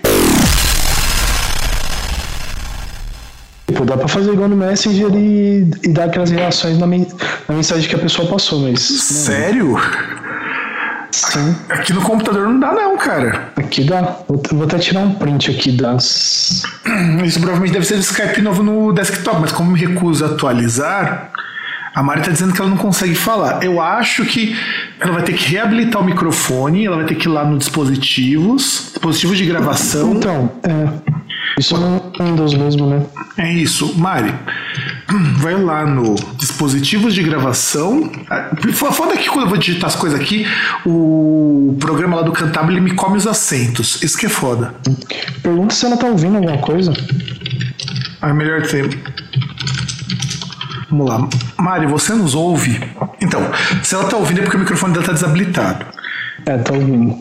C: Dá pra fazer igual no Messenger e dar aquelas reações na mensagem que a pessoa passou, mas...
B: Sério?
C: Sim.
B: Aqui no computador não dá não, cara.
C: Aqui dá. Vou até tirar um print aqui das...
B: Isso provavelmente deve ser do Skype novo no desktop, mas como me recuso a atualizar... A Mari tá dizendo que ela não consegue falar. Eu acho que ela vai ter que reabilitar o microfone, ela vai ter que ir lá no dispositivos de gravação.
C: Então, isso não é Windows mesmo, né?
B: É isso. Mari, vai lá no dispositivos de gravação. Foda que quando eu vou digitar as coisas aqui, o programa lá do Cantabile ele me come os acentos. Isso que é foda.
C: Pergunta se ela tá ouvindo alguma coisa.
B: É melhor ter... Vamos lá. Mari, você nos ouve? Então, se ela tá ouvindo é porque o microfone dela tá desabilitado.
C: Tá ouvindo.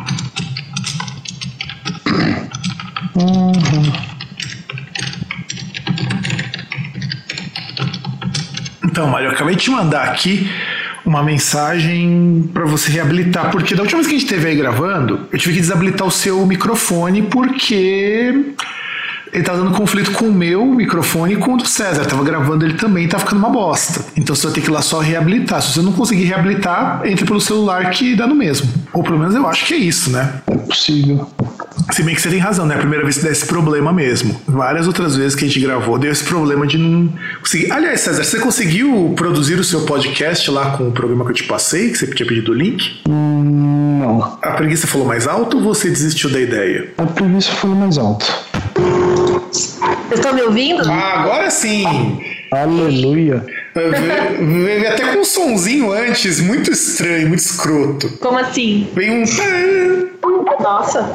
B: Então, Mari, eu acabei de te mandar aqui uma mensagem para você reabilitar, porque da última vez que a gente esteve aí gravando, eu tive que desabilitar o seu microfone porque... ele tava dando conflito com o meu microfone e com o do César. Eu tava gravando ele também e tava ficando uma bosta. Então você vai ter que ir lá só reabilitar. Se você não conseguir reabilitar, entre pelo celular que dá no mesmo. Ou pelo menos eu acho que é isso, né?
C: É possível.
B: Se bem que você tem razão, né? A primeira vez que dá esse problema mesmo. Várias outras vezes que a gente gravou, deu esse problema de não conseguir. Aliás, César, você conseguiu produzir o seu podcast lá com o programa que eu te passei, que você tinha pedido o link?
C: Não.
B: A preguiça falou mais alto ou você desistiu da ideia?
C: A preguiça falou mais alto.
F: Vocês estão me ouvindo?
B: Agora sim!
C: Aleluia!
B: Veio até com um sonzinho antes, muito estranho, muito escroto.
F: Como assim?
B: Veio um...
F: Nossa!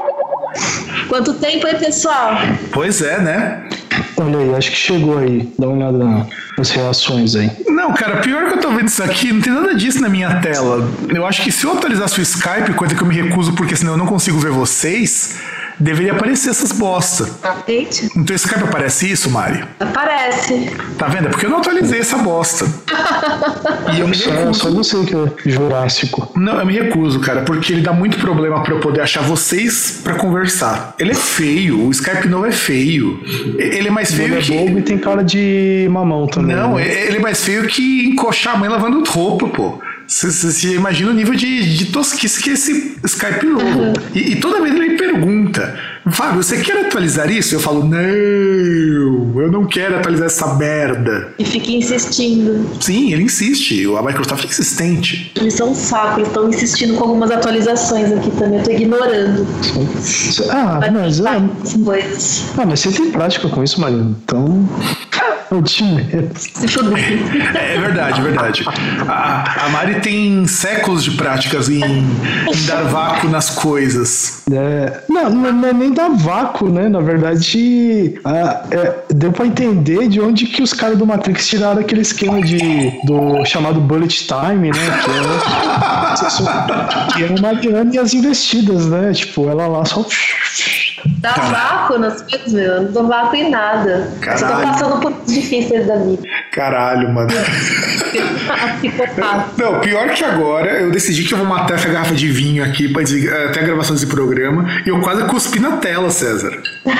F: Quanto tempo, hein, pessoal?
B: Pois é, né?
C: Olha aí, acho que chegou aí. Dá uma olhada nas reações aí.
B: Não, cara, pior que eu tô vendo isso aqui, não tem nada disso na minha tela. Eu acho que se eu atualizasse o Skype, coisa que eu me recuso porque senão eu não consigo ver vocês... deveria aparecer essas bosta.
F: Eita.
B: No teu Skype aparece isso, Mari?
F: Aparece.
B: Tá vendo? É porque eu não atualizei essa bosta. E eu me recuso.
C: Só você que é jurássico.
B: Não, eu me recuso, cara, porque ele dá muito problema pra eu poder achar vocês pra conversar. Ele é feio, o Skype novo é feio. Ele é mais feio
C: ele
B: que...
C: é bobo e tem cara de mamão também.
B: Não,
C: né?
B: ele é mais feio que encoxar a mãe lavando roupa, pô. Você imagina o nível de tosquice que é esse Skype novo. E toda vez ele me pergunta, Fábio, você quer atualizar isso? Eu falo, não, eu não quero atualizar essa merda.
F: E fica insistindo.
B: Sim, ele insiste. A Microsoft é insistente.
F: Eles são um saco, eles estão insistindo com algumas atualizações aqui também. Eu tô ignorando.
C: Mas
F: coisas.
C: mas você tem prática com isso, Maria. Então... O de menos.
F: Se fuder.
B: É verdade, é verdade. A Mari tem séculos de práticas em dar vácuo nas coisas.
C: Não é nem dar vácuo, né? Na verdade, deu pra entender de onde que os caras do Matrix tiraram aquele esquema do chamado bullet time, né? Que é o Mariana e as investidas, né? Tipo, ela lá só...
F: Dá vácuo nas coisas, meu. Eu não dou vácuo em nada.
B: Caralho.
F: Só tô passando por difíceis da vida.
B: Caralho, mano. Não, pior que agora, eu decidi que eu vou matar essa garrafa de vinho aqui pra dizer, até a gravação desse programa, e eu quase cuspi na tela, César.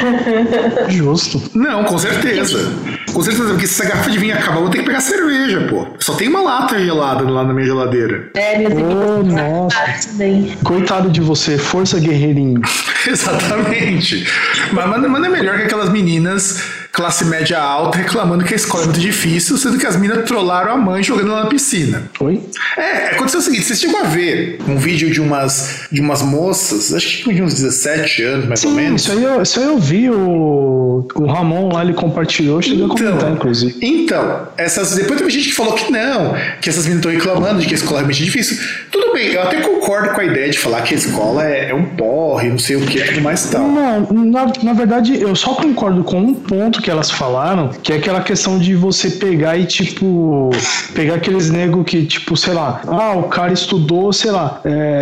C: Justo.
B: Não, com certeza. Com certeza, porque se essa garrafa de vinho acabar, eu vou ter que pegar cerveja, pô. Só tem uma lata gelada lá na minha geladeira.
F: Minhas equipes
C: nossa.
F: também.
C: Coitado de você, força guerreirinho.
B: Exatamente. Mas é melhor que aquelas meninas classe média alta reclamando que a escola é muito difícil, sendo que as minas trollaram a mãe jogando ela na piscina.
C: Oi?
B: Aconteceu o seguinte, vocês chegam a ver um vídeo de umas moças, acho que de uns 17 anos, mais ou menos.
C: Isso aí eu vi, o Ramon lá, ele compartilhou, cheguei a comentar, inclusive.
B: Então, depois teve gente que falou que não, que essas meninas estão reclamando de que a escola é realmente difícil. Tudo bem, eu até concordo com a ideia de falar que a escola é um porre, não sei o que, tudo mais e tal.
C: Não, na verdade, eu só concordo com um ponto que elas falaram, que é aquela questão de você pegar e, tipo, pegar aqueles nego que, tipo, sei lá, o cara estudou, sei lá,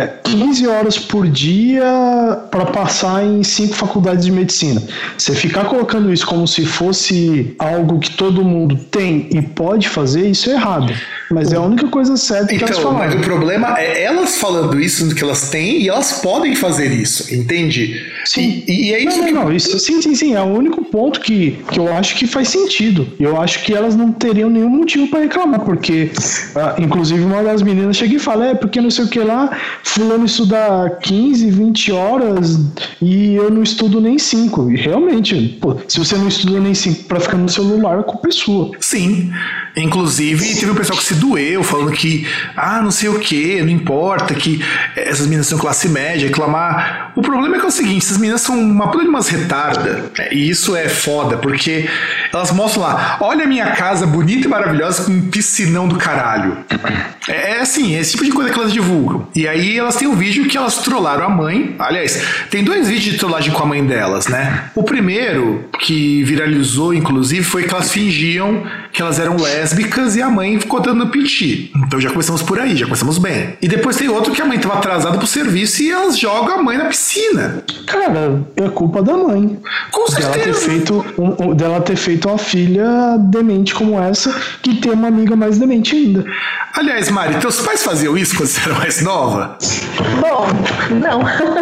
C: 15 horas por dia para passar em 5 faculdades de medicina. Você ficar colocando isso como se fosse algo que todo mundo tem e pode fazer, isso é errado. Mas é a única coisa certa que elas falaram.
B: Mas o problema é elas falando isso no que elas têm e elas podem fazer isso, entende?
C: Sim.
B: E é isso
C: isso, sim, é o único ponto que eu acho que faz sentido. Eu acho que elas não teriam nenhum motivo para reclamar, porque inclusive uma das meninas chega e fala, porque não sei o que lá, fulano estuda 15, 20 horas e eu não estudo nem 5. E realmente, pô, se você não estuda nem 5 para ficar no celular, a culpa é sua.
B: Sim. Inclusive, teve um pessoal que se doeu, falando que, não sei o que, não importa, que essas meninas são classe média, reclamar. O problema é que é o seguinte, essas meninas são uma puta de umas retarda, e isso é foda, porque elas mostram lá, olha a minha casa bonita e maravilhosa com um piscinão do caralho. Assim, é esse tipo de coisa que elas divulgam. E aí elas têm um vídeo que elas trollaram a mãe. Aliás, tem 2 vídeos de trollagem com a mãe delas, né? O primeiro, que viralizou, inclusive, foi que elas fingiam que elas eram lésbicas e a mãe ficou dando piti. Então já começamos por aí, já começamos bem. E depois tem outro que a mãe estava atrasada pro serviço e elas jogam a mãe na piscina.
C: Cara, é culpa da mãe.
B: Com certeza.
C: Dela ter feito uma filha demente como essa, que tem uma amiga mais demente ainda.
B: Aliás, Mari, teus pais faziam isso quando você era mais nova?
F: Bom, não.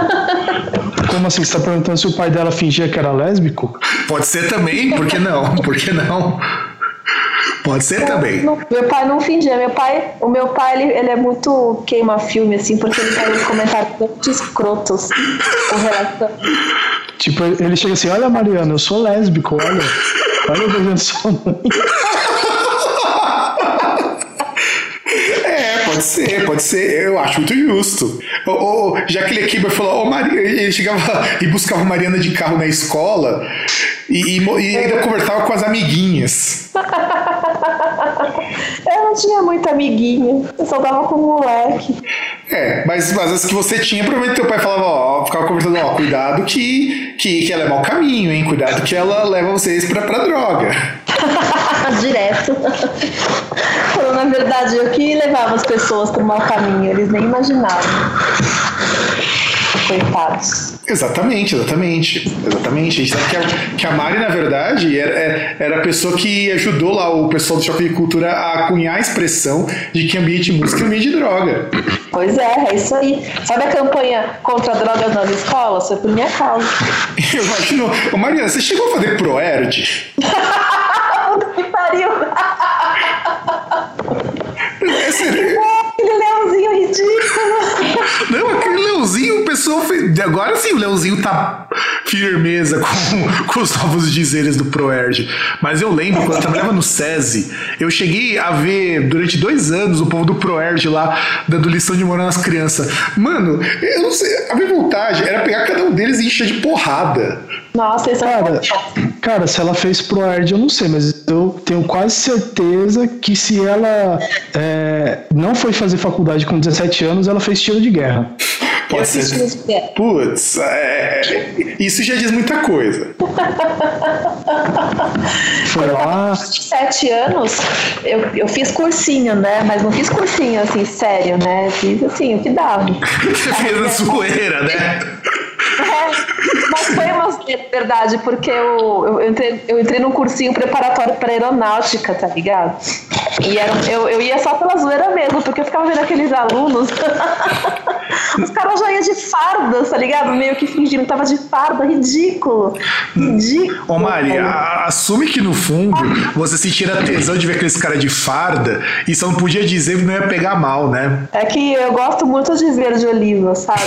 C: Como assim? Você tá perguntando se o pai dela fingia que era lésbico?
B: Pode ser também, por que não? Por que não? Pode ser também.
F: Meu pai não fingia. O meu pai ele é muito queima-filme, assim, porque ele faz uns comentários muito escrotos com relação.
C: Tipo, ele chega assim, olha, Mariana, eu sou lésbico, olha o desenho da sua mãe.
B: Pode ser, eu acho muito justo. Já que ele falou, Maria, ele chegava e buscava Mariana de carro na escola e ainda conversava com as amiguinhas.
F: Eu não tinha muita amiguinha, eu só dava com o moleque.
B: Mas as que você tinha, provavelmente teu pai falava, ficava conversando, cuidado que ela é mau caminho, hein? Cuidado que ela leva vocês pra droga.
F: Direto. Na verdade, eu que levava as pessoas pro mau caminho, eles nem imaginavam. Coitados.
B: Exatamente. A gente sabe que a Mari, na verdade, era a pessoa que ajudou lá o pessoal do Choque de Cultura a cunhar a expressão de que ambiente de música é ambiente de droga.
F: Pois é isso aí. Sabe a campanha contra drogas nas escolas? Foi por minha causa.
B: Eu imagino. Mariana, você chegou a fazer Proerd?
F: Que pariu! Aquele leãozinho ridículo.
B: Não, aquele leãozinho, o pessoal fez. Agora sim, o leãozinho tá firmeza com os novos dizeres do Proerd. Mas eu lembro, quando eu trabalhava no SESI, eu cheguei a ver durante 2 anos o povo do Proerd lá dando lição de moral nas crianças. Mano, eu não sei, a minha vontade era pegar cada um deles e encher de porrada.
F: Nossa, isso é
C: Cara, se ela fez pro Erd, eu não sei, mas eu tenho quase certeza que se ela não foi fazer faculdade com 17 anos, ela fez tiro de guerra.
B: Pode ser. Putz, isso já diz muita coisa.
C: Foi lá.
F: 7 anos, eu fiz cursinho, né? Mas não fiz cursinho assim, sério, né? Fiz assim, o que dava.
B: Você fez na zoeira, né?
F: Mas foi uma verdade, porque eu entrei num cursinho preparatório para aeronáutica, tá ligado? E eu ia só pela zoeira mesmo, porque eu ficava vendo aqueles alunos. Os caras já iam de farda, tá ligado? Meio que fingindo que tava de farda, ridículo.
B: Ô Mari, assume que no fundo você sentia a tesão de ver aqueles caras de farda e só não podia dizer que não ia pegar mal, né?
F: É que eu gosto muito de verde oliva, sabe?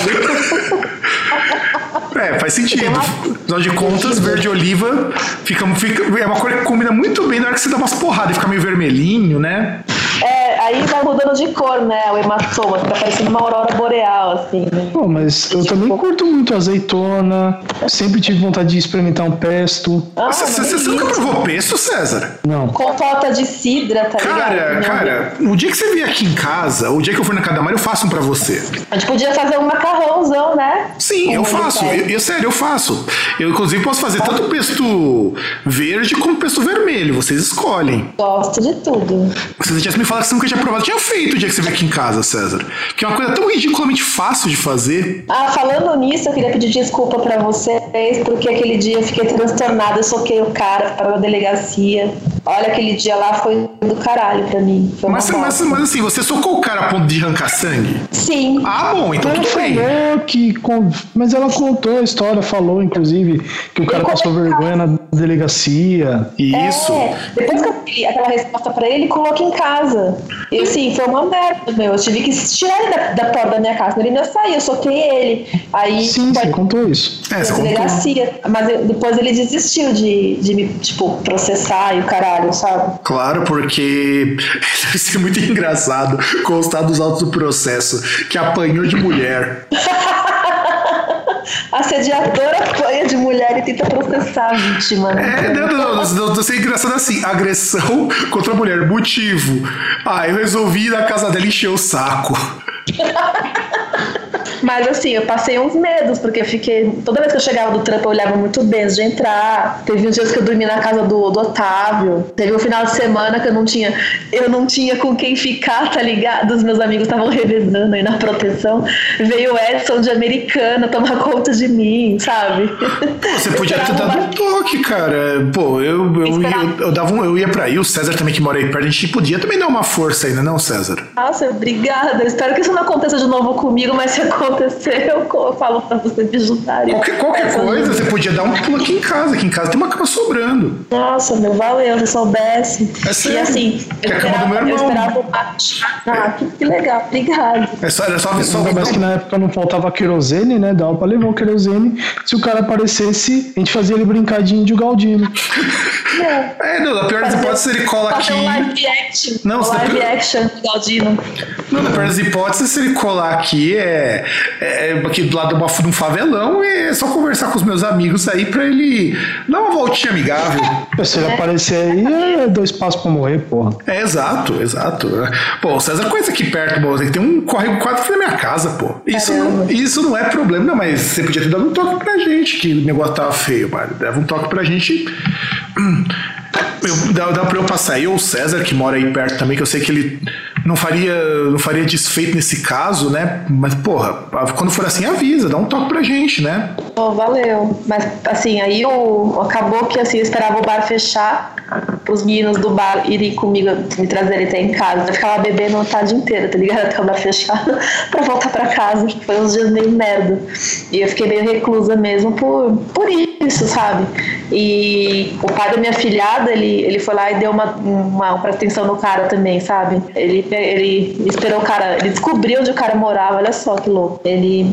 B: Faz sentido. Afinal de contas, verde oliva é uma cor que combina muito bem na hora que você dá umas porradas e fica meio vermelhinho, né?
F: Aí vai mudando de cor, né? O hematoma, fica parecendo uma aurora boreal, assim, né?
C: Pô, mas eu também curto muito azeitona, sempre tive vontade de experimentar um pesto.
B: Você nunca provou pesto, César?
C: Não.
F: Compota de cidra, tá ligado?
B: Cara, o dia que você vier aqui em casa, o dia que eu for na casa da Mari, eu faço um pra você.
F: A gente podia fazer um macarrãozão, né?
B: Sim, eu faço. Sério, eu faço. Eu, inclusive, posso fazer tanto pesto verde como pesto vermelho. Vocês escolhem.
F: Gosto de tudo.
B: Se você tivesse me falado que você nunca tinha provado, tinha feito o dia que você veio aqui em casa, César. Que é uma coisa tão ridiculamente fácil de fazer.
F: Falando nisso, eu queria pedir desculpa pra vocês, porque aquele dia eu fiquei transtornada, eu soquei o cara para a delegacia. Olha, aquele dia lá foi do caralho pra mim.
B: Mas assim, você socou o cara a ponto de arrancar sangue?
F: Sim.
B: Bom, então tudo bem.
C: Mas ela contou a história, falou, inclusive, que o cara passou vergonha na delegacia.
B: Isso.
F: Depois que eu dei aquela resposta pra ele, coloquei em casa. E assim, foi uma merda, meu. Eu tive que tirar ele da porta da minha casa. Ele ainda saiu, eu soquei ele. Aí,
C: sim, você contou isso.
F: Você delegacia. Mas depois ele desistiu de me, processar e o caralho, sabe?
B: Claro, porque deve ser muito engraçado constar dos autos do processo que apanhou de mulher.
F: Assediadora apanha de mulher e tenta processar a vítima, né?
B: Não sei, engraçado assim, agressão contra a mulher, motivo. Eu resolvi ir na casa dela encher o saco.
F: Mas assim, eu passei uns medos, porque toda vez que eu chegava do trampo eu olhava muito bem antes de entrar. Teve uns dias que eu dormi na casa do Otávio. Teve um final de semana que eu não tinha com quem ficar, tá ligado? Os meus amigos estavam revezando aí na proteção. Veio o Edson de Americana tomar conta de mim, sabe?
B: Você podia ter dado um toque, cara. Pô, eu ia pra aí, o César também que mora aí perto, a gente podia também dar uma força ainda, não, César?
F: Nossa, obrigada. Eu espero que isso não aconteça de novo comigo, mas se acontecer, eu falo pra você me ajudarem.
B: Qualquer coisa, você podia dar um pulo aqui em casa. Aqui em casa tem uma cama sobrando.
F: Nossa, meu, valeu, se soubesse.
B: É sério?
F: E assim, eu esperava o mate. Que legal, obrigado.
B: Era só ver só.
C: Mas que na época não faltava querosene, né? Dava pra levar o querosene. Se o cara aparecesse, a gente fazia ele brincar de índio Galdino.
B: Na pior das hipóteses, ele cola aqui.
F: Fazer um live action.
B: Live
F: action de Galdino.
B: Não, na pior das hipóteses, se ele colar aqui, aqui do lado de um favelão, é só conversar com os meus amigos aí pra ele dar uma voltinha amigável.
C: Se ele aparecer aí, 2 passos pra morrer, porra.
B: Exato. Pô, o César conhece aqui perto, tem um córrego quase na minha casa, pô. Isso não é problema, não, mas você podia ter dado um toque pra gente, que o negócio tava feio, Mário. Dava um toque pra gente. Dá pra eu passar eu, o César, que mora aí perto também, que eu sei que ele não faria desfeito nesse caso, né? Mas, porra, quando for assim, avisa, dá um toque pra gente, né?
F: Valeu. Mas, assim, aí acabou que, assim, eu esperava o bar fechar pros meninos do bar irem comigo, me trazerem até em casa. Eu ficava bebendo a tarde inteira, tá ligado? Até o bar fechar pra voltar pra casa. Foi uns dias meio merda. E eu fiquei meio reclusa mesmo por isso, sabe? E o pai da minha filhada, ele foi lá e deu uma atenção no cara também, sabe? Ele esperou o cara, ele descobriu onde o cara morava, olha só que louco. Ele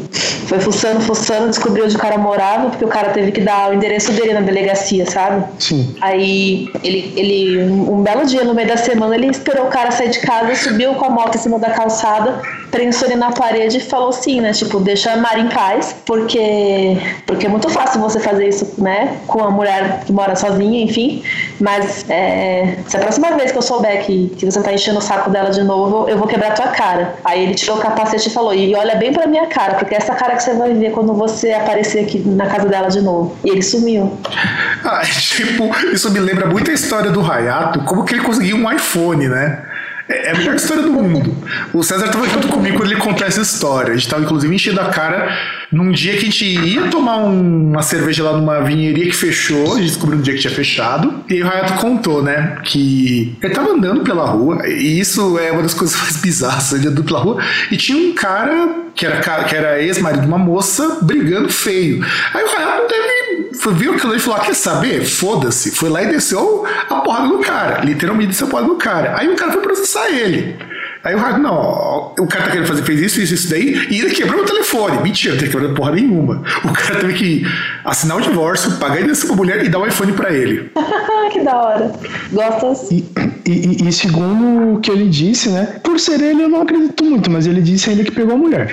F: foi fuçando, descobriu onde o cara morava, porque o cara teve que dar o endereço dele na delegacia, sabe?
C: Sim.
F: Aí ele um belo dia, no meio da semana, ele esperou o cara sair de casa, subiu com a moto em cima da calçada, prensou ele na parede e falou assim, né? Tipo, deixa a Mari em paz, porque é muito fácil você fazer isso, né? Com uma mulher que mora sozinha, enfim. Mas se a próxima vez que eu souber que você tá enchendo o saco dela de novo, eu vou quebrar tua cara. Aí ele tirou o capacete e falou, e olha bem pra minha cara, porque é essa cara que você vai ver quando você aparecer aqui na casa dela de novo. E ele sumiu.
B: Tipo, isso me lembra muito a história do Hayato, como que ele conseguiu um iPhone, né? É a melhor história do mundo. O César estava junto comigo quando ele contou essa história. A gente estava, inclusive, enchendo a cara num dia que a gente ia tomar uma cerveja lá numa vinheria que fechou. A gente descobriu no dia que tinha fechado. E aí o Hayato contou, né, que ele estava andando pela rua. E isso é uma das coisas mais bizarras. Ele andou pela rua e tinha um cara que era ex-marido de uma moça brigando feio. Aí o Hayato viu aquilo e falou, quer saber? Foda-se. Foi lá e desceu a porrada no cara. Literalmente desceu a porrada no cara. Aí o cara foi processar ele. Aí o Hayato, não, o cara tá querendo fazer, fez isso daí, e ele quebrou o telefone. Mentira, não tem quebrado porra nenhuma. O cara teve que assinar o divórcio, pagar a herança pra mulher e dar o iPhone pra ele.
F: Que da hora. Gosto assim.
C: E segundo o que ele disse, né? Por ser ele, eu não acredito muito, mas ele disse ainda que pegou a mulher.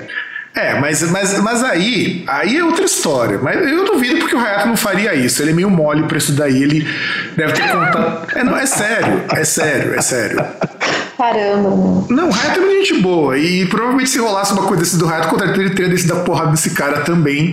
B: Mas aí é outra história. Mas eu duvido porque o Hayato não faria isso. Ele é meio mole pra isso daí. Ele deve ter contado. É sério.
F: Caramba, mano.
B: Não, o Hayato é uma gente boa. E provavelmente se rolasse uma coisa desse do Hayato, ele teria descido a porrada desse cara também.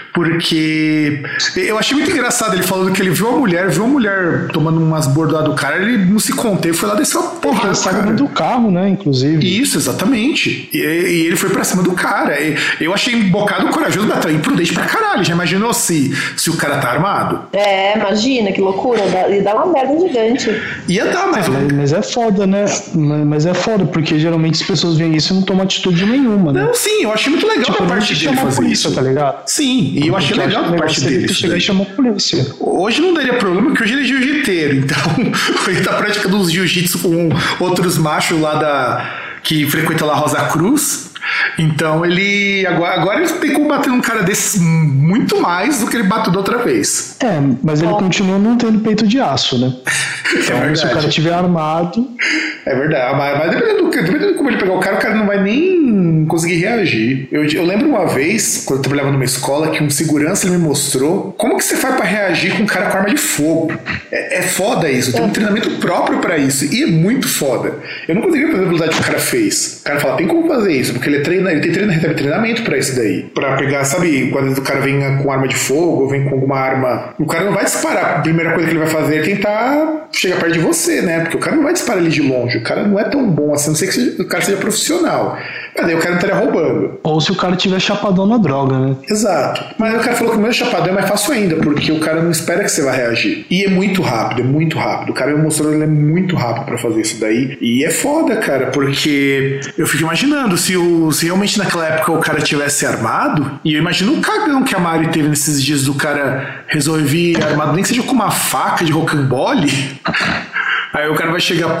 B: Porque eu achei muito engraçado ele falando que ele viu a mulher tomando umas bordoadas do cara, ele não se conteve, foi lá descer a porrada.
C: Ele saiu dentro do carro, né, inclusive.
B: Isso, exatamente. E ele foi pra cima do cara. Eu achei embocado corajoso, mas imprudente pra caralho. Já imaginou se o cara tá armado?
F: Imagina, que loucura. Ia dar uma merda gigante.
B: Ia dar,
C: mas é foda, né? Mas é foda, porque geralmente as pessoas veem isso e não tomam atitude nenhuma, né?
B: Não, sim, eu achei muito legal da parte dele fazer isso.
C: Tá ligado?
B: Sim, e eu achei legal da parte dele.
C: Chegar e chamar a polícia.
B: Hoje não daria problema, porque hoje ele é jiu-jiteiro, então ele tá praticando uns jiu-jitsu com outros machos lá que frequentam lá Rosa Cruz. Então ele agora ele tem como bater um cara desse muito mais do que ele bateu da outra vez.
C: Mas ele continua não tendo peito de aço, né? Então, se o cara estiver armado...
B: É verdade, mas dependendo de como ele pegar o cara não vai nem conseguir reagir. Eu lembro uma vez, quando eu trabalhava numa escola, que um segurança ele me mostrou como que você faz pra reagir com um cara com arma de fogo. É foda isso, tem um treinamento próprio pra isso, e é muito foda. Eu não conseguia fazer a velocidade que o cara fez. O cara fala, tem como fazer isso, porque ele tem treinamento pra isso daí. Pra pegar, sabe, quando o cara vem com arma de fogo, ou vem com alguma arma, o cara não vai disparar. A primeira coisa que ele vai fazer é tentar chegar perto de você, né? Porque o cara não vai disparar ali de longe. O cara não é tão bom assim, a não ser que o cara seja profissional. Mas aí o cara não estaria roubando.
C: Ou se o cara tiver chapadão na droga, né?
B: Exato. Mas o cara falou que o meu chapadão é mais fácil ainda, porque o cara não espera que você vai reagir. E é muito rápido. O cara me mostrou que ele é muito rápido pra fazer isso daí. E é foda, cara, porque eu fico imaginando, se realmente naquela época o cara tivesse armado, e eu imagino o cagão que a Mari teve nesses dias do cara resolver armado, nem que seja com uma faca de rocambole. Aí o cara vai chegar,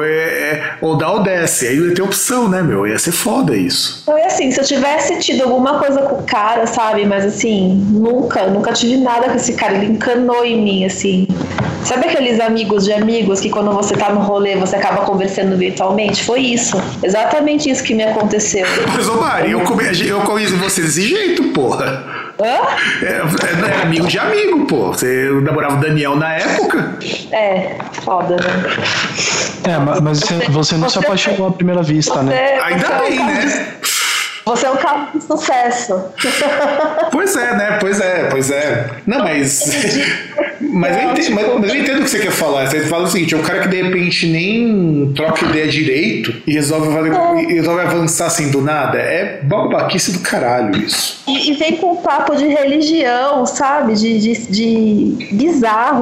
B: ou dá ou desce. Aí ele tem opção, né, meu? Ia ser foda isso.
F: Então, assim, se eu tivesse tido alguma coisa com o cara, sabe? Mas assim, nunca tive nada com esse cara. Ele encanou em mim, assim. Sabe aqueles amigos de amigos que quando você tá no rolê, você acaba conversando virtualmente? Foi isso. Exatamente isso que me aconteceu.
B: Mas, ô Mari, eu conheço você desse jeito, porra. Era amigo de amigo, pô. Você namorava o Daniel na época?
F: Foda, né?
C: Mas você não se apaixonou à primeira vista, né?
B: Ainda bem, né?
F: Você é um caso de sucesso.
B: Pois é, né? Pois é. Não, mas eu entendo o que você quer falar. Você fala o seguinte, é um cara que de repente nem troca ideia direito e resolve avançar assim do nada. É babaquice do caralho isso.
F: E vem com um papo de religião, sabe? De bizarro,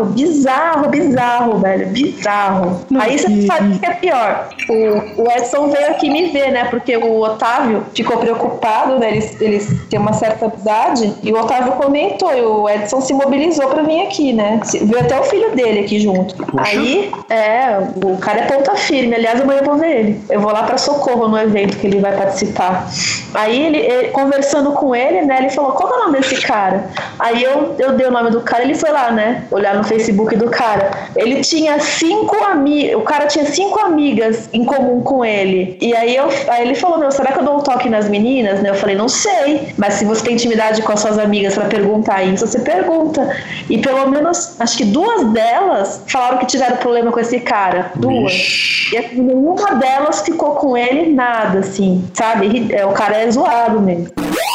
F: velho. Bizarro. Aí você sabe o que é pior. O Edson veio aqui me ver, né? Porque o Otávio ficou preocupado, né? Eles têm uma certa amizade. E o Otávio comentou, e o Edson se mobilizou pra vir aqui, né? Veio até o filho dele aqui junto. Poxa. Aí, o cara é ponta firme. Aliás, amanhã eu vou ver ele. Eu vou lá pra Socorro no evento que ele vai participar. Aí ele conversando com ele, né? Ele falou, qual que é o nome desse cara? Aí eu dei o nome do cara, ele foi lá, né? Olhar no Facebook do cara. Ele tinha 5 amigas, o cara tinha 5 amigas em comum com ele. E aí ele falou, meu, será que eu dou um toque nas meninas? Né? Eu falei, não sei. Mas se você tem intimidade com as suas amigas pra perguntar isso, você pergunta. E pelo menos, acho que 2 delas falaram que tiveram problema com esse cara. 2. E assim, nenhuma delas ficou com ele nada, assim, sabe? O cara é zoado mesmo.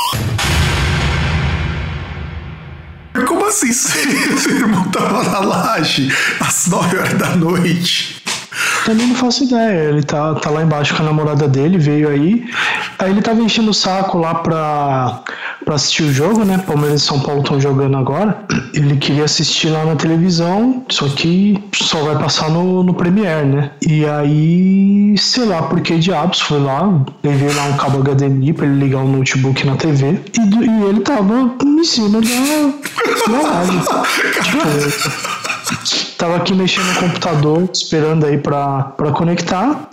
B: Como assim? Seu irmão tava na laje às 9 horas da noite?
C: Também não faço ideia. Ele tá lá embaixo com a namorada dele, veio aí ele tava enchendo o saco lá pra assistir o jogo, né? Palmeiras e São Paulo estão jogando agora. Ele queria assistir lá na televisão, só que só vai passar no Premiere, né? E aí, sei lá por que diabos, foi lá, levei lá um cabo HDMI pra ele ligar o notebook na TV e ele tava em cima da live. Tava aqui mexendo no computador, esperando aí pra conectar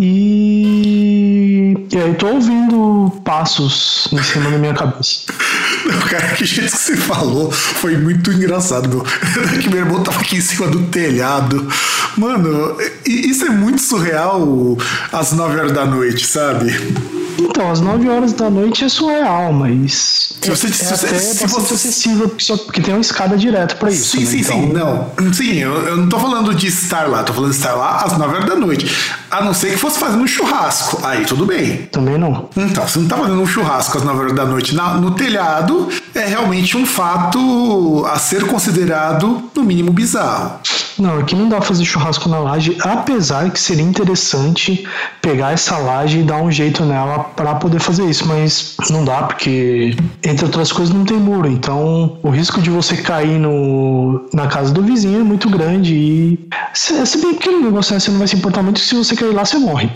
C: e aí tô ouvindo passos em cima da minha cabeça.
B: Não, cara, que jeito que você falou foi muito engraçado, meu. Que meu irmão tava aqui em cima do telhado. Mano, isso é muito surreal às 9 horas da noite, sabe?
C: Então, às 9 horas da noite é surreal, mas
B: se você
C: bastante acessível, porque tem uma escada direto pra isso.
B: Sim,
C: né?
B: sim,
C: então...
B: sim. Não, sim, eu não tô falando de estar lá, tô falando de estar lá às 9 horas da noite. A não ser que fosse fazendo um churrasco. Aí tudo bem.
C: Também não.
B: Então, se não tá fazendo um churrasco às 9 horas da noite no telhado, é realmente um fato a ser considerado, no mínimo, bizarro.
C: Não, aqui não dá pra fazer churrasco na laje, apesar que seria interessante pegar essa laje e dar um jeito nela pra poder fazer isso, mas não dá porque, entre outras coisas, não tem muro, então o risco de você cair na casa do vizinho é muito grande e se bem que aquele negócio você não vai se importar muito, se você cair lá você morre.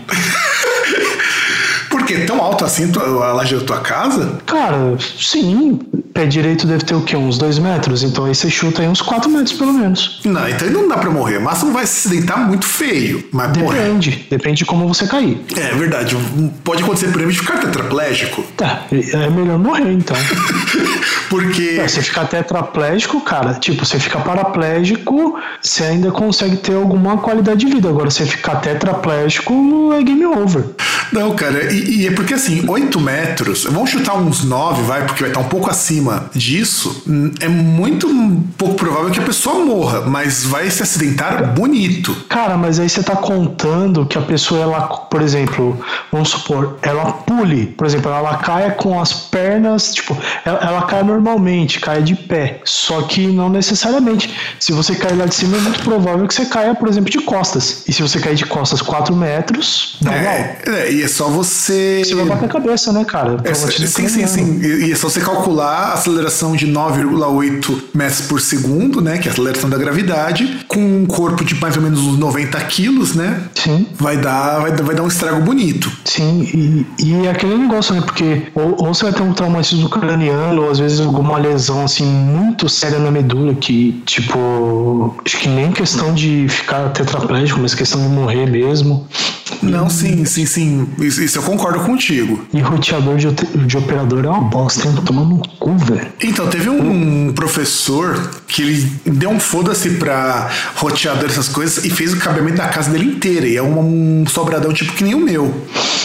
B: Por quê? Tão alto assim a laje da tua casa?
C: Cara, sim. Pé direito deve ter o quê? Uns 2 metros. Então aí você chuta aí uns 4 metros pelo menos.
B: Não, então não dá pra morrer. Mas não vai se acidentar muito feio. Mas
C: Depende de como você cair.
B: É verdade. Pode acontecer por exemplo de ficar tetraplégico.
C: Tá, é melhor morrer então.
B: Porque...
C: Você ficar tetraplégico, cara, tipo, você fica paraplégico, você ainda consegue ter alguma qualidade de vida. Agora, você ficar tetraplégico é game over.
B: Não, cara, e é porque assim, 8 metros, vamos chutar uns 9, vai, porque vai estar um pouco acima disso, é muito pouco provável que a pessoa morra, mas vai se acidentar bonito.
C: Cara, mas aí você tá contando que a pessoa, ela, por exemplo, vamos supor, ela pule, por exemplo, ela caia com as pernas, tipo, ela cai normalmente, cai de pé, só que não necessariamente. Se você cair lá de cima, é muito provável que você caia, por exemplo, de costas. E se você cair de costas 4 metros, dá
B: e é só você...
C: Você vai bater a cabeça, né, cara?
B: Sim. E é só você calcular a aceleração de 9,8 metros por segundo, né, que é a aceleração da gravidade, com um corpo de mais ou menos uns 90 quilos, né?
C: Sim.
B: Vai dar um estrago bonito.
C: Sim, e é aquele negócio, né, porque ou você vai ter um traumatismo craniano, ou às vezes alguma lesão, assim, muito séria na medula, que, tipo, acho que nem questão de ficar tetraplégico, mas questão de morrer mesmo.
B: Não, sim. Isso eu concordo contigo.
C: E roteador de operador é uma bosta, hein? Toma no cu, velho.
B: Então, teve um professor que ele deu um foda-se pra roteador, essas coisas, e fez o cabeamento da casa dele inteira. E é um sobradão tipo que nem o meu.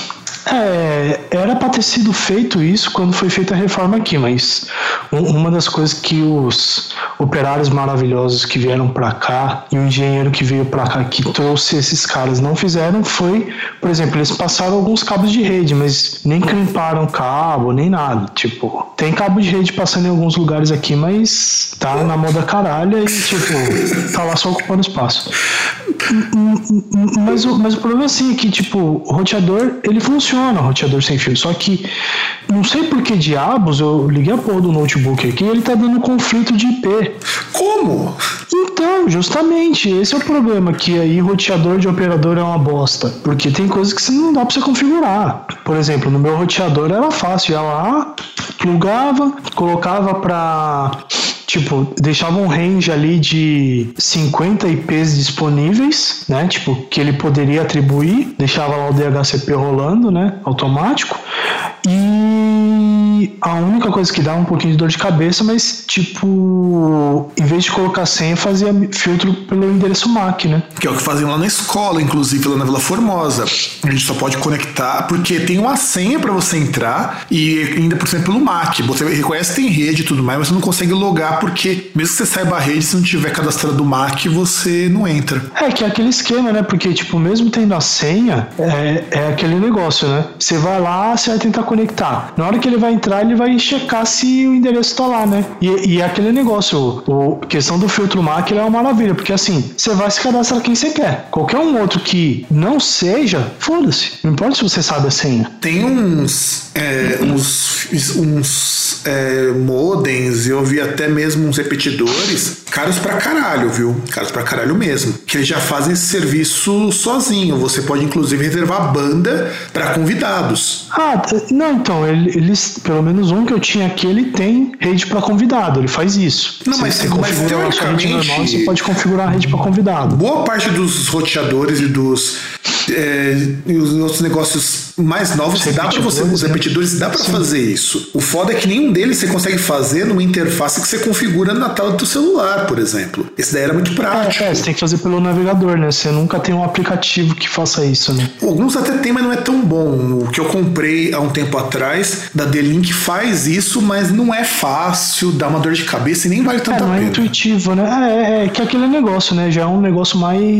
C: Era pra ter sido feito isso quando foi feita a reforma aqui, mas uma das coisas que os operários maravilhosos que vieram pra cá e o engenheiro que veio pra cá que trouxe esses caras não fizeram foi, por exemplo, eles passaram alguns cabos de rede, mas nem crimparam cabo, nem nada. Tipo, tem cabo de rede passando em alguns lugares aqui, mas tá na moda caralho e, tipo, tá lá só ocupando espaço. Mas o problema assim é que, tipo, o roteador, ele funciona, o roteador sem fio, só que não sei por que diabos eu liguei a porra do notebook aqui e ele tá dando conflito de IP.
B: Como?
C: Então, justamente, esse é o problema, que aí roteador de operador é uma bosta, porque tem coisas que não dá pra você configurar. Por exemplo, no meu roteador era fácil, ia lá, plugava, colocava pra tipo, deixava um range ali de 50 IPs disponíveis, né? Tipo, que ele poderia atribuir, deixava lá o DHCP rolando, né? Automático. E a única coisa que dava um pouquinho de dor de cabeça, mas tipo, em vez de colocar senha, fazia filtro pelo endereço MAC, né?
B: Que é o que faziam lá na escola, inclusive lá na Vila Formosa. A gente só pode conectar, porque tem uma senha para você entrar e ainda por cima pelo MAC. Você reconhece que tem rede e tudo mais, mas você não consegue logar, porque mesmo que você saiba a rede, se não tiver cadastrado o MAC, você não entra.
C: É, que é aquele esquema, né? Porque, tipo, mesmo tendo a senha, é aquele negócio, né? Você vai lá, você vai tentar conectar. Na hora que ele vai entrar, ele vai checar se o endereço tá lá, né? E é aquele negócio, a questão do filtro MAC é uma maravilha, porque assim, você vai se cadastrar quem você quer. Qualquer um outro que não seja, foda-se. Não importa se você sabe a senha.
B: Tem uns modems, eu vi até mesmo uns repetidores caros pra caralho, viu? Caros pra caralho mesmo. Que eles já fazem esse serviço sozinho. Você pode inclusive reservar banda pra convidados.
C: Ah, não, então, eles, pelo menos um que eu tinha aqui, ele tem rede pra convidado, ele faz isso.
B: Não, mas teoricamente
C: normal, você pode configurar a rede pra convidado.
B: Boa parte dos roteadores e dos os outros negócios mais novos, dá pra você, os repetidores, dá pra fazer isso. O foda é que nenhum deles você consegue fazer numa interface que você configura na tela do teu celular, por exemplo. Esse daí era muito prático.
C: Você tem que fazer pelo navegador, né? Você nunca tem um aplicativo que faça isso, né?
B: Alguns até tem, mas não é tão bom. O que eu comprei há um tempo atrás, da D-Link, faz isso, mas não é fácil, dá uma dor de cabeça e nem vale tanta pena.
C: Não é intuitivo, né? É que aquele negócio, né? Já é um negócio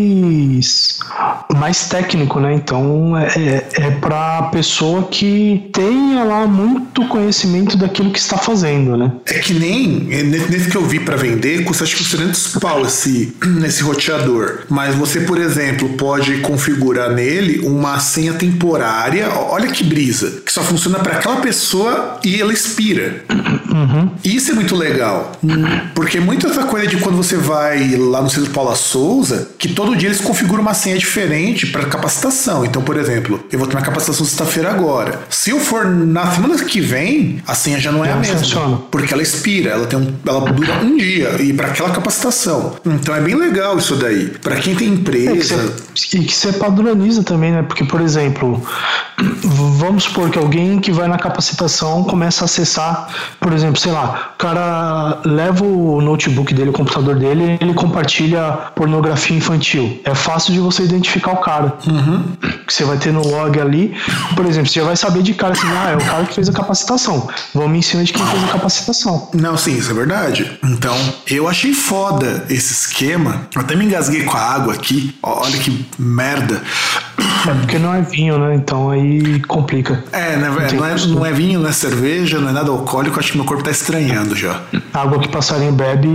C: mais técnico, né? Então é pra pessoa que tenha lá muito conhecimento daquilo que está fazendo, né?
B: É que nem nesse que eu vi pra vender, custa acho que £300 esse roteador. Mas você, por exemplo, pode configurar nele uma senha temporária. Olha que brisa, que só funciona para aquela pessoa e ela expira.
C: Uhum.
B: Isso é muito legal, porque muita essa coisa de quando você vai lá no Centro Paula Souza, que todo dia eles configuram uma senha diferente para capacitação. Então, por exemplo, eu vou ter uma capacitação sexta-feira agora. Se eu for na semana que vem, a senha já não é a mesma, funciona. Porque ela expira, ela dura um dia e para aquela capacitação. Então é bem legal isso daí. Para quem tem empresa,
C: que você padroniza também, né? Porque, por exemplo, vamos supor que alguém que vai na capacitação começa a acessar, por exemplo, sei lá, o cara leva o notebook dele, o computador dele, ele compartilha pornografia infantil. É fácil de você identificar o cara.
B: Uhum.
C: Que você vai ter no log ali, por exemplo, você já vai saber de cara assim, é o cara que fez a capacitação. Vamos em cima de quem fez a capacitação.
B: Não, sim, isso é verdade. Então, eu achei foda esse esquema. Eu até me engasguei com a água aqui. Olha que merda.
C: É porque não é vinho, né? Então aí complica.
B: Não é vinho, não é cerveja, não é nada alcoólico. Acho que meu corpo tá estranhando já.
C: Água que passarinho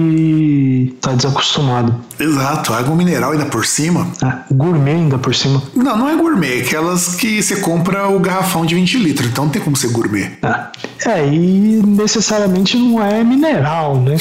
C: bebe tá desacostumado.
B: Exato, água mineral ainda por cima.
C: Gourmet ainda por cima.
B: Não é gourmet, aquelas que você compra o garrafão de 20 litros, então não tem como ser gourmet.
C: E necessariamente não é mineral, né?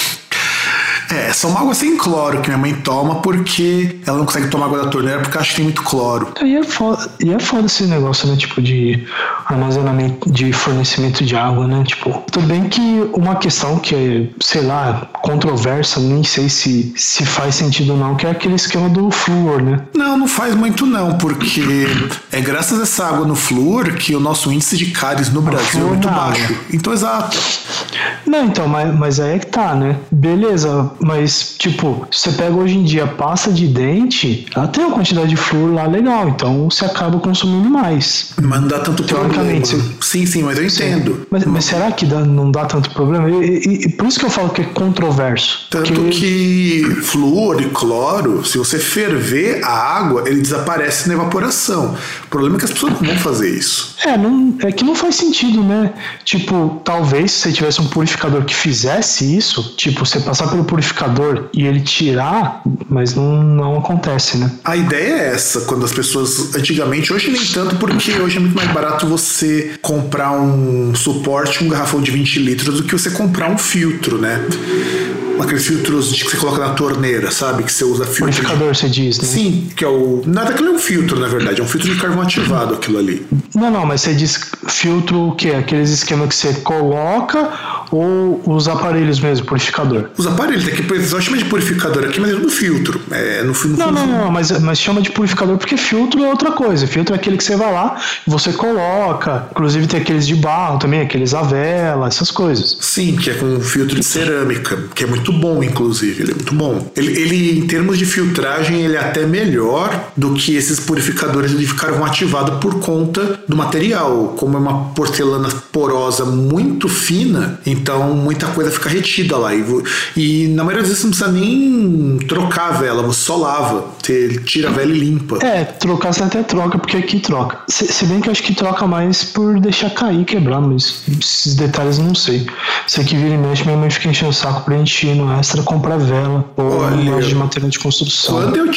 B: Só uma água sem cloro que minha mãe toma porque ela não consegue tomar água da torneira porque acha que tem muito cloro.
C: E é foda esse negócio, né? Tipo, de armazenamento, de fornecimento de água, né? Tipo, tudo bem que uma questão que é, sei lá, controversa, nem sei se faz sentido ou não, que é aquele esquema do flúor, né?
B: Não faz muito não, porque é graças a essa água no flúor que o nosso índice de cáries no Brasil é muito baixo. Então, exato.
C: Não, então, mas aí é que tá, né? Beleza, mas, tipo, se você pega hoje em dia pasta de dente, ela tem uma quantidade de flúor lá legal, então você acaba consumindo mais.
B: Mas não dá tanto problema. Sim, mas eu entendo.
C: Mas será que não dá tanto problema? E por isso que eu falo que é controverso.
B: Tanto que flúor e cloro, se você ferver a água, ele desaparece na evaporação. O problema é que as pessoas não vão fazer isso.
C: É que não faz sentido, né? Tipo, talvez se você tivesse um purificador que fizesse isso, tipo, você passar pelo purificador e ele tirar, mas não acontece, né?
B: A ideia é essa, quando as pessoas, antigamente, hoje nem tanto, porque hoje é muito mais barato você comprar um suporte, um garrafão de 20 litros do que você comprar um filtro, né? Aqueles filtros que você coloca na torneira, sabe? Que você usa filtro.
C: Purificador, você diz, né?
B: Sim, que é o... Nada, aquilo é um filtro, na verdade. É um filtro de carvão ativado, aquilo ali.
C: Não, mas você diz filtro o quê? Aqueles esquemas que você coloca Ou os aparelhos mesmo, purificador?
B: Os aparelhos, aqui o pessoal chama de purificador aqui, mas é no filtro.
C: Não, mas chama de purificador porque filtro é outra coisa. Filtro é aquele que você vai lá, você coloca, inclusive tem aqueles de barro também, aqueles a vela, essas coisas.
B: Sim, que é com filtro de cerâmica, que é muito bom, inclusive, ele é muito bom. Ele em termos de filtragem, ele é até melhor do que esses purificadores de carvão ativado por conta do material. Como é uma porcelana porosa muito fina, então muita coisa fica retida lá. E na maioria das vezes você não precisa nem trocar a vela, você só lava. Você tira a vela e limpa.
C: Trocar você até troca, porque aqui troca. Se bem que eu acho que troca mais por deixar cair e quebrar, mas esses detalhes eu não sei. Sei que vira e mexe, minha mãe fica enchendo o saco pra gente ir no Extra comprar vela ou loja de material de construção.
B: Quando eu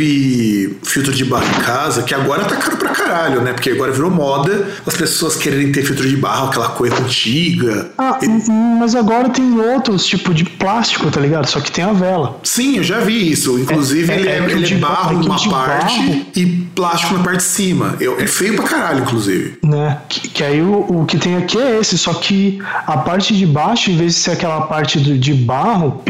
B: tive filtro de barro em casa, que agora tá caro pra caralho, né? Porque agora virou moda as pessoas quererem ter filtro de barro, aquela coisa antiga.
C: Mas agora tem outros tipos de plástico, tá ligado? Só que tem a vela.
B: Sim, eu já vi isso. Inclusive, ele é barro numa parte e plástico na parte de cima. É feio pra caralho, inclusive.
C: Né? Que aí o que tem aqui é esse, só que a parte de baixo, em vez de ser aquela parte de barro,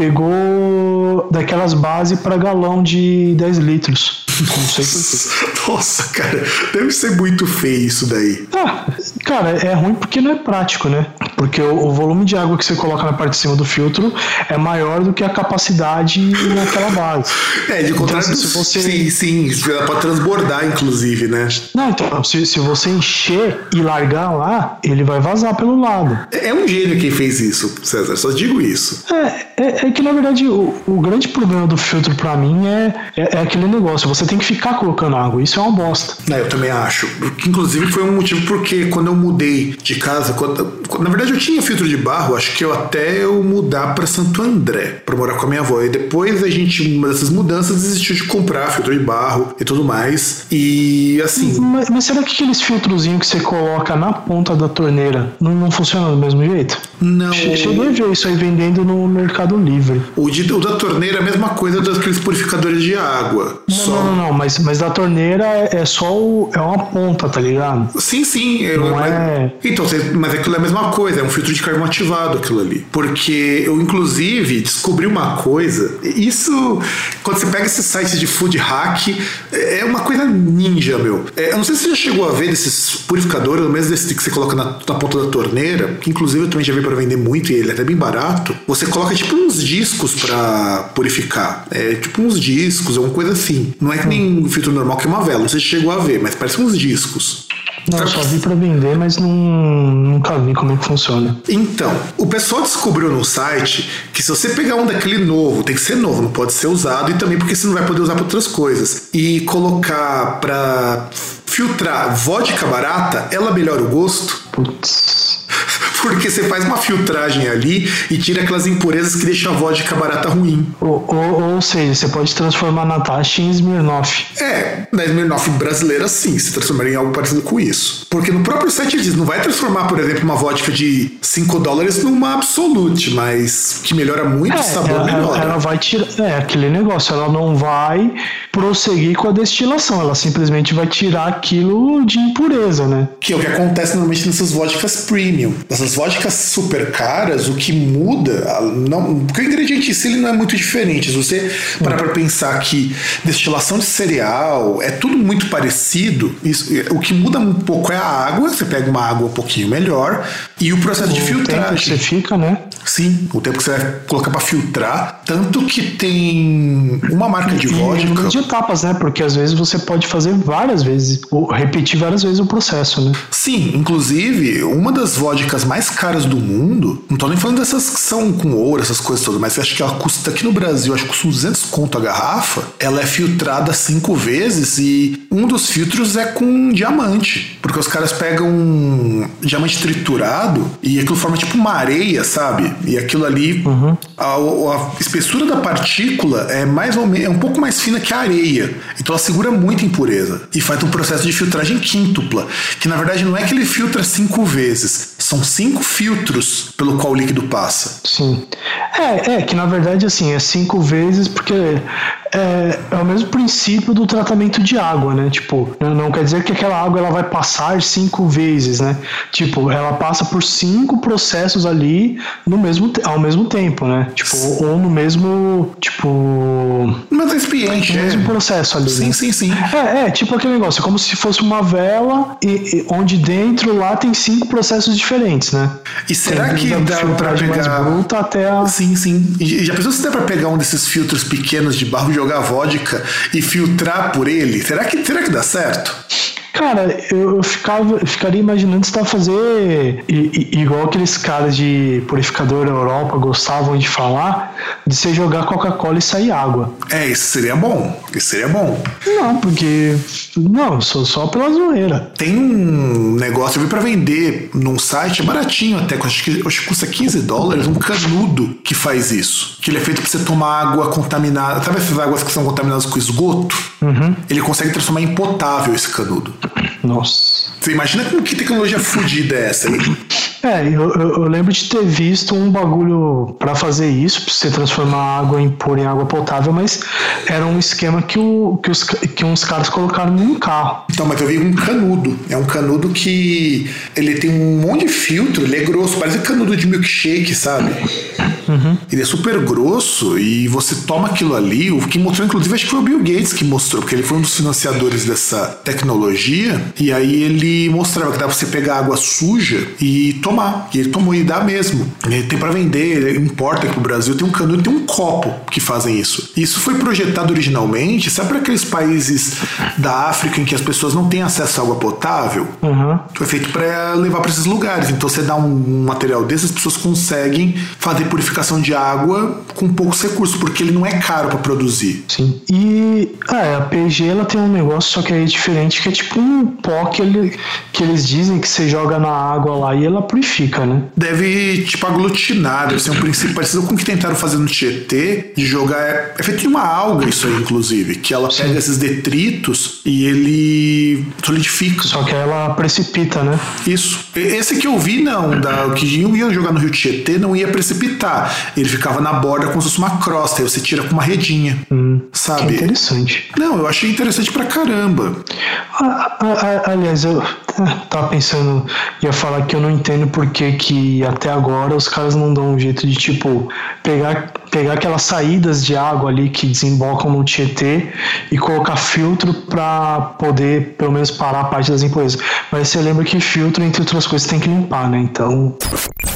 C: pegou daquelas bases para galão de 10 litros. Não sei porquê.
B: Nossa, cara, deve ser muito feio isso daí.
C: Cara, é ruim porque não é prático, né? Porque o volume de água que você coloca na parte de cima do filtro é maior do que a capacidade naquela base.
B: De contrário,
C: então, se você...
B: Sim, ela pode transbordar, inclusive, né?
C: Não, então, se você encher e largar lá, ele vai vazar pelo lado.
B: É um gênio quem fez isso, César, só digo isso.
C: É que, na verdade, o grande problema do filtro pra mim é aquele negócio, você tem que ficar colocando água, isso é uma bosta.
B: Eu também acho. Inclusive foi um motivo porque quando eu mudei de casa, na verdade eu tinha filtro de barro, acho que até eu mudar pra Santo André, pra morar com a minha avó. E depois a gente, uma dessas mudanças, desistiu de comprar filtro de barro e tudo mais. E assim...
C: Mas será que aqueles filtrozinhos que você coloca na ponta da torneira não funciona do mesmo jeito?
B: Não.
C: Cheguei a ver isso aí vendendo no Mercado Livre.
B: O da torneira é a mesma coisa daqueles purificadores de água.
C: Não, mas da torneira é só é uma ponta, tá ligado?
B: Sim. Então, mas aquilo é a mesma coisa, é um filtro de carvão ativado aquilo ali. Porque eu, inclusive, descobri uma coisa, isso, quando você pega esses sites de food hack, é uma coisa ninja, meu. Eu não sei se você já chegou a ver desses purificadores, mesmo desse que você coloca na ponta da torneira, que inclusive eu também já vi pra vender muito e ele é até bem barato. Você coloca tipo uns discos pra purificar. Tipo uns discos, alguma coisa assim. Não é que nem um filtro normal que é uma vela, não sei se chegou a ver, mas parece uns discos.
C: Não, eu só vi pra vender, mas nunca vi como é que funciona.
B: Então, o pessoal descobriu no site que se você pegar um daquele novo, tem que ser novo, não pode ser usado, e também porque você não vai poder usar pra outras coisas, e colocar pra filtrar vodka barata, ela melhora o gosto.
C: Putz.
B: Porque você faz uma filtragem ali e tira aquelas impurezas que deixam a vodka barata ruim.
C: Ou seja, você pode transformar a Natasha em Smirnoff.
B: Na Smirnoff brasileira, sim, se transformaria em algo parecido com isso. Porque no próprio site diz, não vai transformar, por exemplo, uma vodka de $5 numa Absolute, mas que melhora muito o sabor, melhora.
C: Ela vai tirar, aquele negócio, ela não vai prosseguir com a destilação, ela simplesmente vai tirar aquilo de impureza, né?
B: Que é o que acontece normalmente nessas vodkas premium. Essas vodkas super caras, o que muda, porque o ingrediente em si ele não é muito diferente. Se você parar pra pensar que destilação de cereal é tudo muito parecido, o que muda um pouco é a água, você pega uma água um pouquinho melhor, e o processo de filtragem.
C: Tempo que você fica, né?
B: Sim, o tempo que você vai colocar pra filtrar. Tanto que tem uma marca de vodka.
C: De etapas, né? Porque às vezes você pode fazer várias vezes, ou repetir várias vezes o processo, né?
B: Sim, inclusive, uma das vodkas mais caras do mundo, não tô nem falando dessas que são com ouro, essas coisas todas, mas acho que ela custa aqui no Brasil, acho que custa uns 200 conto a garrafa. Ela é filtrada 5 vezes e um dos filtros é com diamante. Porque os caras pegam um diamante triturado e aquilo forma tipo uma areia, sabe? E aquilo ali, a espessura da partícula é mais ou menos, é um pouco mais fina que a areia. Então ela segura muita impureza e faz um processo de filtragem quíntupla, que na verdade não é que ele filtra 5 vezes, são 5 filtros pelo qual o líquido passa.
C: Sim. Que na verdade assim, é 5 vezes porque É o mesmo princípio do tratamento de água, né? Tipo, não quer dizer que aquela água ela vai passar 5 vezes, né? Tipo, ela passa por 5 processos ali ao mesmo tempo, né? Tipo, ou no mesmo, tipo...
B: No mesmo recipiente,
C: no mesmo processo ali.
B: Sim,
C: né?
B: sim.
C: Tipo aquele negócio, é como se fosse uma vela onde dentro lá tem 5 processos diferentes, né?
B: E será que dá pra pegar...
C: mais bruta até a...
B: Sim. E já pensou se dá pra pegar um desses filtros pequenos de barro, jogar vodka e filtrar por ele? Será que dá certo?
C: Cara, eu ficaria imaginando se dá fazer igual aqueles caras de purificador da Europa gostavam de falar, de você jogar Coca-Cola e sair água.
B: Isso seria bom.
C: Não, porque... Não, só pela zoeira.
B: Tem um negócio, eu vi pra vender num site, é baratinho até, acho que custa $15, um canudo que faz isso. Que ele é feito pra você tomar água contaminada. Sabe essas águas que são contaminadas com esgoto?
C: Uhum.
B: Ele consegue transformar em potável esse canudo.
C: Nossa.
B: Você imagina que tecnologia fodida é essa aí?
C: Eu lembro de ter visto um bagulho pra fazer isso, pra você transformar água em água potável, mas era um esquema que uns caras colocaram num carro.
B: Então, mas eu vi um canudo. É um canudo que ele tem um monte de filtro, ele é grosso, parece canudo de milkshake, sabe?
C: Uhum.
B: Ele é super grosso e você toma aquilo ali. O que mostrou, inclusive, acho que foi o Bill Gates que mostrou, porque ele foi um dos financiadores dessa tecnologia. E aí ele mostrava que dá pra você pegar água suja e tomar. E ele tomou e dá mesmo. Ele tem pra vender, ele importa aqui pro Brasil. Tem um canudo e tem um copo que fazem isso. Isso foi projetado originalmente, sabe, para aqueles países da África em que as pessoas não têm acesso à água potável?
C: Uhum.
B: Foi feito para levar para esses lugares. Então você dá um material desse, as pessoas conseguem fazer purificação de água com poucos recursos, porque ele não é caro para produzir.
C: Sim. E a PG ela tem um negócio, só que é diferente, que é tipo um pó que eles dizem que você joga na água lá e ela purifica, né?
B: Deve tipo aglutinar, deve ser um princípio parecido com o que tentaram fazer no Tietê, de jogar. É feito de uma alga isso aí, inclusive, que ela pega esses detritos e ele solidifica.
C: Só que ela precipita, né?
B: Isso. Esse que eu vi, não, que iam jogar no Rio Tietê, não ia precipitar. Ele ficava na borda como se fosse uma crosta, aí você tira com uma redinha. Sabe?
C: Que interessante.
B: Não, eu achei interessante pra caramba.
C: Aliás, eu tava pensando, ia falar que eu não entendo por que até agora os caras não dão um jeito de, tipo, pegar aquelas saídas de água ali que desembocam no Tietê e colocar filtro pra poder, pelo menos, parar a parte das impurezas. Mas você lembra que filtro, entre outras coisas, tem que limpar, né? Então...